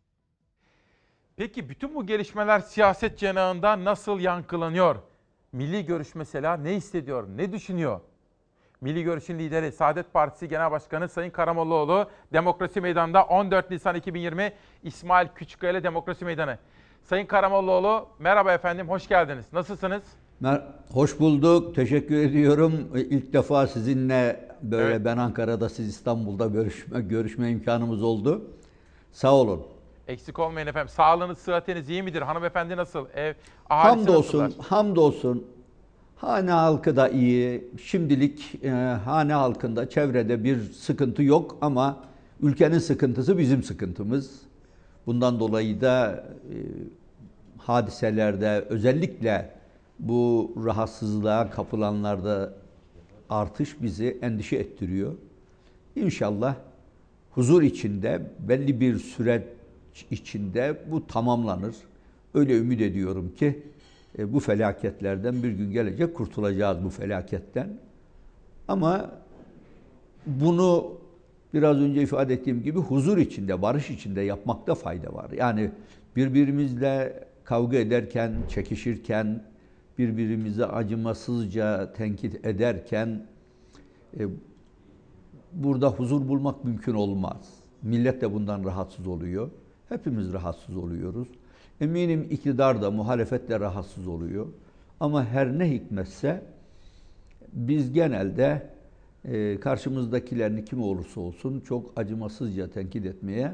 Peki bütün bu gelişmeler siyaset cenahında nasıl yankılanıyor? Milli Görüş mesela ne hissediyor, ne düşünüyor? Milli Görüş'ün lideri Saadet Partisi Genel Başkanı Sayın Karamollaoğlu Demokrasi Meydanı'nda 14 Nisan 2020 İsmail Küçükkaya ile Demokrasi Meydanı. Sayın Karamollaoğlu merhaba efendim, hoş geldiniz. Nasılsınız? Hoş bulduk, teşekkür ediyorum. İlk defa sizinle böyle evet. Ben Ankara'da, siz İstanbul'da görüşme imkanımız oldu. Sağ olun. Eksik olmayın efendim. Sağlığınız, sıhhatiniz iyi midir? Hanımefendi nasıl? Hamdolsun, hamdolsun. Hane halkı da iyi. Şimdilik hane halkında, çevrede bir sıkıntı yok ama ülkenin sıkıntısı bizim sıkıntımız. Bundan dolayı da hadiselerde özellikle bu rahatsızlığa kapılanlarda artış bizi endişe ettiriyor. İnşallah huzur içinde, belli bir süreç içinde bu tamamlanır. Öyle ümit ediyorum ki bu felaketlerden bir gün gelecek, kurtulacağız bu felaketten. Ama bunu biraz önce ifade ettiğim gibi huzur içinde, barış içinde yapmakta fayda var. Yani birbirimizle kavga ederken, çekişirken, birbirimizi acımasızca tenkit ederken burada huzur bulmak mümkün olmaz. Millet de bundan rahatsız oluyor. Hepimiz rahatsız oluyoruz. Eminim iktidar da, muhalefet de rahatsız oluyor. Ama her ne hikmetse biz genelde karşımızdakilerini kim olursa olsun çok acımasızca tenkit etmeye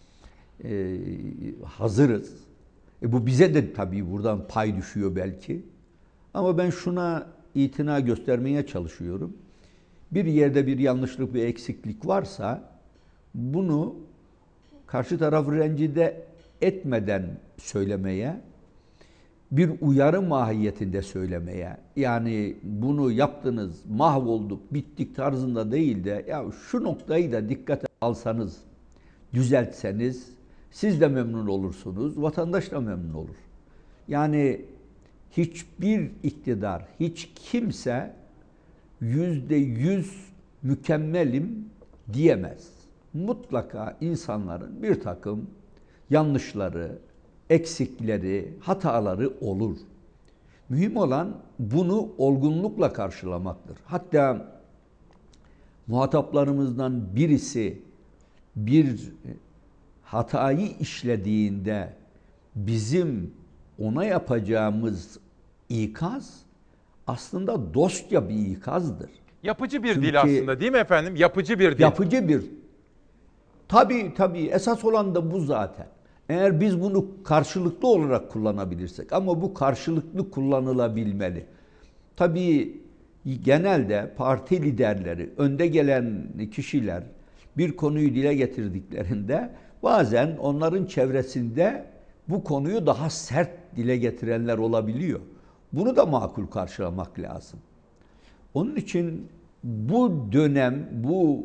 hazırız. Bu bize de tabii buradan pay düşüyor belki. Ama ben şuna itina göstermeye çalışıyorum. Bir yerde bir yanlışlık, bir eksiklik varsa bunu karşı tarafı rencide etmeden söylemeye, bir uyarı mahiyetinde söylemeye, yani bunu yaptınız, mahvolduk, bittik tarzında değil de ya şu noktayı da dikkate alsanız, düzeltseniz siz de memnun olursunuz, vatandaş da memnun olur. Yani hiçbir iktidar, hiç kimse %100 mükemmelim diyemez. Mutlaka insanların bir takım yanlışları, eksikleri, hataları olur. Mühim olan bunu olgunlukla karşılamaktır. Hatta muhataplarımızdan birisi bir hatayı işlediğinde bizim ona yapacağımız ikaz aslında dostça bir ikazdır. Yapıcı bir dil aslında değil mi efendim? Yapıcı bir dil. Yapıcı bir. Tabii esas olan da bu zaten. Eğer biz bunu karşılıklı olarak kullanabilirsek, ama bu karşılıklı kullanılabilmeli. Tabii genelde parti liderleri, önde gelen kişiler bir konuyu dile getirdiklerinde bazen onların çevresinde bu konuyu daha sert dile getirenler olabiliyor. Bunu da makul karşılamak lazım. Onun için bu dönem, bu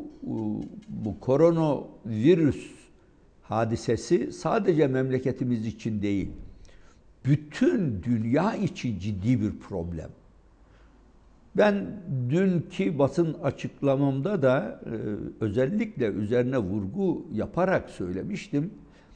koronavirüs hadisesi sadece memleketimiz için değil, bütün dünya için ciddi bir problem. Ben dünkü basın açıklamamda da özellikle üzerine vurgu yaparak söylemiştim.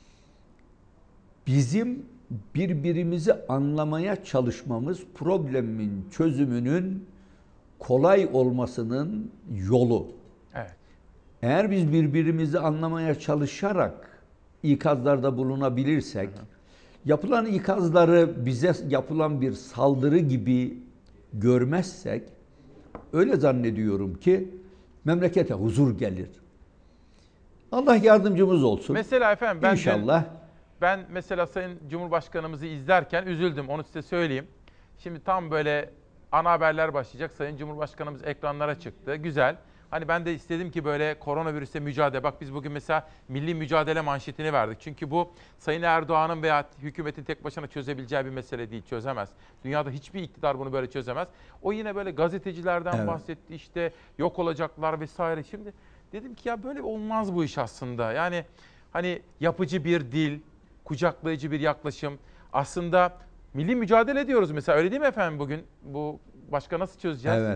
Bizim birbirimizi anlamaya çalışmamız problemin çözümünün kolay olmasının yolu. Evet. Eğer biz birbirimizi anlamaya çalışarak ikazlarda bulunabilirsek, yapılan ikazları bize yapılan bir saldırı gibi görmezsek, öyle zannediyorum ki memlekete huzur gelir. Allah yardımcımız olsun. Mesela efendim İnşallah. Ben mesela Sayın Cumhurbaşkanımızı izlerken üzüldüm, onu size söyleyeyim. Şimdi tam böyle ana haberler başlayacak. Sayın Cumhurbaşkanımız ekranlara çıktı. Güzel. Hani ben de istedim ki böyle koronavirüse mücadele. Bak biz bugün mesela milli mücadele manşetini verdik. Çünkü bu Sayın Erdoğan'ın veya hükümetin tek başına çözebileceği bir mesele değil. Çözemez. Dünyada hiçbir iktidar bunu böyle çözemez. O yine böyle gazetecilerden bahsetti. İşte yok olacaklar vesaire. Şimdi dedim ki ya böyle olmaz bu iş aslında. Yani hani yapıcı bir dil, kucaklayıcı bir yaklaşım. Aslında milli mücadele ediyoruz mesela, öyle değil mi efendim bugün? Bu başka nasıl çözeceğiz? Evet.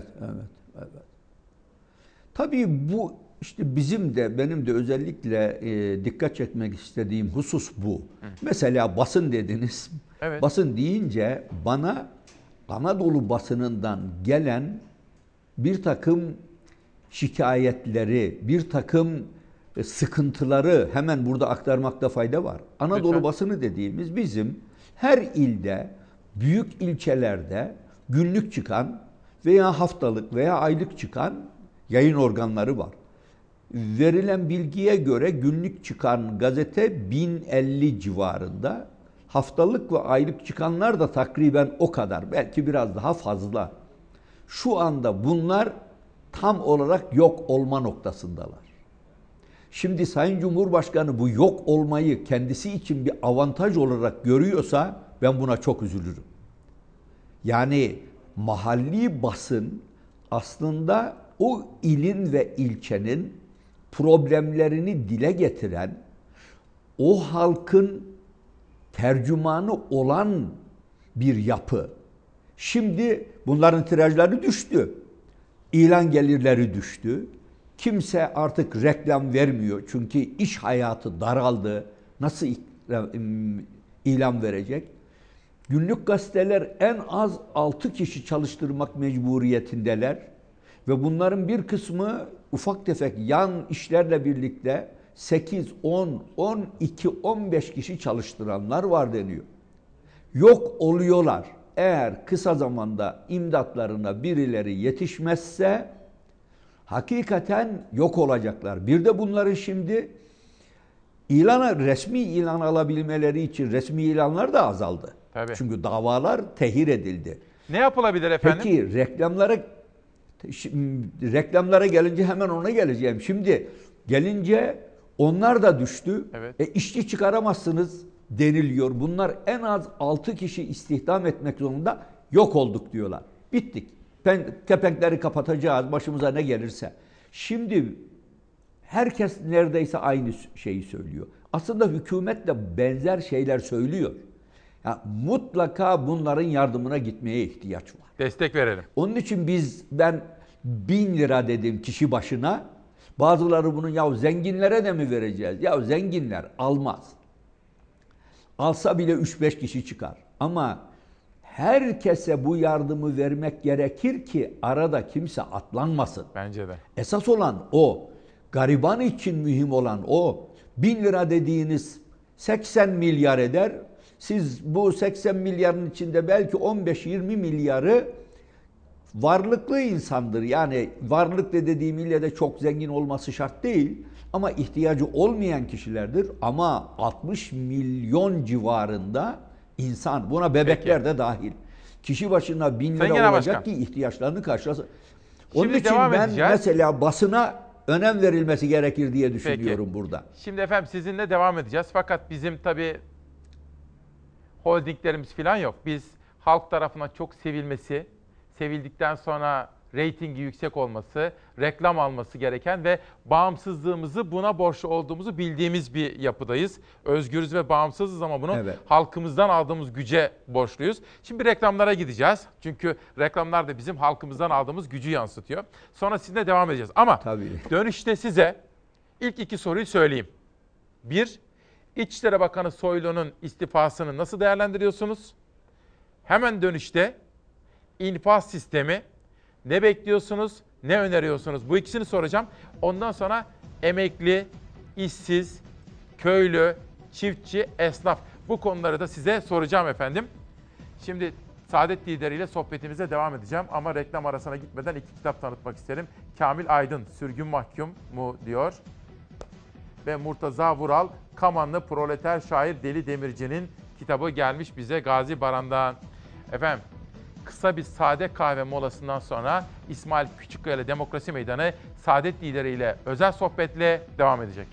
Tabii bu işte benim de özellikle dikkat çekmek istediğim husus bu. Mesela basın dediniz. Evet. Basın deyince bana Anadolu basınından gelen bir takım şikayetleri, bir takım sıkıntıları hemen burada aktarmakta fayda var. Anadolu Lütfen. basını dediğimiz bizim her ilde, büyük ilçelerde günlük çıkan veya haftalık veya aylık çıkan yayın organları var. Verilen bilgiye göre günlük çıkan gazete 1050 civarında, haftalık ve aylık çıkanlar da takriben o kadar, belki biraz daha fazla. Şu anda bunlar tam olarak yok olma noktasındalar. Şimdi Sayın Cumhurbaşkanı bu yok olmayı kendisi için bir avantaj olarak görüyorsa ben buna çok üzülürüm. Yani mahalli basın aslında o ilin ve ilçenin problemlerini dile getiren, o halkın tercümanı olan bir yapı. Şimdi bunların tirajları düştü. İlan gelirleri düştü. Kimse artık reklam vermiyor. Çünkü iş hayatı daraldı. Nasıl ilan verecek? Günlük gazeteler en az 6 kişi çalıştırmak mecburiyetindeler. Ve bunların bir kısmı ufak tefek yan işlerle birlikte 8, 10, 12, 15 kişi çalıştıranlar var deniyor. Yok oluyorlar. Eğer kısa zamanda imdatlarına birileri yetişmezse hakikaten yok olacaklar. Bir de bunların şimdi resmi ilan alabilmeleri için resmi ilanlar da azaldı. Tabii. Çünkü davalar tehir edildi. Ne yapılabilir efendim? Peki reklamlara gelince hemen ona geleceğim. Şimdi gelince onlar da düştü. Evet. İşçi çıkaramazsınız deniliyor. Bunlar en az 6 kişi istihdam etmek zorunda, yok olduk diyorlar. Bittik. Kepenkleri kapatacağız başımıza ne gelirse. Şimdi herkes neredeyse aynı şeyi söylüyor. Aslında hükümet de benzer şeyler söylüyor. Ya, mutlaka bunların yardımına gitmeye ihtiyaç var. Destek verelim. Onun için ben 1000 lira dedim kişi başına. Bazıları bunun ya zenginlere de mi vereceğiz? Ya zenginler almaz. Alsa bile 3-5 kişi çıkar. Ama herkese bu yardımı vermek gerekir ki arada kimse atlanmasın. Bence de. Esas olan o. Gariban için mühim olan o. 1000 lira dediğiniz 80 milyar eder. Siz bu 80 milyarın içinde belki 15-20 milyarı varlıklı insandır. Yani varlık dediğim ille de çok zengin olması şart değil. Ama ihtiyacı olmayan kişilerdir. Ama 60 milyon civarında insan, buna bebekler de dahil. Kişi başına 1000 lira olacak ki ihtiyaçlarını karşılasın. Onun için ben mesela basına önem verilmesi gerekir diye düşünüyorum burada. Şimdi efendim sizinle devam edeceğiz. Fakat bizim tabii holdinglerimiz falan yok. Biz halk tarafından çok sevilmesi, sevildikten sonra reytingi yüksek olması, reklam alması gereken ve bağımsızlığımızı buna borçlu olduğumuzu bildiğimiz bir yapıdayız. Özgürüz ve bağımsızız ama bunu halkımızdan aldığımız güce borçluyuz. Şimdi reklamlara gideceğiz. Çünkü reklamlar da bizim halkımızdan aldığımız gücü yansıtıyor. Sonra sizinle devam edeceğiz. Ama dönüşte size ilk 2 soruyu söyleyeyim. 1, İçişleri Bakanı Soylu'nun istifasını nasıl değerlendiriyorsunuz? Hemen dönüşte infaz sistemi, ne bekliyorsunuz, ne öneriyorsunuz? Bu ikisini soracağım. Ondan sonra emekli, işsiz, köylü, çiftçi, esnaf. Bu konuları da size soracağım efendim. Şimdi Saadet lideriyle sohbetimize devam edeceğim. Ama reklam arasına gitmeden 2 kitap tanıtmak isterim. Kamil Aydın, Sürgün Mahkum mu diyor. Ve Murtaza Vural, Kamanlı proleter şair Deli Demirci'nin kitabı gelmiş bize Gazi Baran'dan. Efendim, kısa bir sade kahve molasından sonra İsmail Küçükkaya ile Demokrasi Meydanı Saadet lideriyle özel sohbetle devam edecek.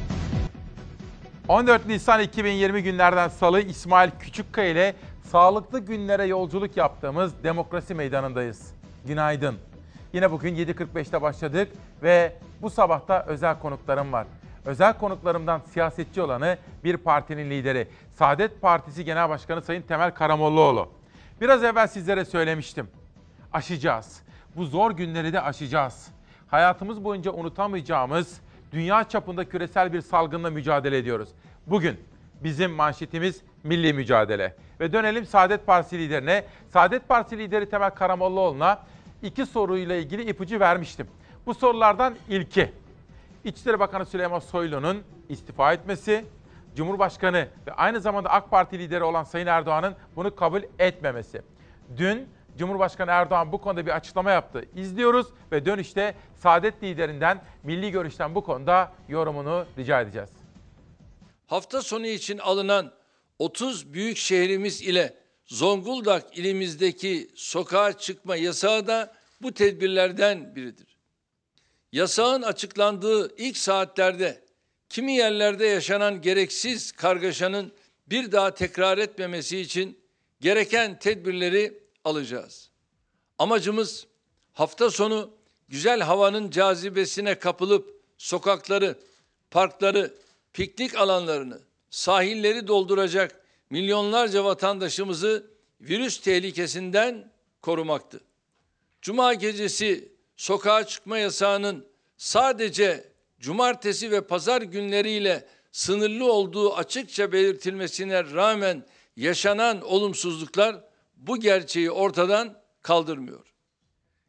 14 Nisan 2020 günlerden Salı İsmail Küçükkaya ile sağlıklı günlere yolculuk yaptığımız Demokrasi Meydanı'ndayız. Günaydın. Yine bugün 7.45'te başladık ve bu sabahta özel konuklarım var. Özel konuklarımdan siyasetçi olanı bir partinin lideri, Saadet Partisi Genel Başkanı Sayın Temel Karamollaoğlu. Biraz evvel sizlere söylemiştim. Aşacağız. Bu zor günleri de aşacağız. Hayatımız boyunca unutamayacağımız dünya çapında küresel bir salgınla mücadele ediyoruz. Bugün bizim manşetimiz milli mücadele. Ve dönelim Saadet Partisi liderine. Saadet Partisi lideri Temel Karamollaoğlu'na 2 soruyla ilgili ipucu vermiştim. Bu sorulardan ilki, İçişleri Bakanı Süleyman Soylu'nun istifa etmesi, Cumhurbaşkanı ve aynı zamanda AK Parti lideri olan Sayın Erdoğan'ın bunu kabul etmemesi. Dün Cumhurbaşkanı Erdoğan bu konuda bir açıklama yaptı. İzliyoruz ve dönüşte Saadet liderinden, Milli Görüş'ten bu konuda yorumunu rica edeceğiz. Hafta sonu için alınan 30 büyük şehrimiz ile Zonguldak ilimizdeki sokağa çıkma yasağı da bu tedbirlerden biridir. Yasağın açıklandığı ilk saatlerde kimi yerlerde yaşanan gereksiz kargaşanın bir daha tekrar etmemesi için gereken tedbirleri alacağız. Amacımız hafta sonu güzel havanın cazibesine kapılıp sokakları, parkları, piknik alanlarını, sahilleri dolduracak milyonlarca vatandaşımızı virüs tehlikesinden korumaktı. Cuma gecesi sokağa çıkma yasağının sadece cumartesi ve pazar günleriyle sınırlı olduğu açıkça belirtilmesine rağmen yaşanan olumsuzluklar bu gerçeği ortadan kaldırmıyor.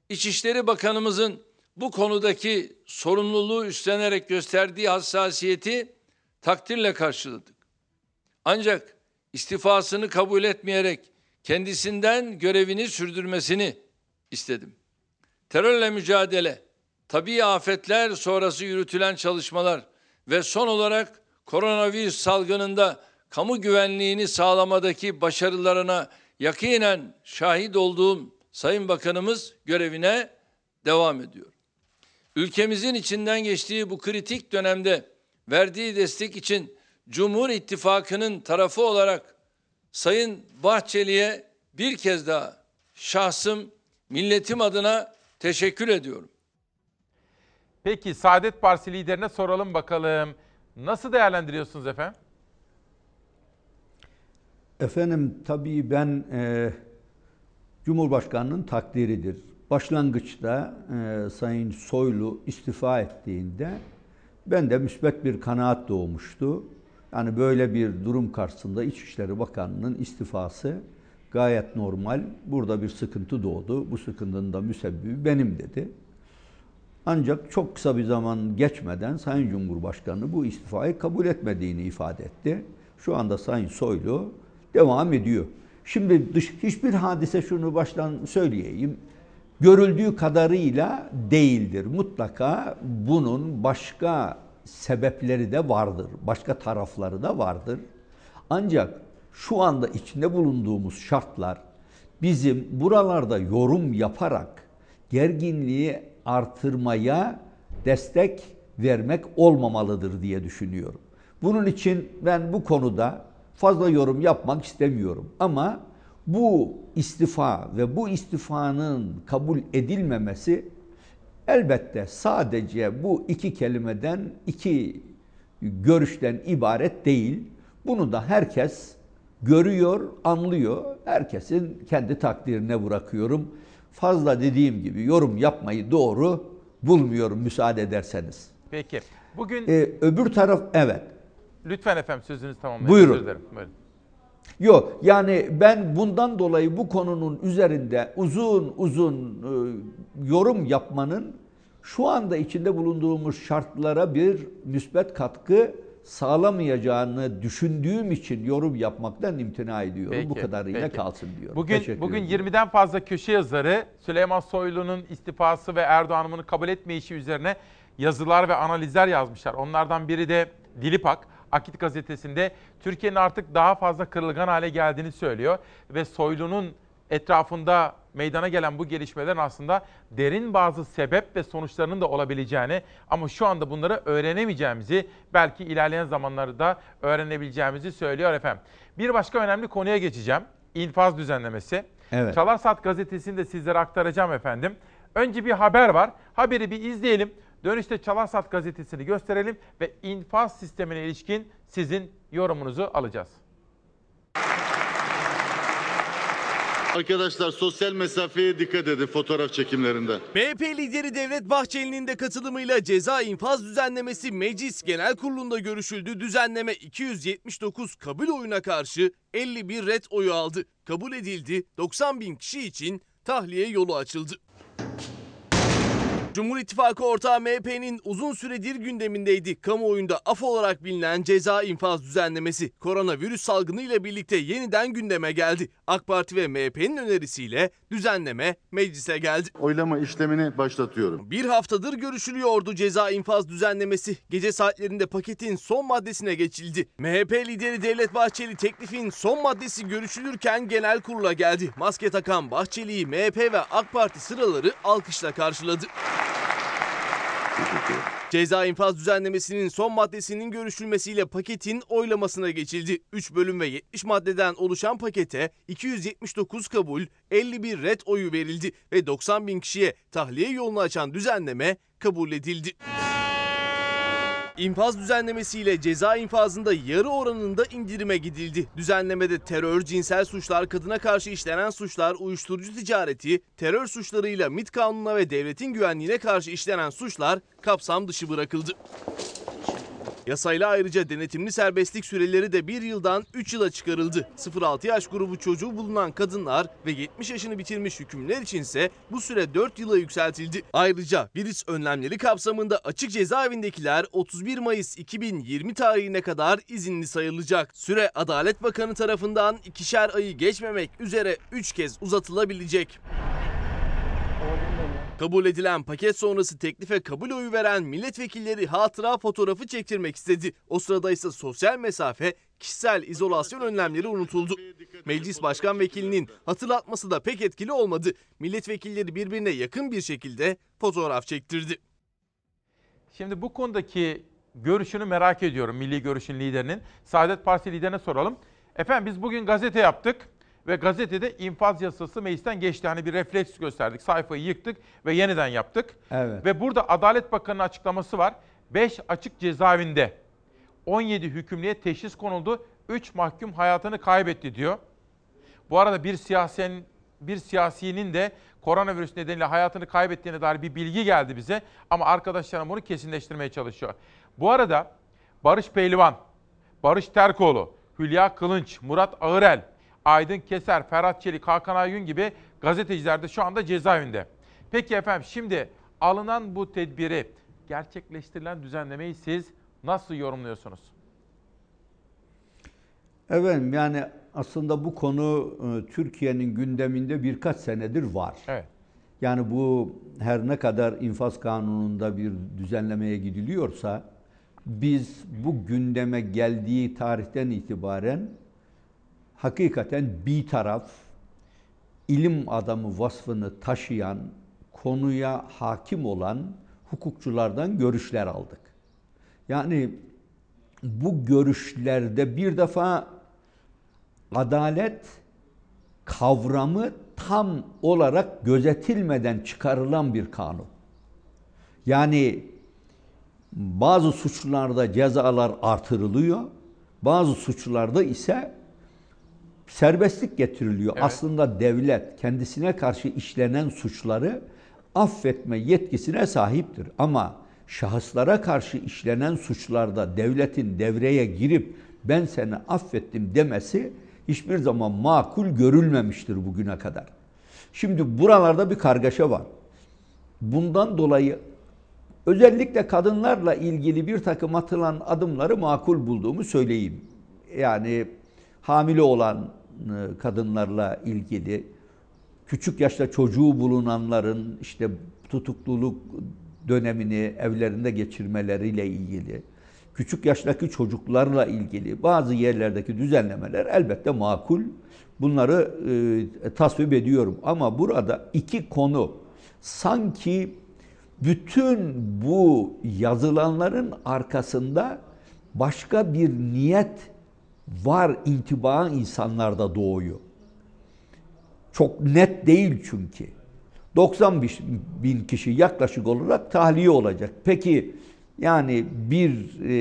İçişleri Bakanımızın bu konudaki sorumluluğu üstlenerek gösterdiği hassasiyeti takdirle karşıladık. Ancak istifasını kabul etmeyerek kendisinden görevini sürdürmesini istedim. Terörle mücadele, tabii afetler sonrası yürütülen çalışmalar ve son olarak koronavirüs salgınında kamu güvenliğini sağlamadaki başarılarına yakinen şahit olduğum Sayın Bakanımız görevine devam ediyor. Ülkemizin içinden geçtiği bu kritik dönemde verdiği destek için Cumhur İttifakı'nın tarafı olarak Sayın Bahçeli'ye bir kez daha şahsım, milletim adına teşekkür ediyorum. Peki Saadet Partisi liderine soralım bakalım. Nasıl değerlendiriyorsunuz efendim? Efendim tabii ben Cumhurbaşkanı'nın takdiridir. Başlangıçta Sayın Soylu istifa ettiğinde ben de müsbet bir kanaat doğmuştu. Yani böyle bir durum karşısında İçişleri Bakanı'nın istifası gayet normal. Burada bir sıkıntı doğdu. Bu sıkıntının da müsebbibi benim dedi. Ancak çok kısa bir zaman geçmeden Sayın Cumhurbaşkanı bu istifayı kabul etmediğini ifade etti. Şu anda Sayın Soylu devam ediyor. Şimdi hiçbir hadise, şunu baştan söyleyeyim, görüldüğü kadarıyla değildir. Mutlaka bunun başka sebepleri de vardır. Başka tarafları da vardır. Ancak şu anda içinde bulunduğumuz şartlar bizim buralarda yorum yaparak gerginliği artırmaya destek vermek olmamalıdır diye düşünüyorum. Bunun için ben bu konuda fazla yorum yapmak istemiyorum. Ama bu istifa ve bu istifanın kabul edilmemesi elbette sadece bu iki kelimeden, iki görüşten ibaret değil. Bunu da herkes görüyor, anlıyor. Herkesin kendi takdirine bırakıyorum. Fazla dediğim gibi yorum yapmayı doğru bulmuyorum müsaade ederseniz. Peki. Bugün öbür taraf, evet. Lütfen efendim sözünüzü tamamlayın. Buyurun. Özür dilerim. Buyurun. Yok yani ben bundan dolayı bu konunun üzerinde uzun uzun yorum yapmanın şu anda içinde bulunduğumuz şartlara bir müsbet katkı sağlamayacağını düşündüğüm için yorum yapmaktan imtina ediyorum. Peki, Bu kadarıyla peki. kalsın diyorum. Bugün 20'den fazla köşe yazarı Süleyman Soylu'nun istifası ve Erdoğan'ın kabul etmeyişi üzerine yazılar ve analizler yazmışlar. Onlardan biri de Dilipak, Akit gazetesinde Türkiye'nin artık daha fazla kırılgan hale geldiğini söylüyor. Ve Soylu'nun etrafında meydana gelen bu gelişmelerin aslında derin bazı sebep ve sonuçlarının da olabileceğini ama şu anda bunları öğrenemeyeceğimizi, belki ilerleyen zamanlarda öğrenebileceğimizi söylüyor efendim. Bir başka önemli konuya geçeceğim. İnfaz düzenlemesi. Evet. Çalar Saat gazetesini de sizlere aktaracağım efendim. Önce bir haber var. Haberi bir izleyelim. Dönüşte Çalar Saat gazetesini gösterelim ve infaz sistemine ilişkin sizin yorumunuzu alacağız. Arkadaşlar sosyal mesafeye dikkat edin fotoğraf çekimlerinde. MHP lideri Devlet Bahçeli'nin de katılımıyla ceza infaz düzenlemesi Meclis Genel Kurulu'nda görüşüldü. Düzenleme 279 kabul oyuna karşı 51 ret oyu aldı. Kabul edildi, 90 bin kişi için tahliye yolu açıldı. Cumhur İttifakı ortağı MHP'nin uzun süredir gündemindeydi. Kamuoyunda af olarak bilinen ceza infaz düzenlemesi koronavirüs salgını ile birlikte yeniden gündeme geldi. AK Parti ve MHP'nin önerisiyle düzenleme meclise geldi. Oylama işlemini başlatıyorum. Bir haftadır görüşülüyordu ceza infaz düzenlemesi. Gece saatlerinde paketin son maddesine geçildi. MHP lideri Devlet Bahçeli teklifin son maddesi görüşülürken genel kurula geldi. Maske takan Bahçeli'yi MHP ve AK Parti sıraları alkışla karşıladı. Ceza infaz düzenlemesinin son maddesinin görüşülmesiyle paketin oylamasına geçildi. 3 bölüm ve 70 maddeden oluşan pakete 279 kabul, 51 ret oyu verildi ve 90 bin kişiye tahliye yolunu açan düzenleme kabul edildi. İnfaz düzenlemesiyle ceza infazında yarı oranında indirime gidildi. Düzenlemede terör, cinsel suçlar, kadına karşı işlenen suçlar, uyuşturucu ticareti, terör suçlarıyla MİT kanununa ve devletin güvenliğine karşı işlenen suçlar kapsam dışı bırakıldı. Yasayla ayrıca denetimli serbestlik süreleri de 1 yıldan 3 yıla çıkarıldı. 0-6 yaş grubu çocuğu bulunan kadınlar ve 70 yaşını bitirmiş hükümlüler içinse bu süre 4 yıla yükseltildi. Ayrıca virüs önlemleri kapsamında açık cezaevindekiler 31 Mayıs 2020 tarihine kadar izinli sayılacak. Süre Adalet Bakanı tarafından 2'şer ayı geçmemek üzere 3 kez uzatılabilecek. Kabul edilen paket sonrası teklife kabul oyu veren milletvekilleri hatıra fotoğrafı çektirmek istedi. O sırada ise sosyal mesafe, kişisel izolasyon önlemleri unutuldu. Meclis Başkan Vekilinin hatırlatması da pek etkili olmadı. Milletvekilleri birbirine yakın bir şekilde fotoğraf çektirdi. Şimdi bu konudaki görüşünü merak ediyorum Milli Görüş'ün liderinin. Saadet Partisi liderine soralım. Efendim biz bugün gazete yaptık. Ve gazetede infaz yasası meclisten geçti. Hani bir refleks gösterdik. Sayfayı yıktık ve yeniden yaptık. Evet. Ve burada Adalet Bakanı'nın açıklaması var. 5 açık cezaevinde 17 hükümlüye teşhis konuldu. 3 mahkum hayatını kaybetti diyor. Bu arada bir siyasinin de koronavirüs nedeniyle hayatını kaybettiğine dair bir bilgi geldi bize. Ama arkadaşlarım bunu kesinleştirmeye çalışıyor. Bu arada Barış Pehlivan, Barış Terkoğlu, Hülya Kılınç, Murat Ağırel, Aydın Keser, Ferhat Çelik, Hakan Aygün gibi gazeteciler de şu anda cezaevinde. Peki efendim şimdi alınan bu tedbiri, gerçekleştirilen düzenlemeyi siz nasıl yorumluyorsunuz? Efendim yani aslında bu konu Türkiye'nin gündeminde birkaç senedir var. Evet. Yani bu her ne kadar infaz kanununda bir düzenlemeye gidiliyorsa biz bu gündeme geldiği tarihten itibaren hakikaten bir taraf ilim adamı vasfını taşıyan, konuya hakim olan hukukçulardan görüşler aldık. Yani bu görüşlerde bir defa adalet kavramı tam olarak gözetilmeden çıkarılan bir kanun. Yani bazı suçlarda cezalar artırılıyor, bazı suçlarda ise serbestlik getiriliyor. Evet. Aslında devlet kendisine karşı işlenen suçları affetme yetkisine sahiptir. Ama şahıslara karşı işlenen suçlarda devletin devreye girip ben seni affettim demesi hiçbir zaman makul görülmemiştir bugüne kadar. Şimdi buralarda bir kargaşa var. Bundan dolayı özellikle kadınlarla ilgili bir takım atılan adımları makul bulduğumu söyleyeyim. Yani hamile olan kadınlarla ilgili, küçük yaşta çocuğu bulunanların işte tutukluluk dönemini evlerinde geçirmeleriyle ilgili, küçük yaştaki çocuklarla ilgili bazı yerlerdeki düzenlemeler elbette makul. Bunları tasvip ediyorum. Ama burada iki konu sanki bütün bu yazılanların arkasında başka bir niyet var intibağı insanlarda doğuyor. Çok net değil çünkü. 90 bin kişi yaklaşık olarak tahliye olacak. Peki yani bir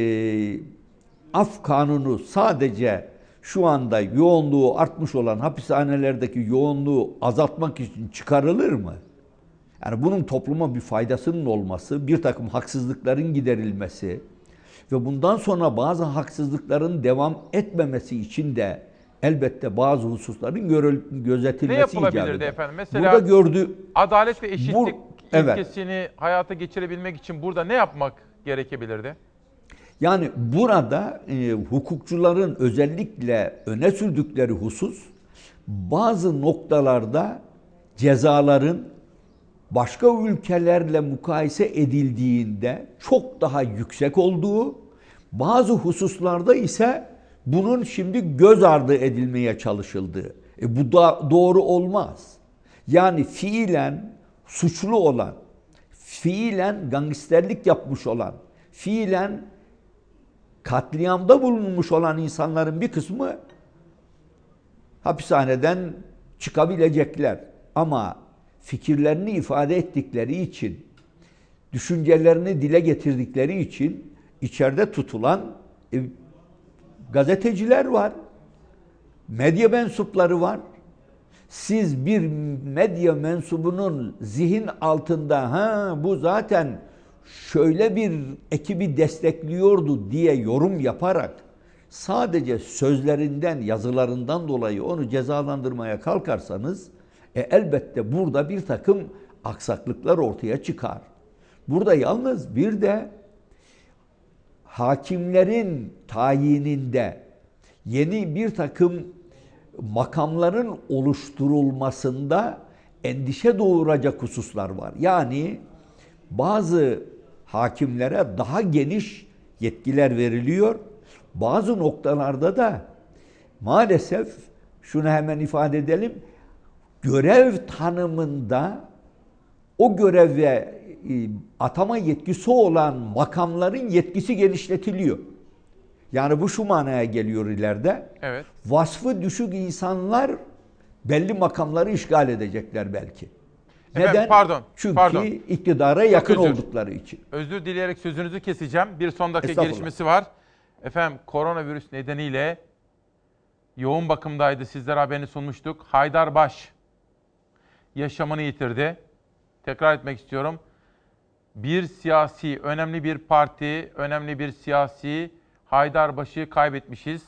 af kanunu sadece şu anda yoğunluğu artmış olan hapishanelerdeki yoğunluğu azaltmak için çıkarılır mı? Yani bunun topluma bir faydasının olması, bir takım haksızlıkların giderilmesi ve bundan sonra bazı haksızlıkların devam etmemesi için de elbette bazı hususların gözetilmesi icap eder. Ne yapılabilirdi efendim? Mesela burada adalet ve eşitlik ilkesini hayata geçirebilmek için burada ne yapmak gerekebilirdi? Yani burada hukukçuların özellikle öne sürdükleri husus bazı noktalarda cezaların başka ülkelerle mukayese edildiğinde çok daha yüksek olduğu, bazı hususlarda ise bunun şimdi göz ardı edilmeye çalışıldığı. Bu da doğru olmaz. Yani fiilen suçlu olan, fiilen gangsterlik yapmış olan, fiilen katliamda bulunmuş olan insanların bir kısmı hapishaneden çıkabilecekler. Ama fikirlerini ifade ettikleri için, düşüncelerini dile getirdikleri için içeride tutulan gazeteciler var, medya mensupları var. Siz bir medya mensubunun zihin altında bu zaten şöyle bir ekibi destekliyordu diye yorum yaparak sadece sözlerinden, yazılarından dolayı onu cezalandırmaya kalkarsanız elbette burada bir takım aksaklıklar ortaya çıkar. Burada yalnız bir de hakimlerin tayininde yeni bir takım makamların oluşturulmasında endişe doğuracak hususlar var. Yani bazı hakimlere daha geniş yetkiler veriliyor. Bazı noktalarda da maalesef şunu hemen ifade edelim. Görev tanımında o göreve atama yetkisi olan makamların yetkisi genişletiliyor. Yani bu şu manaya geliyor ileride. Evet. Vasfı düşük insanlar belli makamları işgal edecekler belki. Efendim, neden? pardon. Çünkü iktidara yakın oldukları için. Özür dileyerek sözünüzü keseceğim. Bir son dakika gelişmesi var. Efendim koronavirüs nedeniyle yoğun bakımdaydı. Sizlere haberini sunmuştuk. Haydarbaş yaşamını yitirdi. Tekrar etmek istiyorum. Bir siyasi, önemli bir parti, önemli bir siyasi Haydarbaş'ı kaybetmişiz.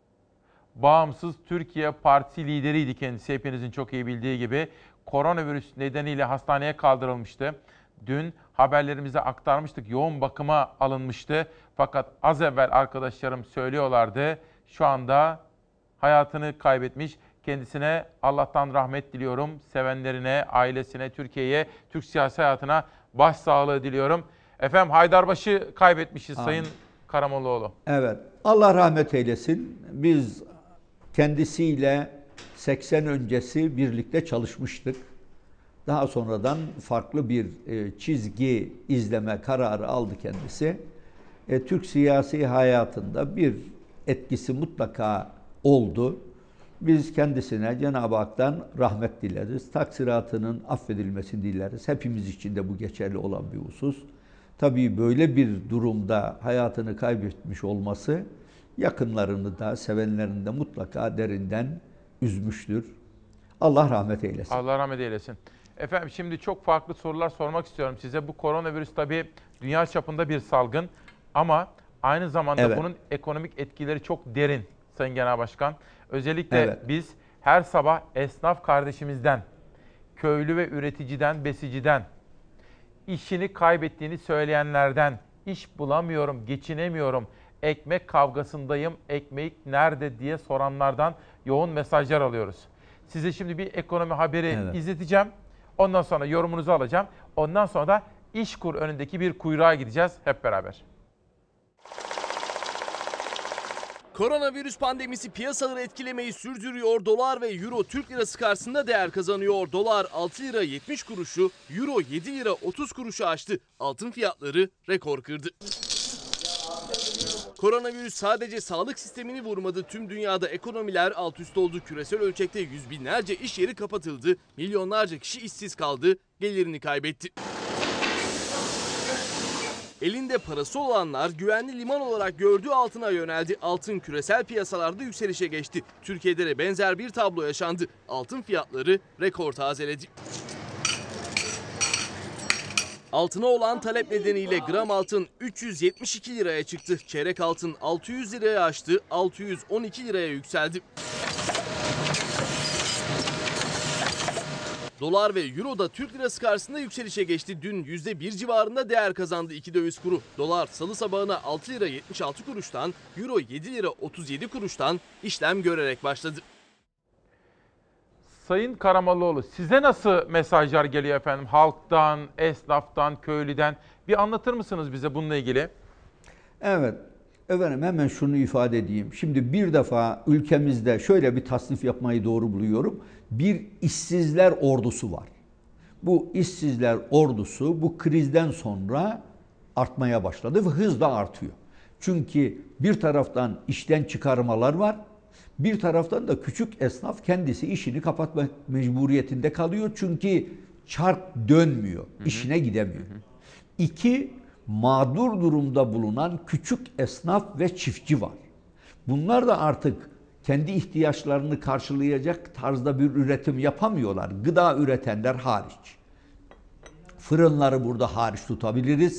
Bağımsız Türkiye Partisi lideriydi kendisi, hepinizin çok iyi bildiği gibi. Koronavirüs nedeniyle hastaneye kaldırılmıştı. Dün haberlerimize aktarmıştık, yoğun bakıma alınmıştı. Fakat az evvel arkadaşlarım söylüyorlardı, şu anda hayatını kaybetmiş. Kendisine Allah'tan rahmet diliyorum. Sevenlerine, ailesine, Türkiye'ye, Türk siyasi hayatına başsağlığı diliyorum. Efendim Haydarbaş'ı kaybetmişiz. Amin. Sayın Karamollaoğlu. Evet. Allah rahmet eylesin. Biz kendisiyle 80 öncesi birlikte çalışmıştık. Daha sonradan farklı bir çizgi izleme kararı aldı kendisi. Türk siyasi hayatında bir etkisi mutlaka oldu. Biz kendisine Cenab-ı Hak'tan rahmet dileriz. Taksiratının affedilmesini dileriz. Hepimiz için de bu geçerli olan bir husus. Tabii böyle bir durumda hayatını kaybetmiş olması yakınlarını da, sevenlerini de mutlaka derinden üzmüştür. Allah rahmet eylesin. Allah rahmet eylesin. Efendim şimdi çok farklı sorular sormak istiyorum size. Bu koronavirüs tabii dünya çapında bir salgın ama aynı zamanda bunun ekonomik etkileri çok derin Sayın Genel Başkan. Özellikle biz her sabah esnaf kardeşimizden, köylü ve üreticiden, besiciden, işini kaybettiğini söyleyenlerden, iş bulamıyorum, geçinemiyorum, ekmek kavgasındayım, ekmek nerede diye soranlardan yoğun mesajlar alıyoruz. Size şimdi bir ekonomi haberi izleteceğim. Ondan sonra yorumunuzu alacağım. Ondan sonra da İşkur önündeki bir kuyruğa gideceğiz hep beraber. Koronavirüs pandemisi piyasaları etkilemeyi sürdürüyor. Dolar ve euro Türk lirası karşısında değer kazanıyor. Dolar 6 lira 70 kuruşu, euro 7 lira 30 kuruşu aştı. Altın fiyatları rekor kırdı. Koronavirüs sadece sağlık sistemini vurmadı. Tüm dünyada ekonomiler alt üst oldu. Küresel ölçekte yüz binlerce iş yeri kapatıldı. Milyonlarca kişi işsiz kaldı, gelirini kaybetti. Elinde parası olanlar güvenli liman olarak gördüğü altına yöneldi. Altın küresel piyasalarda yükselişe geçti. Türkiye'de de benzer bir tablo yaşandı. Altın fiyatları rekor tazeledi. Altına olan talep nedeniyle gram altın 372 liraya çıktı. Çeyrek altın 600 liraya aştı, 612 liraya yükseldi. Dolar ve euro da Türk lirası karşısında yükselişe geçti. Dün %1 civarında değer kazandı iki döviz kuru. Dolar salı sabahına 6 lira 76 kuruştan, euro 7 lira 37 kuruştan işlem görerek başladı. Sayın Karamollaoğlu, size nasıl mesajlar geliyor efendim? Halktan, esnaftan, köylüden. Bir anlatır mısınız bize bununla ilgili? Evet. Efendim hemen şunu ifade edeyim. Şimdi bir defa ülkemizde şöyle bir tasnif yapmayı doğru buluyorum. Bir işsizler ordusu var. Bu işsizler ordusu bu krizden sonra artmaya başladı ve hızla artıyor. Çünkü bir taraftan işten çıkarmalar var. Bir taraftan da küçük esnaf kendisi işini kapatmak mecburiyetinde kalıyor. Çünkü çark dönmüyor, işine gidemiyor. İki, mağdur durumda bulunan küçük esnaf ve çiftçi var. Bunlar da artık kendi ihtiyaçlarını karşılayacak tarzda bir üretim yapamıyorlar. Gıda üretenler hariç. Fırınları burada hariç tutabiliriz.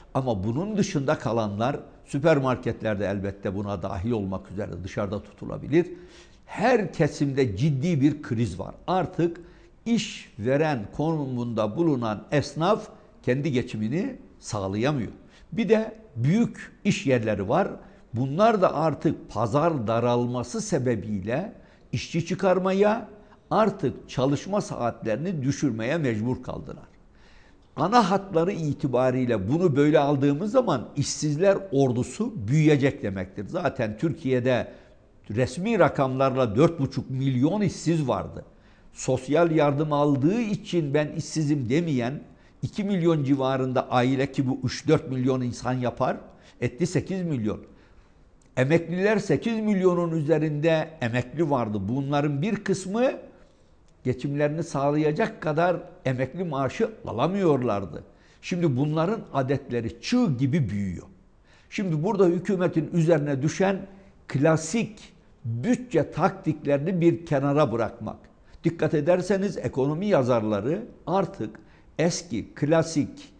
Ama bunun dışında kalanlar süpermarketlerde elbette buna dahil olmak üzere dışarıda tutulabilir. Her kesimde ciddi bir kriz var. Artık işveren konumunda bulunan esnaf kendi geçimini sağlayamıyor. Bir de büyük iş yerleri var. Bunlar da artık pazar daralması sebebiyle işçi çıkarmaya, artık çalışma saatlerini düşürmeye mecbur kaldılar. Ana hatları itibariyle bunu böyle aldığımız zaman işsizler ordusu büyüyecek demektir. Zaten Türkiye'de resmi rakamlarla 4,5 milyon işsiz vardı. Sosyal yardım aldığı için ben işsizim demeyen 2 milyon civarında aile, ki bu 3-4 milyon insan yapar, etti 8 milyon. Emekliler 8 milyonun üzerinde emekli vardı. Bunların bir kısmı geçimlerini sağlayacak kadar emekli maaşı alamıyorlardı. Şimdi bunların adetleri çığ gibi büyüyor. Şimdi burada hükümetin üzerine düşen klasik bütçe taktiklerini bir kenara bırakmak. Dikkat ederseniz ekonomi yazarları artık eski klasik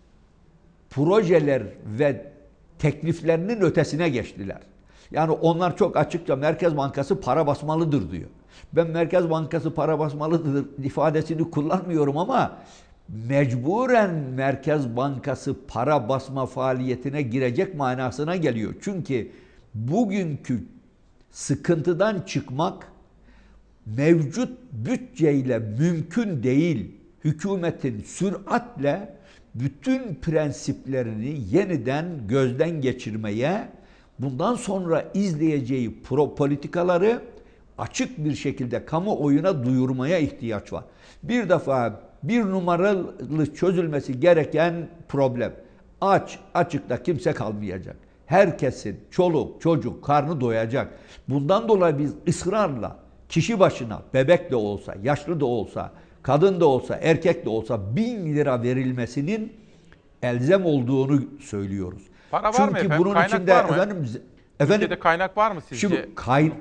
projeler ve tekliflerinin ötesine geçtiler. Yani onlar çok açıkça Merkez Bankası para basmalıdır diyor. Ben Merkez Bankası para basmalıdır ifadesini kullanmıyorum ama mecburen Merkez Bankası para basma faaliyetine girecek manasına geliyor. Çünkü bugünkü sıkıntıdan çıkmak mevcut bütçeyle mümkün değil. Hükümetin süratle bütün prensiplerini yeniden gözden geçirmeye, bundan sonra izleyeceği politikaları açık bir şekilde kamuoyuna duyurmaya ihtiyaç var. Bir defa bir numaralı çözülmesi gereken problem. Açıkta kimse kalmayacak. Herkesin çoluk çocuk karnı doyacak. Bundan dolayı biz ısrarla kişi başına bebek de olsa, yaşlı da olsa, kadın da olsa, erkek de olsa 1000 lira verilmesinin elzem olduğunu söylüyoruz. Para var çünkü mı efendim? Bunun Kaynak içinde var mı? efendim Türkiye'de kaynak var mı sizce? Şimdi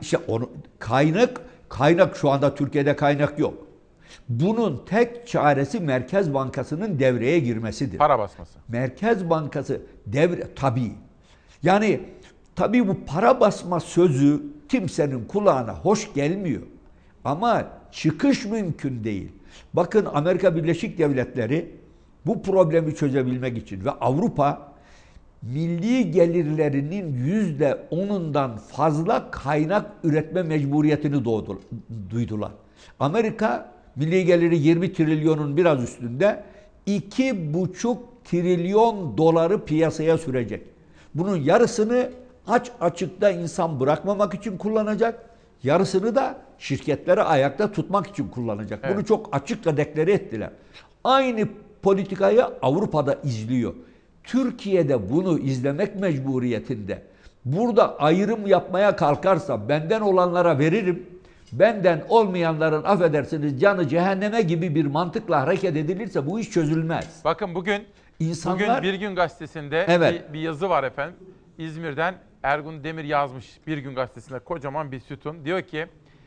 kaynak şu anda Türkiye'de kaynak yok. Bunun tek çaresi Merkez Bankası'nın devreye girmesidir. Para basması. Merkez Bankası tabii. Yani tabii bu para basma sözü kimsenin kulağına hoş gelmiyor. Ama çıkış mümkün değil. Bakın Amerika Birleşik Devletleri bu problemi çözebilmek için ve Avrupa milli gelirlerinin %10'undan fazla kaynak üretme mecburiyetini duydular. Amerika milli geliri 20 trilyonun biraz üstünde 2,5 trilyon doları piyasaya sürecek. Bunun yarısını açıkta insan bırakmamak için kullanacak, yarısını da şirketleri ayakta tutmak için kullanacak. Evet. Bunu çok açıkça deklare ettiler. Aynı politikayı Avrupa'da izliyor. Türkiye'de bunu izlemek mecburiyetinde. Burada ayrım yapmaya kalkarsa benden olanlara veririm, benden olmayanların affedersiniz canı cehenneme gibi bir mantıkla hareket edilirse bu iş çözülmez. Bakın bugün Bir Gün Gazetesi'nde bir yazı var efendim. İzmir'den Ergun Demir yazmış Bir Gün Gazetesi'nde kocaman bir sütun. Diyor ki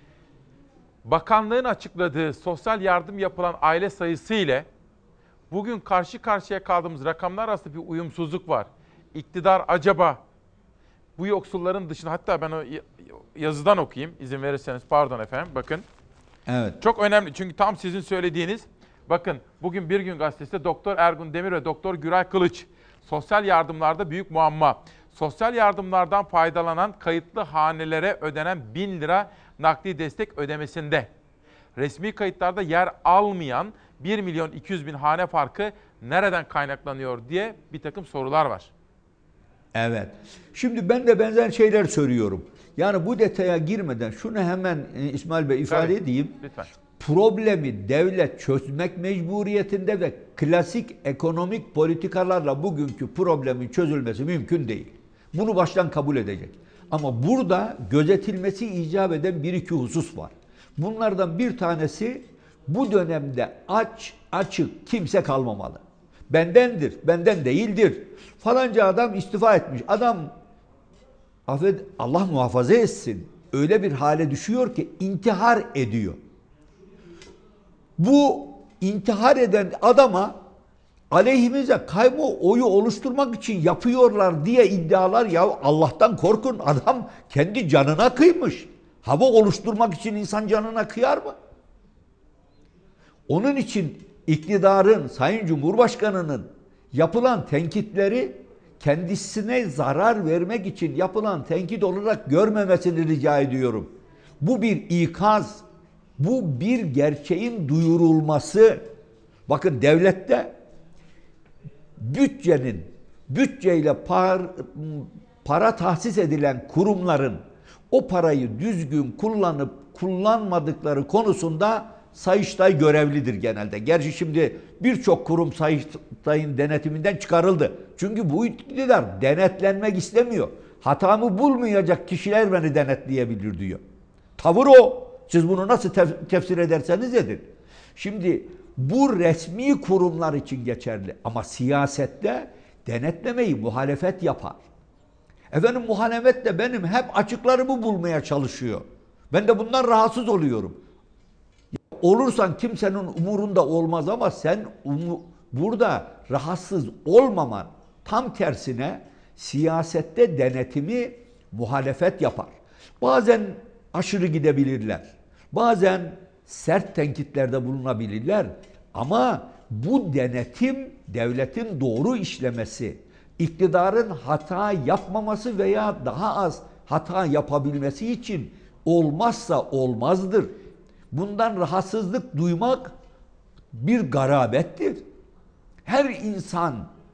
bakanlığın açıkladığı sosyal yardım yapılan aile sayısı ile bugün karşı karşıya kaldığımız rakamlar arasında bir uyumsuzluk var. İktidar acaba bu yoksulların dışında, hatta ben o yazıdan okuyayım izin verirseniz, pardon efendim, bakın. Evet. Çok önemli çünkü tam sizin söylediğiniz, bakın bugün Bir Gün Gazetesi'nde Doktor Ergun Demir ve Doktor Güray Kılıç, sosyal yardımlarda büyük muamma. Sosyal yardımlardan faydalanan kayıtlı hanelere ödenen 1000 lira nakdi destek ödemesinde resmi kayıtlarda yer almayan 1.200.000 hane farkı nereden kaynaklanıyor diye bir takım sorular var. Evet. Şimdi ben de benzer şeyler söylüyorum. Yani bu detaya girmeden şunu hemen İsmail Bey ifade edeyim. Lütfen. Problemi devlet çözmek mecburiyetinde ve klasik ekonomik politikalarla bugünkü problemin çözülmesi mümkün değil. Bunu baştan kabul edecek. Ama burada gözetilmesi icap eden bir iki husus var. Bunlardan bir tanesi, bu dönemde açık kimse kalmamalı. Bendendir, benden değildir. Falanca adam istifa etmiş. Adam Allah muhafaza etsin, öyle bir hale düşüyor ki intihar ediyor. Bu intihar eden adama aleyhimize kamuoyu oluşturmak için yapıyorlar diye iddialar, ya Allah'tan korkun, adam kendi canına kıymış. Hava oluşturmak için insan canına kıyar mı? Onun için iktidarın, Sayın Cumhurbaşkanı'nın yapılan tenkitleri kendisine zarar vermek için yapılan tenkit olarak görmemesini rica ediyorum. Bu bir ikaz, bu bir gerçeğin duyurulması. Bakın devlette bütçeyle para tahsis edilen kurumların o parayı düzgün kullanıp kullanmadıkları konusunda Sayıştay görevlidir genelde. Gerçi şimdi birçok kurum Sayıştay'ın denetiminden çıkarıldı. Çünkü bu iktidar denetlenmek istemiyor. Hatamı bulmayacak kişiler beni denetleyebilir diyor. Tavır o. Siz bunu nasıl tefsir ederseniz edin. Şimdi bu resmi kurumlar için geçerli. Ama siyasette denetlemeyi muhalefet yapar. Efendim muhalefet de benim hep açıklarımı bulmaya çalışıyor. Ben de bundan rahatsız oluyorum. Olursan kimsenin umurunda olmaz ama sen burada rahatsız olmaman, tam tersine siyasette denetimi muhalefet yapar. Bazen aşırı gidebilirler. Bazen sert tenkitlerde bulunabilirler. Ama bu denetim devletin doğru işlemesi, iktidarın hata yapmaması veya daha az hata yapabilmesi için olmazsa olmazdır. Bundan rahatsızlık duymak bir garabettir. Her insan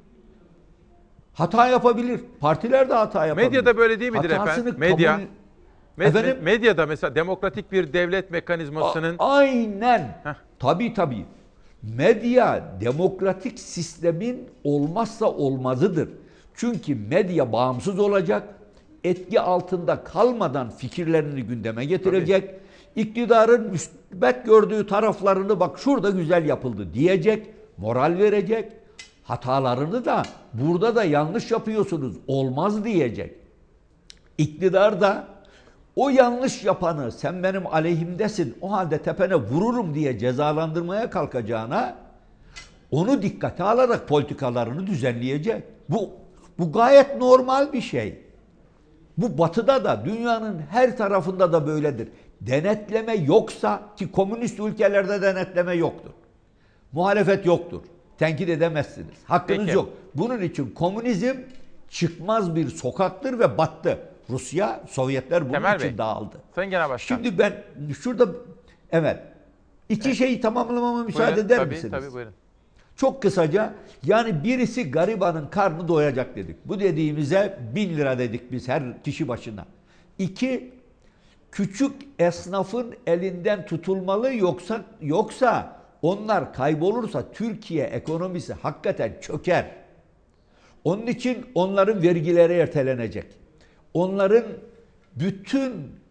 hata yapabilir. Partiler de hata yapabilir. Medyada böyle değil midir Hatasını efendim? Medyada mesela demokratik bir devlet mekanizmasının... Aynen. Tabii. Medya demokratik sistemin olmazsa olmazıdır. Çünkü medya bağımsız olacak, etki altında kalmadan fikirlerini gündeme getirecek, iktidarın müsbet gördüğü taraflarını bak şurada güzel yapıldı diyecek, moral verecek, hatalarını da burada da yanlış yapıyorsunuz, olmaz diyecek. İktidar da o yanlış yapanı sen benim aleyhimdesin, o halde tepene vururum diye cezalandırmaya kalkacağına onu dikkate alarak politikalarını düzenleyecek. Bu gayet normal bir şey. Bu batıda da dünyanın her tarafında da böyledir. Denetleme yoksa, ki komünist ülkelerde denetleme yoktur. Muhalefet yoktur. Tenkit edemezsiniz. Hakkınız yok. Bunun için komünizm çıkmaz bir sokaktır ve battı. Rusya, Sovyetler bunun Temel için Bey, dağıldı. Sayın Genel Başkan. Şimdi ben şurada iki şeyi tamamlamama müsaade eder misiniz? Tabii buyurun. Çok kısaca, yani birisi garibanın karnı doyacak dedik. Bu dediğimize 1000 lira dedik biz her kişi başına. 2, küçük esnafın elinden tutulmalı, yoksa onlar kaybolursa Türkiye ekonomisi hakikaten çöker. Onun için onların vergileri ertelenecek. Onların bütün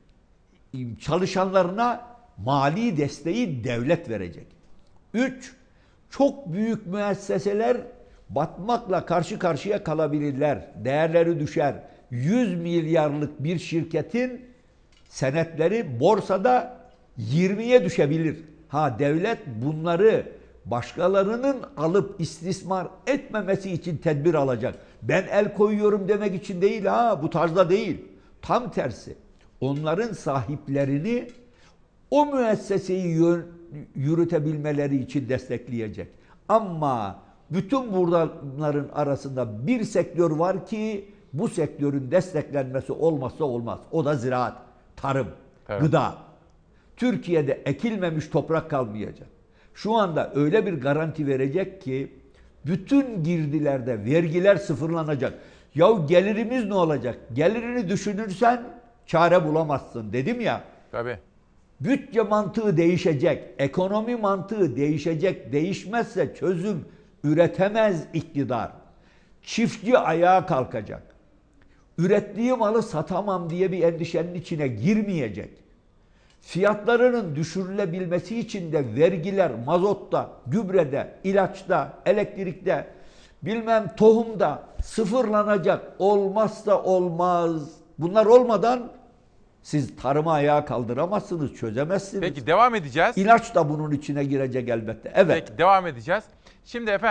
çalışanlarına mali desteği devlet verecek. 3, çok büyük müesseseler batmakla karşı karşıya kalabilirler. Değerleri düşer. 100 milyarlık bir şirketin senetleri borsada 20'ye düşebilir. Devlet bunları başkalarının alıp istismar etmemesi için tedbir alacak. Ben el koyuyorum demek için değil, bu tarzda değil. Tam tersi. Onların sahiplerini o müesseseyi yürütebilmeleri için destekleyecek. Ama bütün bunların arasında bir sektör var ki bu sektörün desteklenmesi olmazsa olmaz. O da ziraat, tarım, gıda. Türkiye'de ekilmemiş toprak kalmayacak. Şu anda öyle bir garanti verecek ki bütün girdilerde vergiler sıfırlanacak. Gelirimiz ne olacak? Gelirini düşünürsen çare bulamazsın dedim ya. Tabii. Bütçe mantığı değişecek, ekonomi mantığı değişecek. Değişmezse çözüm üretemez iktidar. Çiftçi ayağa kalkacak. Ürettiği malı satamam diye bir endişenin içine girmeyecek. Fiyatlarının düşürülebilmesi için de vergiler mazotta, gübrede, ilaçta, elektrikte, tohumda sıfırlanacak. Olmazsa olmaz. Bunlar olmadan siz tarımı ayağa kaldıramazsınız, çözemezsiniz. Peki devam edeceğiz. İlaç da bunun içine girecek elbette. Evet. Peki devam edeceğiz. Şimdi efendim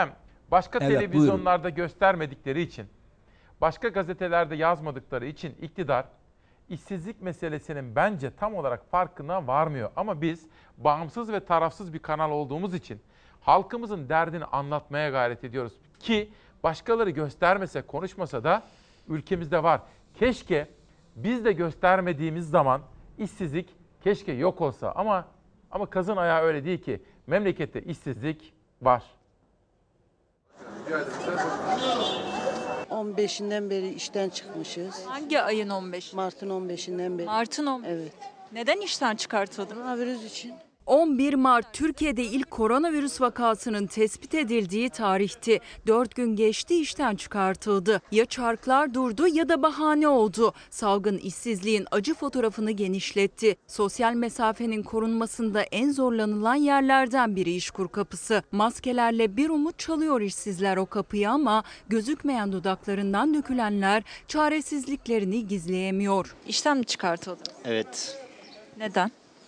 Başka Evet, televizyonlarda göstermedikleri için, başka gazetelerde yazmadıkları için iktidar işsizlik meselesinin bence tam olarak farkına varmıyor. Ama biz bağımsız ve tarafsız bir kanal olduğumuz için halkımızın derdini anlatmaya gayret ediyoruz. Ki başkaları göstermese, konuşmasa da ülkemizde var. Keşke biz de göstermediğimiz zaman işsizlik keşke yok olsa. Ama kazın ayağı öyle değil ki. Memlekette işsizlik var. 15'inden beri işten çıkmışız. Hangi ayın 15? Mart'ın 15'inden beri. Mart'ın 15. Evet. Neden işten çıkartıldın? Koronavirüs için. 11 Mart Türkiye'de ilk koronavirüs vakasının tespit edildiği tarihti. 4 gün geçti, işten çıkartıldı. Ya çarklar durdu ya da bahane oldu. Salgın işsizliğin acı fotoğrafını genişletti. Sosyal mesafenin korunmasında en zorlanılan yerlerden biri İşkur kapısı. Maskelerle bir umut çalıyor işsizler o kapıyı ama gözükmeyen dudaklarından dökülenler çaresizliklerini gizleyemiyor. İşten mi çıkartıldı? Evet. Neden?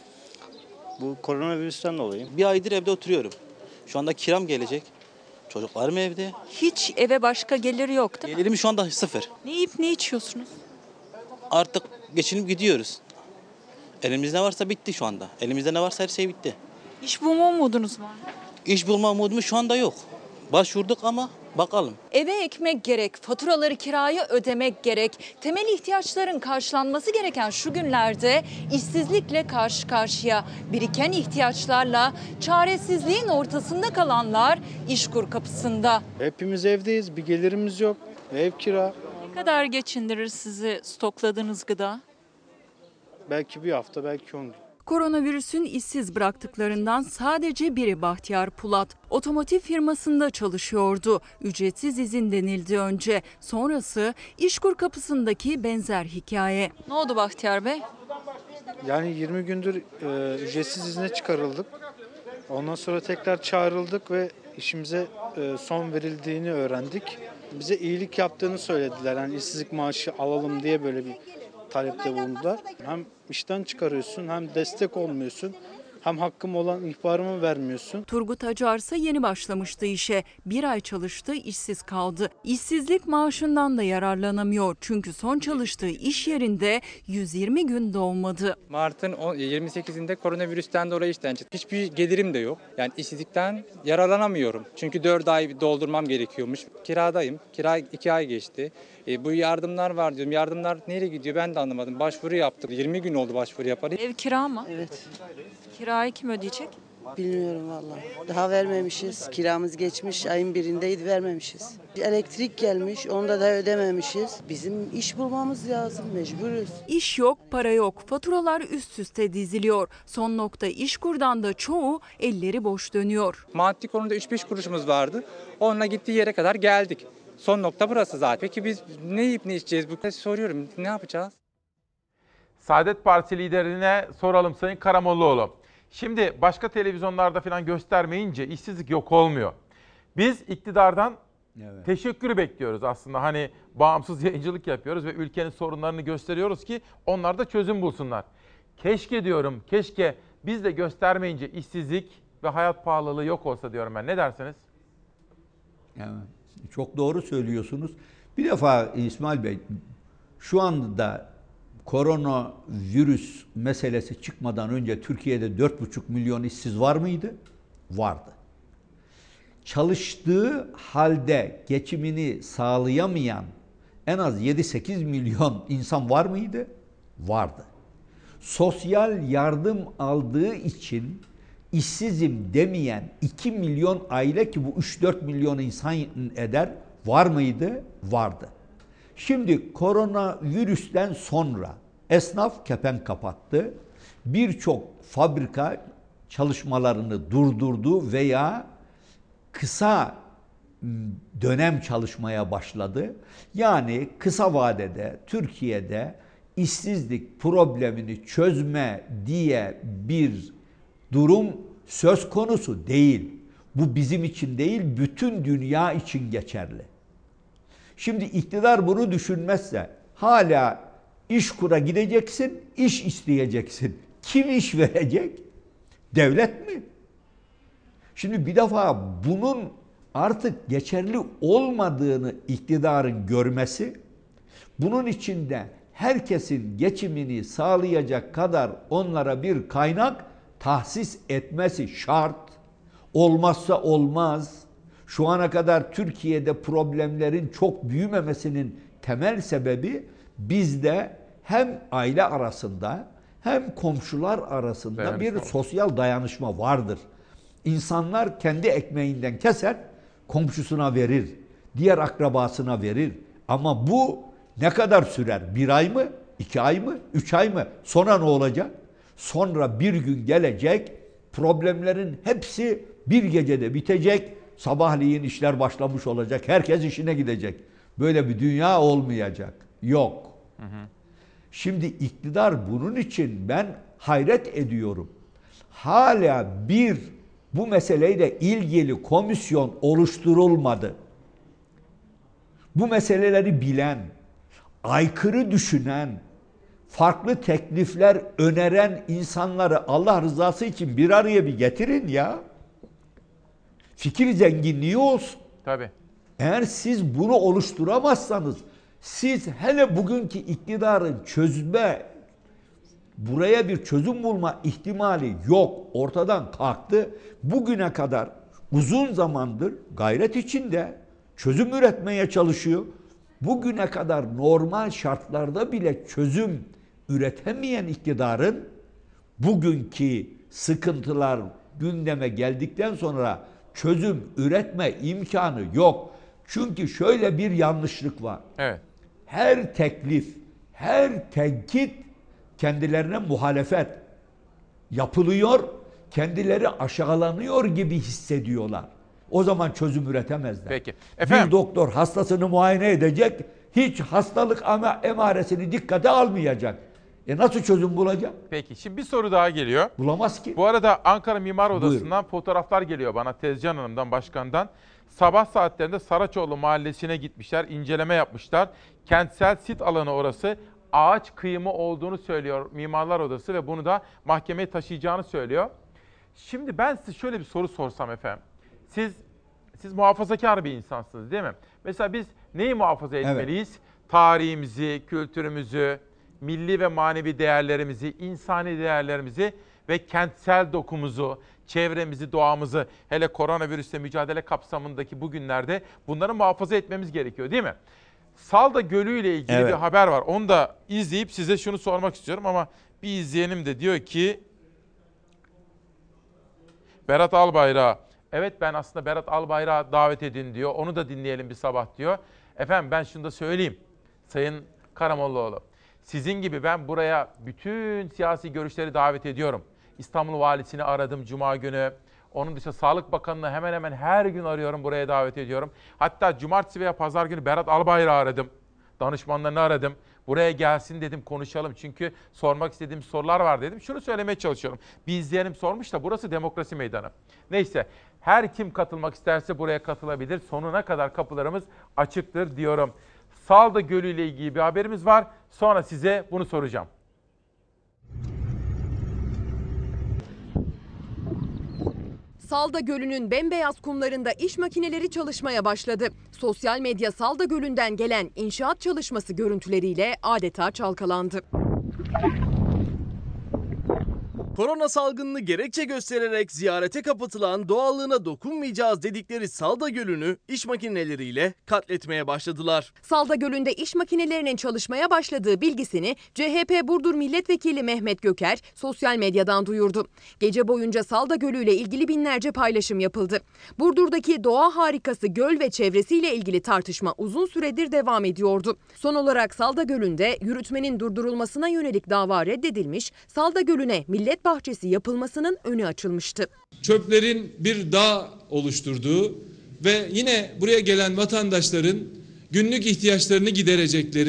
Bu koronavirüsten dolayı. Bir aydır evde oturuyorum. Şu anda kiram gelecek. Çocuklarım evde. Hiç eve başka geliri yok değil mi? Gelirim şu anda sıfır. Ne yiyip ne içiyorsunuz? Artık geçinip gidiyoruz. Elimizde ne varsa bitti şu anda. Elimizde ne varsa her şey bitti. İş bulma umudunuz var mı? İş bulma umudumuz şu anda yok. Başvurduk ama bakalım. Eve ekmek gerek, faturaları, kirayı ödemek gerek. Temel ihtiyaçların karşılanması gereken şu günlerde işsizlikle karşı karşıya. Biriken ihtiyaçlarla çaresizliğin ortasında kalanlar İşkur kapısında. Hepimiz evdeyiz, bir gelirimiz yok. Ev kira. Ne kadar geçindirir sizi stokladığınız gıda? Belki bir hafta, belki 10 gün. Koronavirüsün işsiz bıraktıklarından sadece biri Bahtiyar Pulat. Otomotiv firmasında çalışıyordu. Ücretsiz izin denildi önce. Sonrası İşkur kapısındaki benzer hikaye. Ne oldu Bahtiyar Bey? Yani 20 gündür ücretsiz izne çıkarıldık. Ondan sonra tekrar çağrıldık ve işimize son verildiğini öğrendik. Bize iyilik yaptığını söylediler. Yani işsizlik maaşı alalım diye böyle bir talepte bulundular. Hem işten çıkarıyorsun, hem destek olmuyorsun, hem hakkım olan ihbarımı vermiyorsun. Turgut Acarsa yeni başlamıştı işe. Bir ay çalıştı, işsiz kaldı. İşsizlik maaşından da yararlanamıyor. Çünkü son çalıştığı iş yerinde 120 gün dolmadı. Mart'ın 28'inde koronavirüsten dolayı işten çıktım. Hiçbir gelirim de yok. Yani işsizlikten yararlanamıyorum. Çünkü 4 ay doldurmam gerekiyormuş. Kiradayım. Kira 2 ay geçti. Bu yardımlar var diyorum. Yardımlar nereye gidiyor ben de anlamadım. Başvuru yaptık. 20 gün oldu başvuru yapalı. Ev kira mı? Evet. Kirayı kim ödeyecek? Bilmiyorum vallahi. Daha vermemişiz. Kiramız geçmiş. Ayın birindeydi, vermemişiz. Elektrik gelmiş. Onda da ödememişiz. Bizim iş bulmamız lazım. Mecburuz. İş yok, para yok. Faturalar üst üste diziliyor. Son nokta İşkur'dan da çoğu elleri boş dönüyor. Maddi konuda 3-5 kuruşumuz vardı. Onunla gittiği yere kadar geldik. Son nokta burası zaten. Peki biz ne yiyip ne içeceğiz? Bu soruyorum. Ne yapacağız? Saadet Partisi liderine soralım Sayın Karamollaoğlu. Şimdi başka televizyonlarda falan göstermeyince işsizlik yok olmuyor. Biz iktidardan teşekkürü bekliyoruz aslında. Hani bağımsız yayıncılık yapıyoruz ve ülkenin sorunlarını gösteriyoruz ki onlar da çözüm bulsunlar. Keşke diyorum, keşke biz de göstermeyince işsizlik ve hayat pahalılığı yok olsa diyorum ben. Ne dersiniz? Evet, çok doğru söylüyorsunuz. Bir defa İsmail Bey, şu anda koronavirüs meselesi çıkmadan önce Türkiye'de 4,5 milyon işsiz var mıydı? Vardı. Çalıştığı halde geçimini sağlayamayan en az 7-8 milyon insan var mıydı? Vardı. Sosyal yardım aldığı için işsizim demeyen 2 milyon aile ki bu 3-4 milyon insan eder var mıydı? Vardı. Şimdi koronavirüsten sonra esnaf kepenk kapattı. Birçok fabrika çalışmalarını durdurdu veya kısa dönem çalışmaya başladı. Yani kısa vadede Türkiye'de işsizlik problemini çözme diye bir durum söz konusu değil. Bu bizim için değil, bütün dünya için geçerli. Şimdi iktidar bunu düşünmezse hala İşkur'a gideceksin, iş isteyeceksin. Kim iş verecek? Devlet mi? Şimdi bir defa bunun artık geçerli olmadığını iktidarın görmesi, bunun içinde herkesin geçimini sağlayacak kadar onlara bir kaynak tahsis etmesi şart. Olmazsa olmaz. Şu ana kadar Türkiye'de problemlerin çok büyümemesinin temel sebebi bizde hem aile arasında hem komşular arasında bir sosyal dayanışma vardır. İnsanlar kendi ekmeğinden keser, komşusuna verir, diğer akrabasına verir. Ama bu ne kadar sürer? 1 ay mı? 2 ay mı? 3 ay mı? Sonra ne olacak? Sonra bir gün gelecek, problemlerin hepsi bir gecede bitecek, sabahleyin işler başlamış olacak, herkes işine gidecek. Böyle bir dünya olmayacak. Yok. Şimdi iktidar bunun için ben hayret ediyorum. Hala bu meseleyle ilgili komisyon oluşturulmadı. Bu meseleleri bilen, aykırı düşünen, farklı teklifler öneren insanları Allah rızası için bir araya bir getirin ya. Fikir zenginliği olsun. Tabii. Eğer siz bunu oluşturamazsanız, siz hele bugünkü iktidarın buraya bir çözüm bulma ihtimali yok. Ortadan kalktı. Bugüne kadar uzun zamandır gayret içinde çözüm üretmeye çalışıyor. Bugüne kadar normal şartlarda bile çözüm üretemeyen iktidarın bugünkü sıkıntılar gündeme geldikten sonra çözüm üretme imkanı yok. Çünkü şöyle bir yanlışlık var. Evet. Her teklif, her tenkit kendilerine muhalefet yapılıyor, kendileri aşağılanıyor gibi hissediyorlar. O zaman çözüm üretemezler. Peki. Efendim? Bir doktor hastasını muayene edecek, hiç hastalık emaresini dikkate almayacak. Nasıl çözüm bulacak? Peki, şimdi bir soru daha geliyor. Bulamaz ki. Bu arada Ankara Mimar Odası'ndan fotoğraflar geliyor bana, Tezcan Hanım'dan, başkandan. Sabah saatlerinde Saraçoğlu Mahallesi'ne gitmişler, inceleme yapmışlar. Kentsel sit alanı orası, ağaç kıyımı olduğunu söylüyor Mimarlar Odası ve bunu da mahkemeye taşıyacağını söylüyor. Şimdi ben size şöyle bir soru sorsam efendim. Siz muhafazakar bir insansınız değil mi? Mesela biz neyi muhafaza etmeliyiz? Evet. Tarihimizi, kültürümüzü, milli ve manevi değerlerimizi, insani değerlerimizi ve kentsel dokumuzu, çevremizi, doğamızı, hele koronavirüsle mücadele kapsamındaki bu günlerde bunları muhafaza etmemiz gerekiyor değil mi? Salda Gölü ile ilgili bir haber var. Onu da izleyip size şunu sormak istiyorum ama bir izleyenim de diyor ki Berat Albayrak, evet ben aslında Berat Albayrak'ı davet edin diyor. Onu da dinleyelim bir sabah diyor. Efendim ben şunu da söyleyeyim Sayın Karamollaoğlu. Sizin gibi ben buraya bütün siyasi görüşleri davet ediyorum. İstanbul Valisi'ni aradım Cuma günü. Onun dışında Sağlık Bakanı'nı hemen hemen her gün arıyorum, buraya davet ediyorum. Hatta Cumartesi veya Pazar günü Berat Albayrak'ı aradım. Danışmanlarını aradım. Buraya gelsin dedim, konuşalım. Çünkü sormak istediğim sorular var dedim. Şunu söylemeye çalışıyorum. Bir izleyenim sormuş da burası demokrasi meydanı. Neyse, her kim katılmak isterse buraya katılabilir. Sonuna kadar kapılarımız açıktır diyorum. Salda Gölü ile ilgili bir haberimiz var. Sonra size bunu soracağım. Salda Gölü'nün bembeyaz kumlarında iş makineleri çalışmaya başladı. Sosyal medya Salda Gölü'nden gelen inşaat çalışması görüntüleriyle adeta çalkalandı. Korona salgınını gerekçe göstererek ziyarete kapatılan, doğallığına dokunmayacağız dedikleri Salda Gölü'nü iş makineleriyle katletmeye başladılar. Salda Gölü'nde iş makinelerinin çalışmaya başladığı bilgisini CHP Burdur Milletvekili Mehmet Göker sosyal medyadan duyurdu. Gece boyunca Salda Gölü ile ilgili binlerce paylaşım yapıldı. Burdur'daki doğa harikası göl ve çevresiyle ilgili tartışma uzun süredir devam ediyordu. Son olarak Salda Gölü'nde yürütmenin durdurulmasına yönelik dava reddedilmiş, Salda Gölü'ne millet bahçesi yapılmasının önü açılmıştı. Çöplerin bir dağ oluşturduğu ve yine buraya gelen vatandaşların günlük ihtiyaçlarını giderecekleri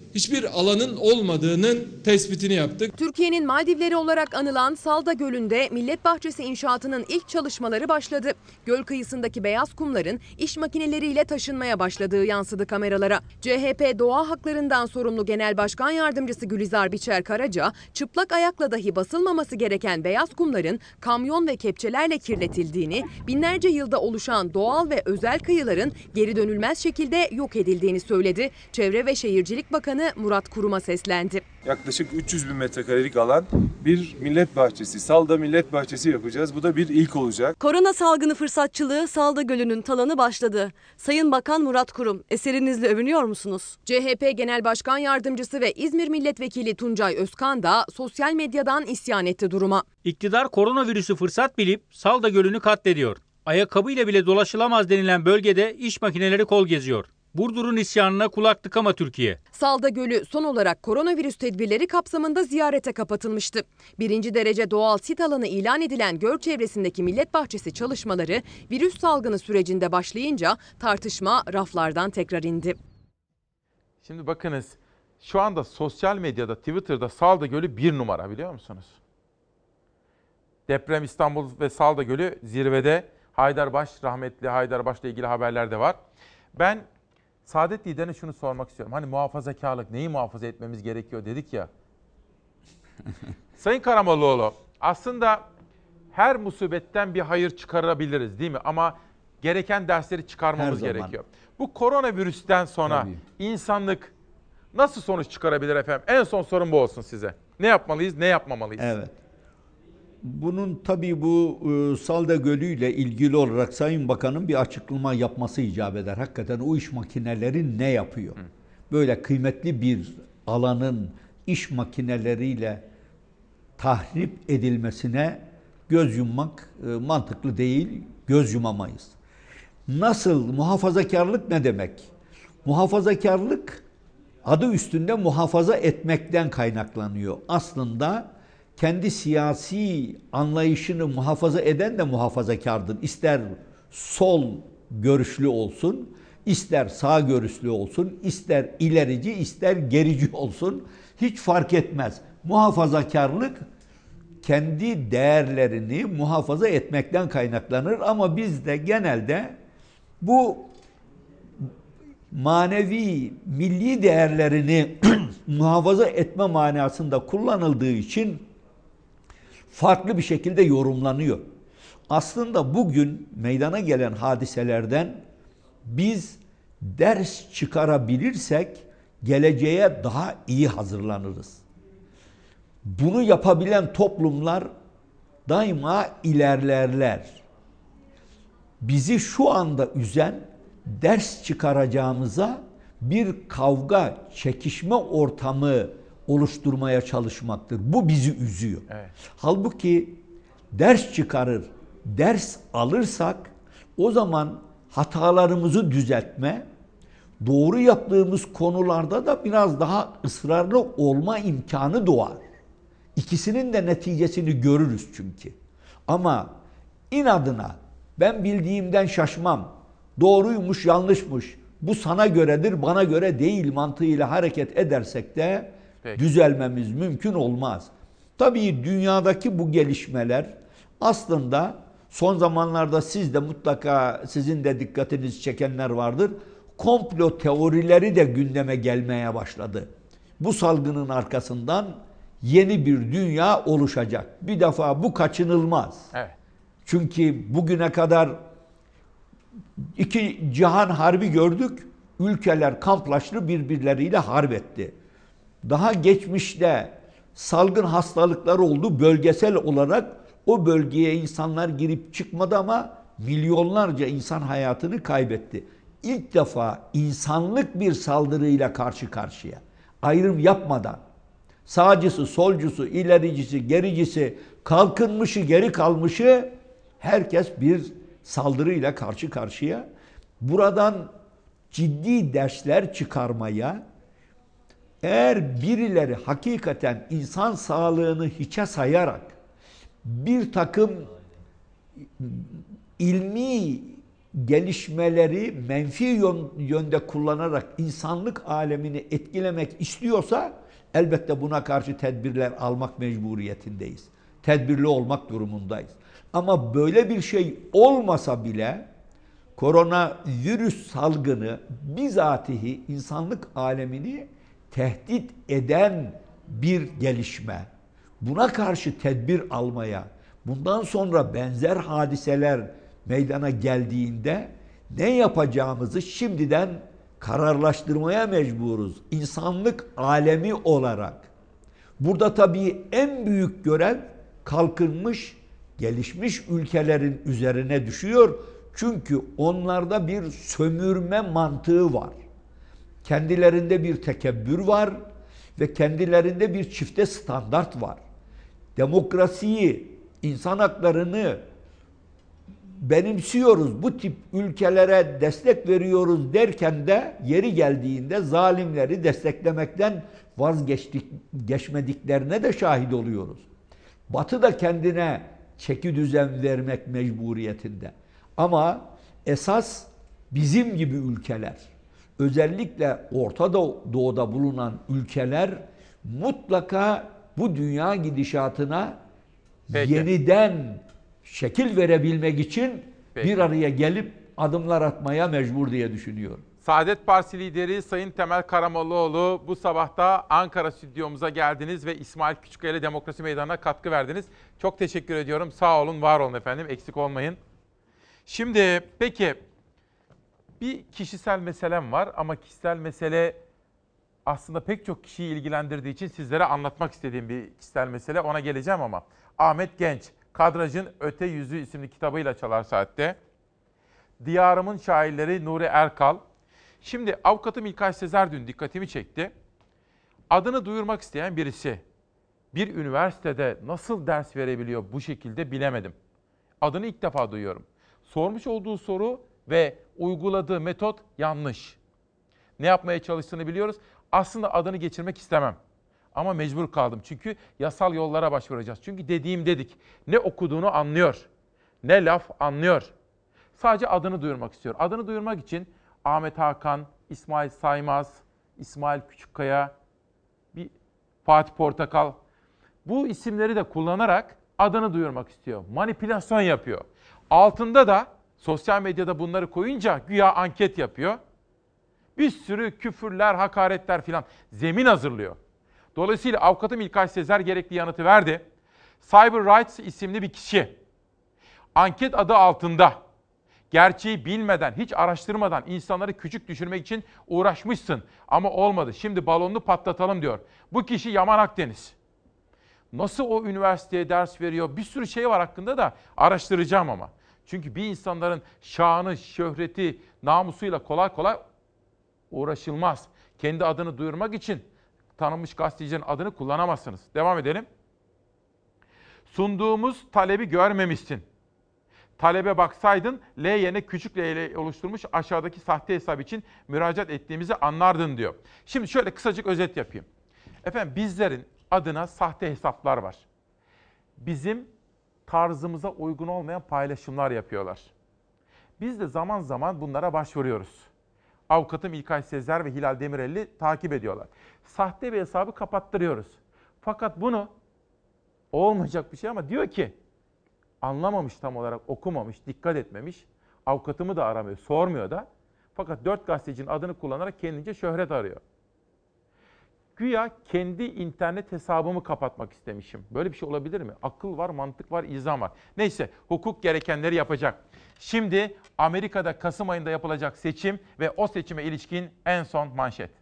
hiçbir alanın olmadığının tespitini yaptık. Türkiye'nin Maldivleri olarak anılan Salda Gölü'nde millet bahçesi inşaatının ilk çalışmaları başladı. Göl kıyısındaki beyaz kumların iş makineleriyle taşınmaya başladığı yansıdı kameralara. CHP Doğa Haklarından sorumlu Genel Başkan Yardımcısı Gülizar Biçer Karaca, çıplak ayakla dahi basılmaması gereken beyaz kumların kamyon ve kepçelerle kirletildiğini, binlerce yılda oluşan doğal ve özel kıyıların geri dönülmez şekilde yok edildiğini söyledi. Çevre ve Şehircilik Bakanı Murat Kurum'a seslendi. Yaklaşık 300 bin metrekarelik alan bir millet bahçesi, Salda Millet Bahçesi yapacağız. Bu da bir ilk olacak. Korona salgını fırsatçılığı Salda Gölü'nün talanı başladı. Sayın Bakan Murat Kurum, eserinizle övünüyor musunuz? CHP Genel Başkan Yardımcısı ve İzmir Milletvekili Tuncay Özkan da sosyal medyadan isyan etti duruma. İktidar koronavirüsü fırsat bilip Salda Gölü'nü katlediyor. Ayakkabıyla bile dolaşılamaz denilen bölgede iş makineleri kol geziyor. Burdur'un isyanına kulak tıkama Türkiye. Salda Gölü son olarak koronavirüs tedbirleri kapsamında ziyarete kapatılmıştı. 1. derece doğal sit alanı ilan edilen göl çevresindeki millet bahçesi çalışmaları virüs salgını sürecinde başlayınca tartışma raflardan tekrar indi. Şimdi bakınız, şu anda sosyal medyada, Twitter'da Salda Gölü 1 numara, biliyor musunuz? Deprem İstanbul ve Salda Gölü zirvede. Rahmetli Haydarbaş'la ilgili haberler de var. Ben Saadet Lider'ine şunu sormak istiyorum. Hani muhafazakarlık, neyi muhafaza etmemiz gerekiyor dedik ya. Sayın Karamollaoğlu, aslında her musibetten bir hayır çıkarabiliriz değil mi? Ama gereken dersleri çıkarmamız gerekiyor. Bu koronavirüsten sonra insanlık nasıl sonuç çıkarabilir efendim? En son sorum bu olsun size. Ne yapmalıyız, ne yapmamalıyız? Evet. Bunun tabii bu Salda Gölü ile ilgili olarak Sayın Bakan'ın bir açıklama yapması icap eder. Hakikaten o iş makineleri ne yapıyor? Böyle kıymetli bir alanın iş makineleriyle tahrip edilmesine göz yummak mantıklı değil, göz yumamayız. Nasıl? Muhafazakarlık ne demek? Muhafazakarlık adı üstünde muhafaza etmekten kaynaklanıyor. Aslında kendi siyasi anlayışını muhafaza eden de muhafazakardır. İster sol görüşlü olsun, ister sağ görüşlü olsun, ister ilerici, ister gerici olsun, hiç fark etmez. Muhafazakarlık kendi değerlerini muhafaza etmekten kaynaklanır ama bizde genelde bu manevi, milli değerlerini muhafaza etme manasında kullanıldığı için farklı bir şekilde yorumlanıyor. Aslında bugün meydana gelen hadiselerden biz ders çıkarabilirsek geleceğe daha iyi hazırlanırız. Bunu yapabilen toplumlar daima ilerlerler. Bizi şu anda üzen ders çıkaracağımıza bir kavga, çekişme ortamı oluşturmaya çalışmaktır. Bu bizi üzüyor. Evet. Halbuki ders çıkarır, ders alırsak o zaman hatalarımızı düzeltme, doğru yaptığımız konularda da biraz daha ısrarlı olma imkanı doğar. İkisinin de neticesini görürüz çünkü. Ama inadına ben bildiğimden şaşmam, doğruymuş, yanlışmış, bu sana göredir, bana göre değil mantığıyla hareket edersek de düzelmemiz mümkün olmaz. Tabii dünyadaki bu gelişmeler aslında son zamanlarda siz de mutlaka sizin de dikkatinizi çekenler vardır. Komplo teorileri de gündeme gelmeye başladı. Bu salgının arkasından yeni bir dünya oluşacak. Bir defa bu kaçınılmaz. Evet. Çünkü bugüne kadar 2 cihan harbi gördük. Ülkeler kamplaştı, birbirleriyle harp etti. Daha geçmişte salgın hastalıklar oldu. Bölgesel olarak o bölgeye insanlar girip çıkmadı ama milyonlarca insan hayatını kaybetti. İlk defa insanlık bir saldırıyla karşı karşıya. Ayrım yapmadan. Sağcısı, solcusu, ilericisi, gericisi, kalkınmışı, geri kalmışı herkes bir saldırıyla karşı karşıya. Buradan ciddi dersler çıkarmaya, eğer birileri hakikaten insan sağlığını hiçe sayarak bir takım ilmi gelişmeleri menfi yönde kullanarak insanlık alemini etkilemek istiyorsa elbette buna karşı tedbirler almak mecburiyetindeyiz. Tedbirli olmak durumundayız. Ama böyle bir şey olmasa bile koronavirüs salgını bizatihi insanlık alemini tehdit eden bir gelişme. Buna karşı tedbir almaya, bundan sonra benzer hadiseler meydana geldiğinde ne yapacağımızı şimdiden kararlaştırmaya mecburuz. İnsanlık alemi olarak. Burada tabii en büyük görev kalkınmış, gelişmiş ülkelerin üzerine düşüyor. Çünkü onlarda bir sömürme mantığı var. Kendilerinde bir tekebbür var ve kendilerinde bir çifte standart var. Demokrasiyi, insan haklarını benimsiyoruz, bu tip ülkelere destek veriyoruz derken de yeri geldiğinde zalimleri desteklemekten vazgeçmediklerine de şahit oluyoruz. Batı da kendine çeki düzen vermek mecburiyetinde. Ama esas bizim gibi ülkeler, özellikle Orta Doğu'da bulunan ülkeler mutlaka bu dünya gidişatına yeniden şekil verebilmek için bir araya gelip adımlar atmaya mecbur diye düşünüyorum. Saadet Partisi lideri Sayın Temel Karamollaoğlu bu sabahta Ankara stüdyomuza geldiniz ve İsmail Küçükkaya ile Demokrasi Meydanı'na katkı verdiniz. Çok teşekkür ediyorum. Sağ olun, var olun efendim. Eksik olmayın. Şimdi peki bir kişisel meselem var ama kişisel mesele aslında pek çok kişiyi ilgilendirdiği için sizlere anlatmak istediğim bir kişisel mesele. Ona geleceğim ama Ahmet Genç, Kadraj'ın Öte Yüzü isimli kitabıyla Çalar Saat'te. Diyarımın şairleri Nuri Erkal. Şimdi avukatım İlkay Sezer dün dikkatimi çekti. Adını duyurmak isteyen birisi bir üniversitede nasıl ders verebiliyor bu şekilde bilemedim. Adını ilk defa duyuyorum. Sormuş olduğu soru ve uyguladığı metot yanlış. Ne yapmaya çalıştığını biliyoruz. Aslında adını geçirmek istemem. Ama mecbur kaldım çünkü yasal yollara başvuracağız. Çünkü dedik. Ne okuduğunu anlıyor, ne laf anlıyor. Sadece adını duyurmak istiyor. Adını duyurmak için Ahmet Hakan, İsmail Saymaz, İsmail Küçükkaya, bir Fatih Portakal, bu isimleri de kullanarak adını duyurmak istiyor. Manipülasyon yapıyor. Altında da sosyal medyada bunları koyunca güya anket yapıyor. Bir sürü küfürler, hakaretler filan zemin hazırlıyor. Dolayısıyla avukatım İlkay Sezer gerekli yanıtı verdi. Cyber Rights isimli bir kişi anket adı altında gerçeği bilmeden, hiç araştırmadan insanları küçük düşürmek için uğraşmışsın ama olmadı. Şimdi balonunu patlatalım diyor. Bu kişi Yaman Akdeniz. Nasıl o üniversiteye ders veriyor? Bir sürü şey var hakkında da araştıracağım ama. Çünkü bir insanların şanı, şöhreti, namusuyla kolay kolay uğraşılmaz. Kendi adını duyurmak için tanınmış gazetecilerin adını kullanamazsınız. Devam edelim. Sunduğumuz talebi görmemişsin. Talebe baksaydın L yerine küçük L ile oluşturmuş aşağıdaki sahte hesap için müracaat ettiğimizi anlardın diyor. Şimdi şöyle kısacık özet yapayım. Efendim bizlerin adına sahte hesaplar var. Bizim tarzımıza uygun olmayan paylaşımlar yapıyorlar. Biz de zaman zaman bunlara başvuruyoruz. Avukatım İlkay Sezer ve Hilal Demirel'i takip ediyorlar. Sahte bir hesabı kapattırıyoruz. Fakat bunu olmayacak bir şey ama diyor ki anlamamış tam olarak, okumamış, dikkat etmemiş. Avukatımı da aramıyor, sormuyor da. Fakat 4 gazetecinin adını kullanarak kendince şöhret arıyor. Güya kendi internet hesabımı kapatmak istemişim. Böyle bir şey olabilir mi? Akıl var, mantık var, izah var. Neyse, hukuk gerekenleri yapacak. Şimdi Amerika'da Kasım ayında yapılacak seçim ve o seçime ilişkin en son manşet.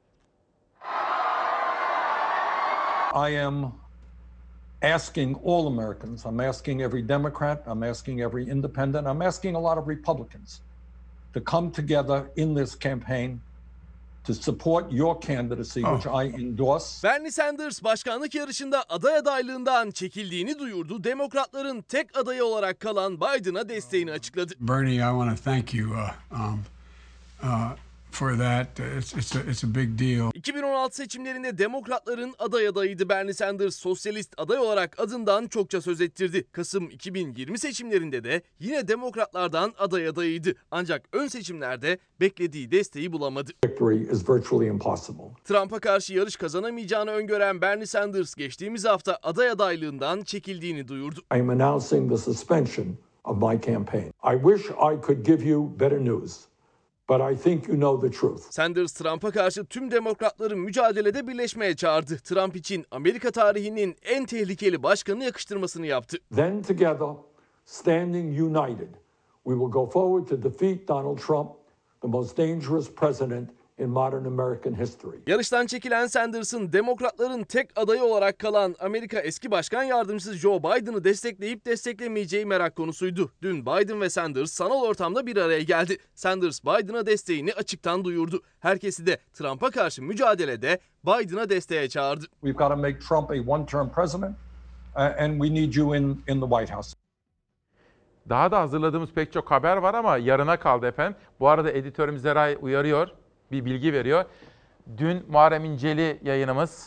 I am asking all Americans, I'm asking every Democrat, I'm asking every independent, I'm asking a lot of Republicans to come together in this campaign to support your candidacy, which I endorse. Bernie Sanders başkanlık yarışında aday adaylığından çekildiğini duyurdu. Demokratların tek adayı olarak kalan Biden'a desteğini açıkladı. Bernie, I want to thank you for that. It's a big deal. 2016 seçimlerinde Demokratların aday adayıydı Bernie Sanders. Sosyalist aday olarak adından çokça söz ettirdi. Kasım 2020 seçimlerinde de yine Demokratlardan aday adayıydı. Ancak ön seçimlerde beklediği desteği bulamadı. Victory is virtually impossible. Trump'a karşı yarış kazanamayacağını öngören Bernie Sanders geçtiğimiz hafta aday adaylığından çekildiğini duyurdu. I am announcing the suspension of my campaign. I wish I could give you better news. But I think you know the truth. Sanders, Trump'a karşı tüm demokratları mücadelede birleşmeye çağırdı. Trump için Amerika tarihinin en tehlikeli başkanı yakıştırmasını yaptı. Then together, standing united, we will go forward to defeat Donald Trump, the most dangerous president in modern American history. Yarıştan çekilen Sanders'ın demokratların tek adayı olarak kalan Amerika eski başkan yardımcısı Joe Biden'ı destekleyip desteklemeyeceği merak konusuydu. Dün Biden ve Sanders sanal ortamda bir araya geldi. Sanders Biden'a desteğini açıktan duyurdu. Herkesi de Trump'a karşı mücadelede Biden'a desteğe çağırdı. We've got to make Trump a one-term president and we need you in the White House. Daha da hazırladığımız pek çok haber var ama yarına kaldı efendim. Bu arada editörümüz Zeray uyarıyor, bir bilgi veriyor. Dün Muharrem İnceli yayınımız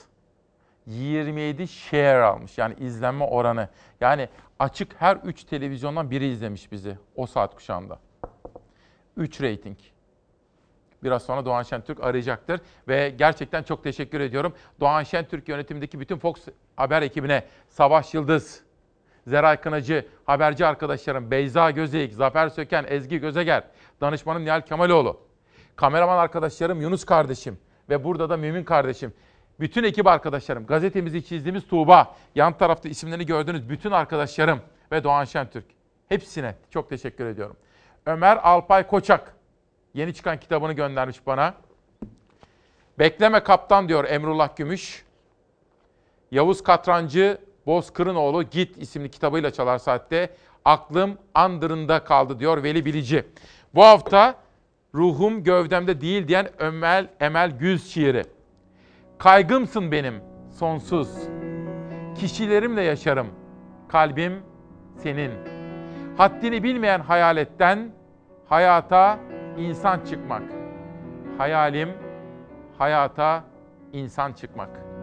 27 share almış. Yani izlenme oranı. Yani açık her 3 televizyondan biri izlemiş bizi o saat kuşağında. 3 reyting. Biraz sonra Doğan Şentürk arayacaktır. Ve gerçekten çok teşekkür ediyorum. Doğan Şentürk yönetimindeki bütün Fox Haber ekibine, Savaş Yıldız, Zeray Kınacı, haberci arkadaşlarım, Beyza Gözeyik, Zafer Söken, Ezgi Gözeger, danışmanım Nihal Kemaloğlu, kameraman arkadaşlarım Yunus kardeşim ve burada da Mümin kardeşim. Bütün ekip arkadaşlarım, gazetemizi çizdiğimiz Tuğba, yan tarafta isimlerini gördüğünüz bütün arkadaşlarım ve Doğan Şentürk. Hepsine çok teşekkür ediyorum. Ömer Alpay Koçak, yeni çıkan kitabını göndermiş bana. Bekleme Kaptan diyor Emrullah Gümüş. Yavuz Katrancı Bozkırınoğlu Git isimli kitabıyla Çalar Saat'te. Aklım andırında kaldı diyor Veli Bilici. Bu hafta ruhum gövdemde değil diyen Emel Güz şiiri. Kaygımsın benim sonsuz. Kişilerimle yaşarım. Kalbim senin. Haddini bilmeyen hayaletten hayata insan çıkmak. Hayalim hayata insan çıkmak.